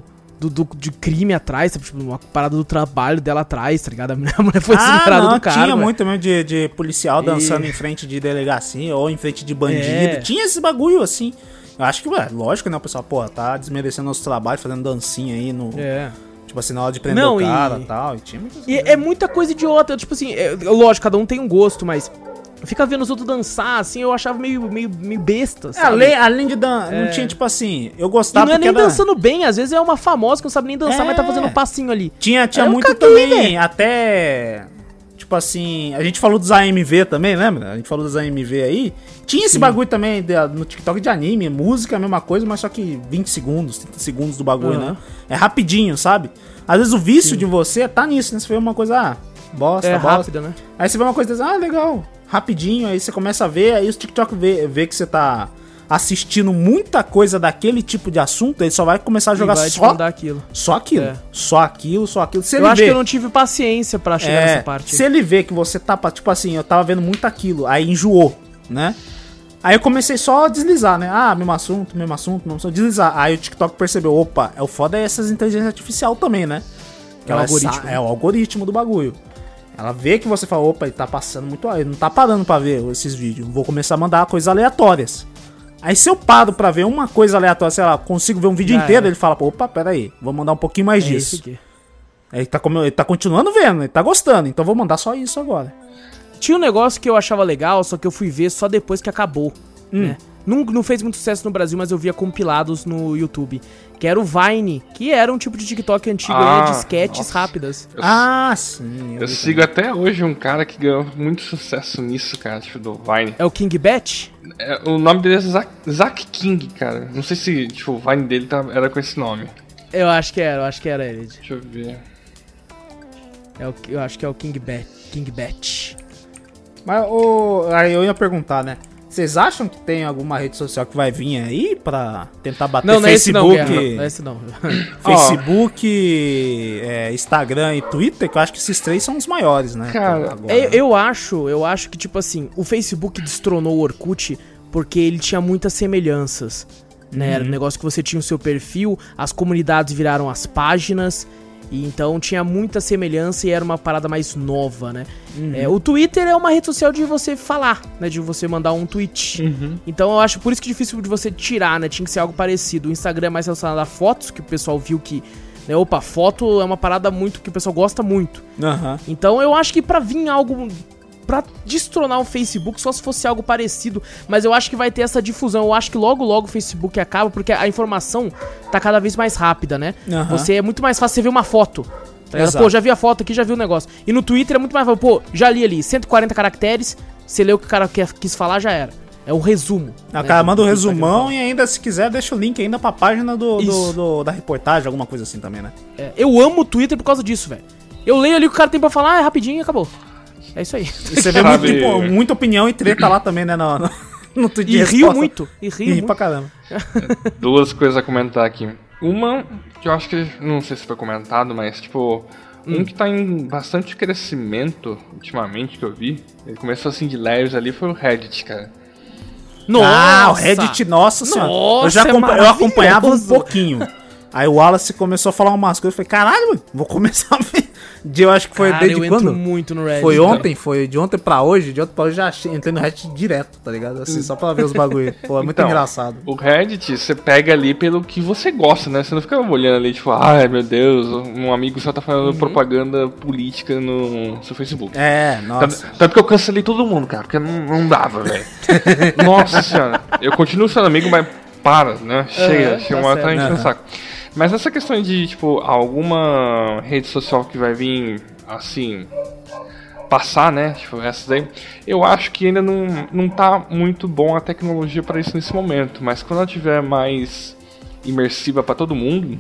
de crime atrás, sabe? Tipo, uma parada do trabalho dela atrás, tá ligado? A mulher foi exonerada do cargo. Tinha muito mesmo de policial dançando em frente de delegacia ou em frente de bandido. Tinha esse bagulho assim. Eu acho que, lógico, né? O pessoal, tá desmerecendo nosso trabalho, fazendo dancinha aí no... Tipo assim, na hora de prender o cara e tal. E tinha muitas coisas. É muita coisa idiota. Tipo assim, lógico, cada um tem um gosto, mas... Fica vendo os outros dançar, assim, eu achava meio besta, sabe? Além de dançar, não tinha, tipo assim, eu gostava... E não é nem dançando bem, às vezes é uma famosa que não sabe nem dançar, mas tá fazendo um passinho ali. Tinha muito também, até... Tipo assim, a gente falou dos AMV também, lembra? A gente falou dos AMV aí. Tinha esse bagulho também no TikTok de anime, música, a mesma coisa, mas só que 20 segundos, 30 segundos do bagulho, né? É rapidinho, sabe? Às vezes o vício de você tá nisso, né? Você vê uma coisa, bosta. Rápida, né? Aí você vê uma coisa e diz, legal, rapidinho, aí você começa a ver, aí os TikTok vê que você tá assistindo muita coisa daquele tipo de assunto, ele só vai começar a jogar só aquilo. Só aquilo. Se eu acho que eu não tive paciência pra chegar nessa parte. Se ele vê que você tá, tipo assim, eu tava vendo muito aquilo, aí enjoou, né? Aí eu comecei só a deslizar, né? mesmo assunto, deslizar. Aí o TikTok percebeu, opa, o foda é essas inteligências artificial também, né? Que é o algoritmo do bagulho. Ela vê que você fala, opa, ele tá passando muito, ele não tá parando pra ver esses vídeos, vou começar a mandar coisas aleatórias. Aí se eu paro pra ver uma coisa aleatória, sei lá, consigo ver um vídeo inteiro, ele fala, opa, pera aí, vou mandar um pouquinho mais disso. Ele tá continuando vendo, ele tá gostando, então vou mandar só isso agora. Tinha um negócio que eu achava legal, só que eu fui ver só depois que acabou, né? Não fez muito sucesso no Brasil, mas eu via compilados no YouTube. Que era o Vine, que era um tipo de TikTok antigo, de sketches rápidas. Sim. Eu sigo até hoje um cara que ganhou muito sucesso nisso, cara, tipo, do Vine. É o King Bet? O nome dele é Zach King, cara. Não sei se, tipo, o Vine dele era com esse nome. Eu acho que era ele. Deixa eu ver. Eu acho que é o King Bet. Mas aí eu ia perguntar, né? Vocês acham que tem alguma rede social que vai vir aí pra tentar bater Facebook? Não é esse não. Facebook, Instagram e Twitter, que eu acho que esses três são os maiores, né? Cara, eu acho que, tipo assim, o Facebook destronou o Orkut porque ele tinha muitas semelhanças, né? Era um negócio que você tinha o seu perfil, as comunidades viraram as páginas, e então tinha muita semelhança e era uma parada mais nova, né? O Twitter é uma rede social de você falar, né? De você mandar um tweet. Então eu acho por isso que é difícil de você tirar, né? Tinha que ser algo parecido. O Instagram é mais relacionado a fotos, que o pessoal viu que... né, foto é uma parada muito que o pessoal gosta muito. Então eu acho que pra vir algo... pra destronar o Facebook, só se fosse algo parecido. Mas eu acho que vai ter essa difusão. Eu acho que logo o Facebook acaba, porque a informação tá cada vez mais rápida, né? É muito mais fácil você ver uma foto. Tá? Pô, já vi a foto aqui, já vi o negócio. E no Twitter é muito mais fácil. Pô, já li ali, 140 caracteres, você leu o que o cara quis falar, já era. É um resumo. O cara manda um resumão e ainda, se quiser, deixa o link ainda pra página da reportagem, alguma coisa assim também, né? Eu amo o Twitter por causa disso, velho. Eu leio ali o que o cara tem pra falar, é rapidinho e acabou. É isso aí. E você vê muita opinião e treta lá também, né? No Twitter. E rio muito. E rio pra caramba. Duas coisas a comentar aqui. Uma, que eu acho que, não sei se foi comentado, mas tipo, um que tá em bastante crescimento ultimamente, que eu vi, ele começou assim de leves ali, foi o Reddit, cara. Nossa! O Reddit, nossa senhora. Eu acompanhava um pouquinho. Aí o Wallace começou a falar umas coisas, eu falei, caralho, mano, vou começar a ver. Eu acho que foi desde eu quando? Entro muito no Reddit. Foi ontem, foi de ontem pra hoje, já entrei no Reddit direto, tá ligado? Assim, só pra ver os bagulho. Pô, é muito engraçado. O Reddit, você pega ali pelo que você gosta, né? Você não fica olhando ali, tipo, ai meu Deus, um amigo só tá falando propaganda política no seu Facebook. Nossa. Tanto que eu cancelei todo mundo, cara, porque não dava, velho. Nossa senhora. Eu continuo sendo amigo, mas para, né? Chega uma hora tá enchendo o saco. Mas essa questão de, tipo, alguma rede social que vai vir, assim, passar, né? Tipo, essa daí, eu acho que ainda não tá muito bom a tecnologia para isso nesse momento. Mas quando ela tiver mais imersiva para todo mundo,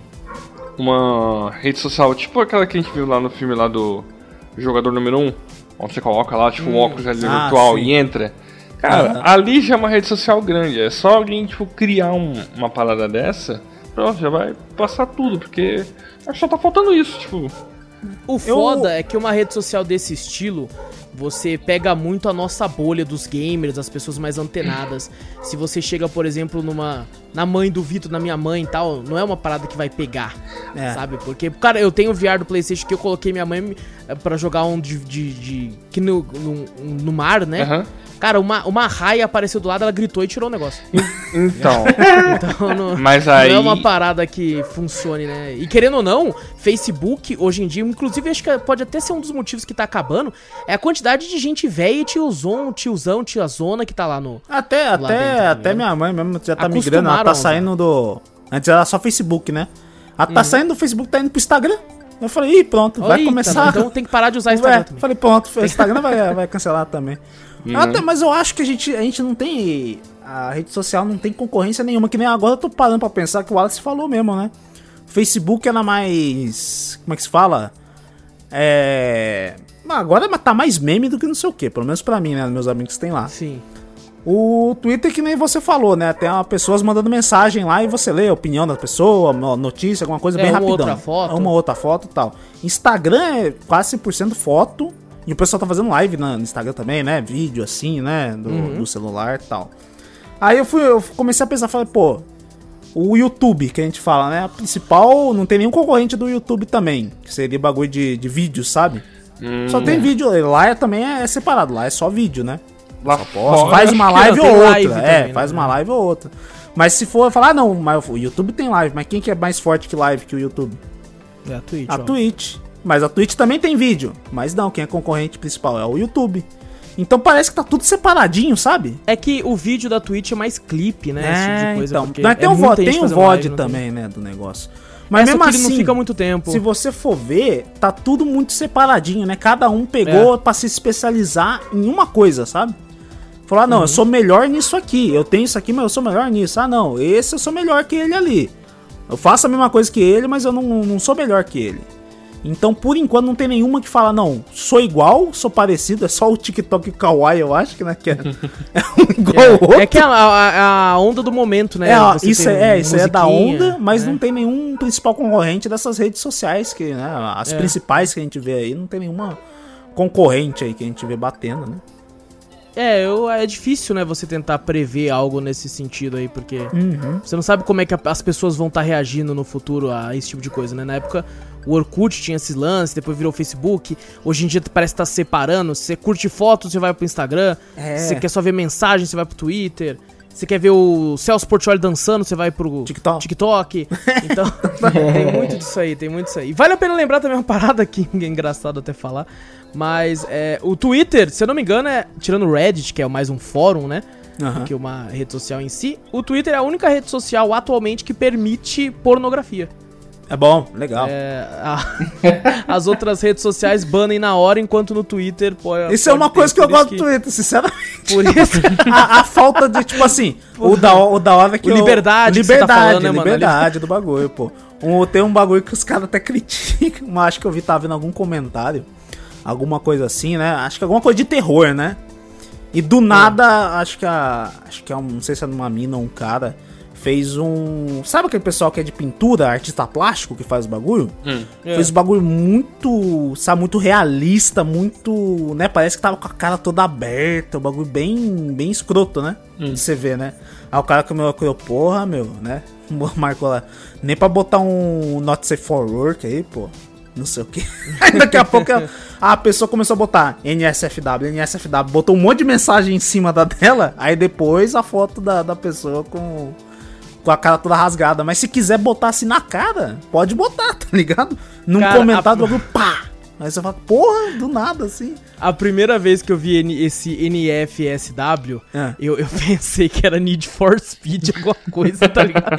uma rede social, tipo aquela que a gente viu lá no filme lá do Jogador Número 1, onde você coloca lá, tipo, um óculos ali virtual e entra. Cara, ali já é uma rede social grande. É só alguém, tipo, criar uma parada dessa... Pronto, já vai passar tudo, porque acho que só tá faltando isso, tipo... O foda é que uma rede social desse estilo, você pega muito a nossa bolha dos gamers, das pessoas mais antenadas. Se você chega, por exemplo, na mãe do Vitor, na minha mãe e tal, não é uma parada que vai pegar, sabe? Porque, cara, eu tenho o VR do PlayStation que eu coloquei minha mãe pra jogar um que no mar, né? Aham. Cara, uma raia apareceu do lado, ela gritou e tirou o negócio. Então, Então mas aí... não é uma parada que funcione, né? E querendo ou não, Facebook, hoje em dia, inclusive acho que pode até ser um dos motivos que tá acabando, é a quantidade de gente velha e tiozão, tiazona que tá lá no... Até minha mãe mesmo já tá migrando, ela tá saindo do... Antes era só Facebook, né? Ela tá saindo do Facebook, tá indo pro Instagram. Eu falei, ih, pronto, vai começar... Então tem que parar de usar Instagram também. Falei, pronto, o Instagram vai cancelar também. Mas eu acho que a gente não tem... A rede social não tem concorrência nenhuma, que nem agora eu tô parando pra pensar que o Wallace falou mesmo, né? Facebook era mais... Como é que se fala? Agora tá mais meme do que não sei o que, pelo menos pra mim, né? Meus amigos tem lá. Sim. O Twitter, que nem você falou, né? Tem pessoas mandando mensagem lá e você lê a opinião da pessoa, notícia, alguma coisa bem rapidão. Uma outra foto e tal. Instagram é quase 100% foto. E o pessoal tá fazendo live no Instagram também, né? Vídeo assim, né? Do celular e tal. Aí eu comecei a pensar, falei, pô, o YouTube, que a gente fala, né? A principal, não tem nenhum concorrente do YouTube também. Que seria bagulho de vídeo, sabe? Só tem vídeo. Lá também é separado, lá é só vídeo, né? Lá faz uma live ou outra. Também, faz uma live ou outra. Mas se for falar, não, mas o YouTube tem live. Mas quem que é mais forte que live que o YouTube? É a Twitch. A Twitch. Mas a Twitch também tem vídeo. Mas não, quem é concorrente principal é o YouTube. Então parece que tá tudo separadinho, sabe? É que o vídeo da Twitch é mais clipe, né? Esse tipo de coisa. Então. Mas tem o VOD também, né, do negócio. Mas mesmo assim, não fica muito tempo. Se você for ver, tá tudo muito separadinho, né? Cada um pegou pra se especializar em uma coisa, sabe? Falar, não, eu sou melhor nisso aqui. Eu tenho isso aqui, mas eu sou melhor nisso. Ah, não, esse eu sou melhor que ele ali. Eu faço a mesma coisa que ele, mas eu não sou melhor que ele. Então, por enquanto, não tem nenhuma que fala, não, sou igual, sou parecido, é só o TikTok Kawaii, eu acho que, né, que é um igual ao outro. É que a onda do momento, né? Isso é da onda, mas não tem nenhum principal concorrente dessas redes sociais, que, né, as principais que a gente vê aí, não tem nenhuma concorrente aí que a gente vê batendo, né. É difícil, né, você tentar prever algo nesse sentido aí, porque você não sabe como é que as pessoas vão estar reagindo no futuro a esse tipo de coisa, né? Na época, o Orkut tinha esses lances, depois virou o Facebook, hoje em dia parece que tá se separando, se você curte fotos, você vai pro Instagram, se você quer só ver mensagem, você vai pro Twitter, se você quer ver o Celso Portiolli dançando, você vai pro TikTok. Então, tem muito disso aí, Vale a pena lembrar também uma parada aqui, é engraçado até falar, mas o Twitter, se eu não me engano, tirando o Reddit, que é mais um fórum, né, que uma rede social em si, o Twitter é a única rede social atualmente que permite pornografia. É bom, legal. As outras redes sociais banem na hora, enquanto no Twitter... Isso é uma coisa que eu gosto do Twitter, sinceramente. Por isso... a falta de, tipo assim, o da hora que liberdade, você tá falando, né, mano? Liberdade do bagulho, pô. Tem um bagulho que os caras até criticam, mas acho que eu tava vendo algum comentário, alguma coisa assim, né? Acho que alguma coisa de terror, né? E do nada, acho que não sei se é uma mina ou um cara... Fez Sabe aquele pessoal que é de pintura, artista plástico que faz o bagulho? Fez um bagulho muito, sabe, muito realista, muito, né? Parece que tava com a cara toda aberta, um bagulho bem escroto, né? De você ver, né? Aí o cara comeu, porra, meu, né? Marcou lá, nem pra botar um Not Safe for Work aí, pô. Não sei o que. Aí daqui a pouco a pessoa começou a botar NSFW, botou um monte de mensagem em cima dela, aí depois a foto da pessoa com a cara toda rasgada. Mas se quiser botar assim na cara, pode botar, tá ligado? Num comentário do pá! Aí você fala, porra, do nada, assim. A primeira vez que eu vi esse NFSW, eu pensei que era Need for Speed, alguma coisa, tá ligado?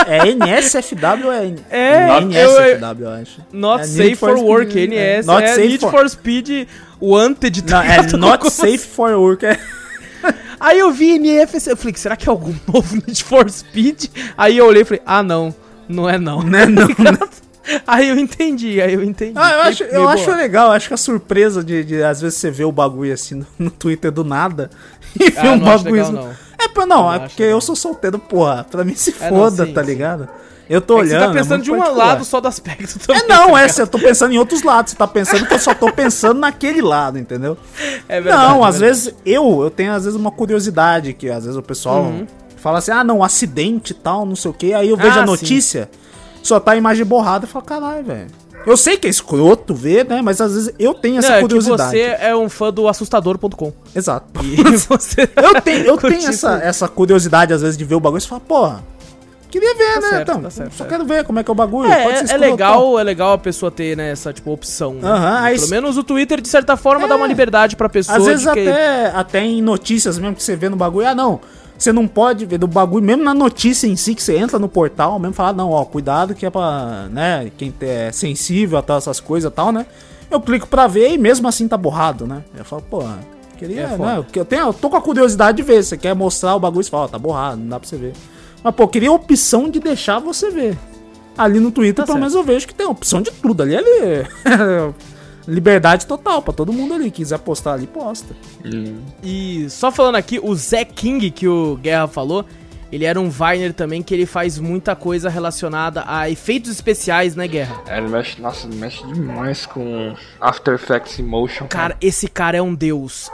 NSFW ou NSFW, eu acho. Not Safe for Work, NS. Need for Speed Wanted, tá ligado? Não, Not Safe for Work, Aí eu vi NFS, eu falei, será que é algum novo Need for Speed? Aí eu olhei e falei, não é não. Não é não, né? Aí eu entendi. Eu acho legal, acho que a surpresa de às vezes você vê o bagulho assim no Twitter do nada e vê um bagulho. Legal, não. É porque eu sou solteiro, porra. Pra mim se foda, tá ligado? Eu tô olhando. Você tá pensando de um lado só do aspecto também. Eu tô pensando em outros lados. Você tá pensando que eu só tô pensando naquele lado, entendeu? É verdade. Não, às vezes eu tenho às vezes uma curiosidade que às vezes o pessoal fala assim, acidente e tal, não sei o que. Aí eu vejo a notícia, só tá a imagem borrada e falo, caralho, velho. Eu sei que é escroto ver, né? Mas às vezes eu tenho essa curiosidade. Que você é um fã do assustador.com. Exato. E você eu tenho essa curiosidade às vezes de ver o bagulho e falar, porra, queria ver, né? Certo, então, só quero ver como é que é o bagulho. É legal a pessoa ter, né, essa tipo, opção. Né? Pelo menos o Twitter, de certa forma, dá uma liberdade pra pessoa. Às vezes até em notícias mesmo que você vê no bagulho, você não pode ver do bagulho, mesmo na notícia em si, que você entra no portal, mesmo falar, cuidado que é pra, né, quem é sensível a tal, essas coisas e tal, né? Eu clico pra ver e mesmo assim tá borrado, né? Eu falo, porra, queria, né? Eu tô com a curiosidade de ver, você quer mostrar o bagulho, você fala, tá borrado, não dá pra você ver. Mas, pô, queria a opção de deixar você ver. Ali no Twitter, pelo menos eu vejo que tem opção de tudo. Ali liberdade total pra todo mundo ali. Quiser postar ali, posta. E só falando aqui, o Zé King, que o Guerra falou, ele era um Viner também, que ele faz muita coisa relacionada a efeitos especiais, né, Guerra? Ele mexe demais com After Effects e Motion. Cara, esse cara é um deus.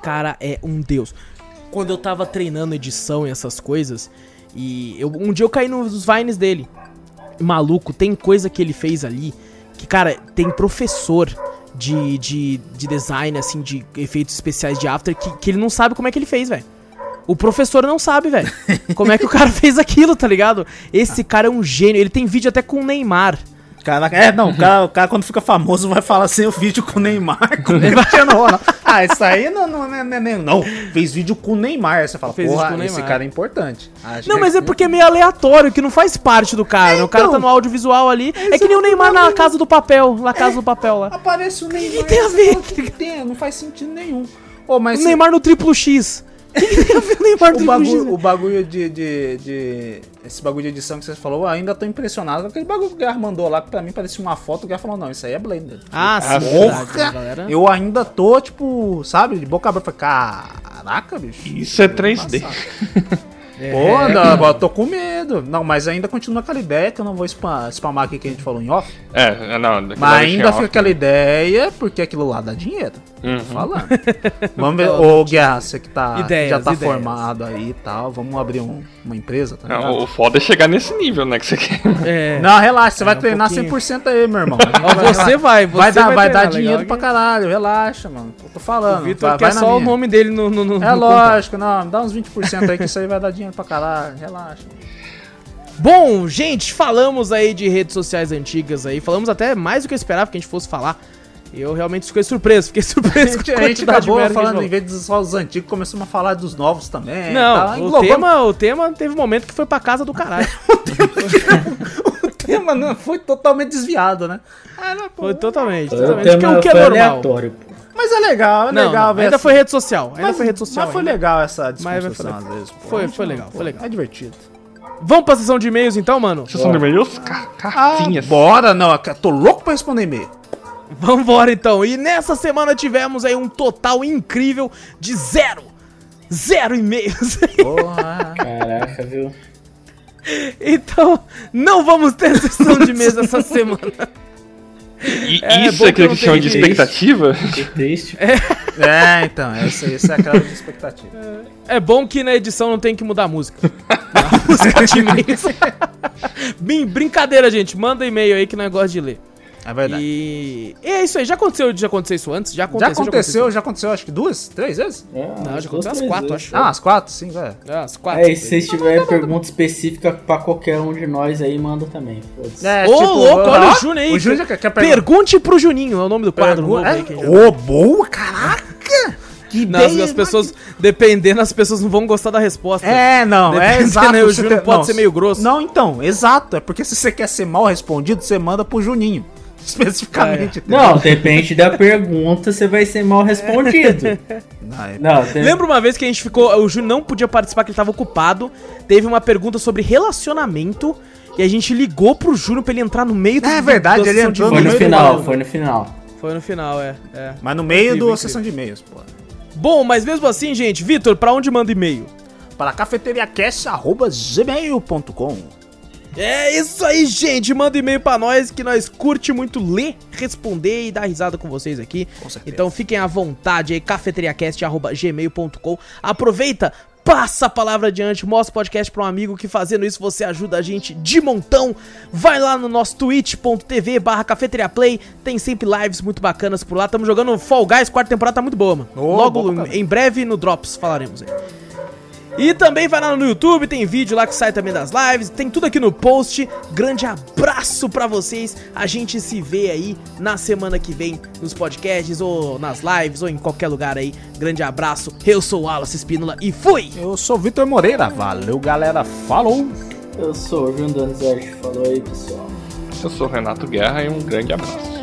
Quando eu tava treinando edição e essas coisas, um dia eu caí nos Vines dele. Maluco, tem coisa que ele fez ali que, cara, tem professor de design, assim, de efeitos especiais de After que ele não sabe como é que ele fez, velho. O professor não sabe, velho, como é que o cara fez aquilo, tá ligado? Esse cara é um gênio, ele tem vídeo até com o Neymar. Caraca, o cara quando fica famoso vai falar assim, o vídeo com o Neymar, com o Cristiano Ronaldo. Isso aí não, fez vídeo com o Neymar. Aí você fala, porra, esse cara é importante. Mas é porque é meio aleatório, que não faz parte do cara, né? O cara tá no audiovisual ali, é que nem o Neymar na Casa do Papel, lá. Aparece o Neymar. O que tem a ver? Não faz sentido nenhum. O Neymar no triplo X. O que tem a ver o Neymar no triplo X? O bagulho esse bagulho de edição que você falou, eu ainda tô impressionado. Aquele bagulho que o Guerra mandou lá, que pra mim parecia uma foto, o Guerra falou, não, isso aí é Blender. Porra! Eu ainda tô, tipo, sabe, de boca aberta. Caraca, bicho. Isso é 3D. Pô, eu tô com medo. Não, mas ainda continua aquela ideia que eu não vou spamar aqui que a gente falou em off. Mas ainda fica aquela ideia, porque aquilo lá dá dinheiro. Tô falando. Vamos ver, Guerra, você que já tá formado aí e tal, vamos abrir uma empresa, tá ligado? O foda é chegar nesse nível, né, que você quer. Não, relaxa, você vai treinar 100% aí, meu irmão. Vai dar dinheiro pra caralho, relaxa, mano. Eu tô falando. O Vitor quer só o nome dele no lógico, não, dá uns 20% aí que isso aí vai dar dinheiro pra caralho, relaxa. Bom, gente, falamos aí de redes sociais antigas aí, falamos até mais do que eu esperava que a gente fosse falar. Eu realmente fiquei surpreso com a gente acabou falando, em vez de só os antigos, começamos a falar dos novos também. Não, o tema teve um momento que foi pra casa do caralho. O tema não foi totalmente desviado, né? Foi totalmente. O que é normal. Aleatório, pô. Mas é legal, ver. Ainda foi rede social. Mas foi legal essa discussão às vezes. Foi legal. É divertido. Vamos pra sessão de e-mails então, mano? Sessão de e-mails? Cartinhas. Bora, não. Eu tô louco pra responder e-mail. Vambora então. E nessa semana tivemos aí um total incrível de 0 e-mails. Porra. Caraca, viu? Então, não vamos ter sessão de e-mails essa semana. Isso é aquilo que chama de expectativa? Que triste. Então, essa é aquela de expectativa. É bom que na edição não tem que mudar a música. A música de e-mails. Brincadeira, gente. Manda e-mail aí que não gosta de ler. É verdade. E é isso aí. Já aconteceu isso antes? Já aconteceu acho que 2, 3 vezes? Não, já aconteceu as 4, acho. As 4, sim, velho. As 4. E se vocês tiverem pergunta específica pra qualquer um de nós aí, manda também. Louco, olha o Júnior aí. O Júnior quer Pergunte pro Juninho, é o nome do quadro novo aí. Boa, caraca! As pessoas, dependendo, as pessoas não vão gostar da resposta. Exato. O Júnior pode ser meio grosso. Não, então, exato. É porque se você quer ser mal respondido, você manda pro Juninho. especificamente. Não, depende da pergunta, você vai ser mal respondido. Lembra uma vez que a gente ficou... O Júnior não podia participar, que ele tava ocupado. Teve uma pergunta sobre relacionamento... E a gente ligou pro Júnior pra ele entrar no meio do... É verdade, ele entrou Foi no final, foi no final. Foi no final, é. Mas no meio da sessão de e-mails, pô. Bom, mas mesmo assim, gente, Vitor, pra onde manda e-mail? Para cafeteriacast@gmail.com. É isso aí, gente. Manda e-mail pra nós, que nós curte muito ler, responder e dar risada com vocês aqui. Com certeza. Então fiquem à vontade aí, cafeteriacast@gmail.com. Aproveita, passa a palavra adiante, mostra o podcast pra um amigo, que fazendo isso você ajuda a gente de montão. Vai lá no nosso twitch.tv/cafeteriaplay, tem sempre lives muito bacanas por lá. Tamo jogando Fall Guys, quarta temporada tá muito boa, mano. Logo, em breve, no Drops, falaremos aí. E também vai lá no YouTube, tem vídeo lá que sai também das lives, tem tudo aqui no post. Grande abraço pra vocês, a gente se vê aí na semana que vem nos podcasts ou nas lives ou em qualquer lugar aí. Grande abraço, eu sou o Wallace Espínola e fui! Eu sou o Vitor Moreira, valeu galera, falou! Eu sou o João Donizete, falou aí pessoal. Eu sou o Renato Guerra e um grande abraço.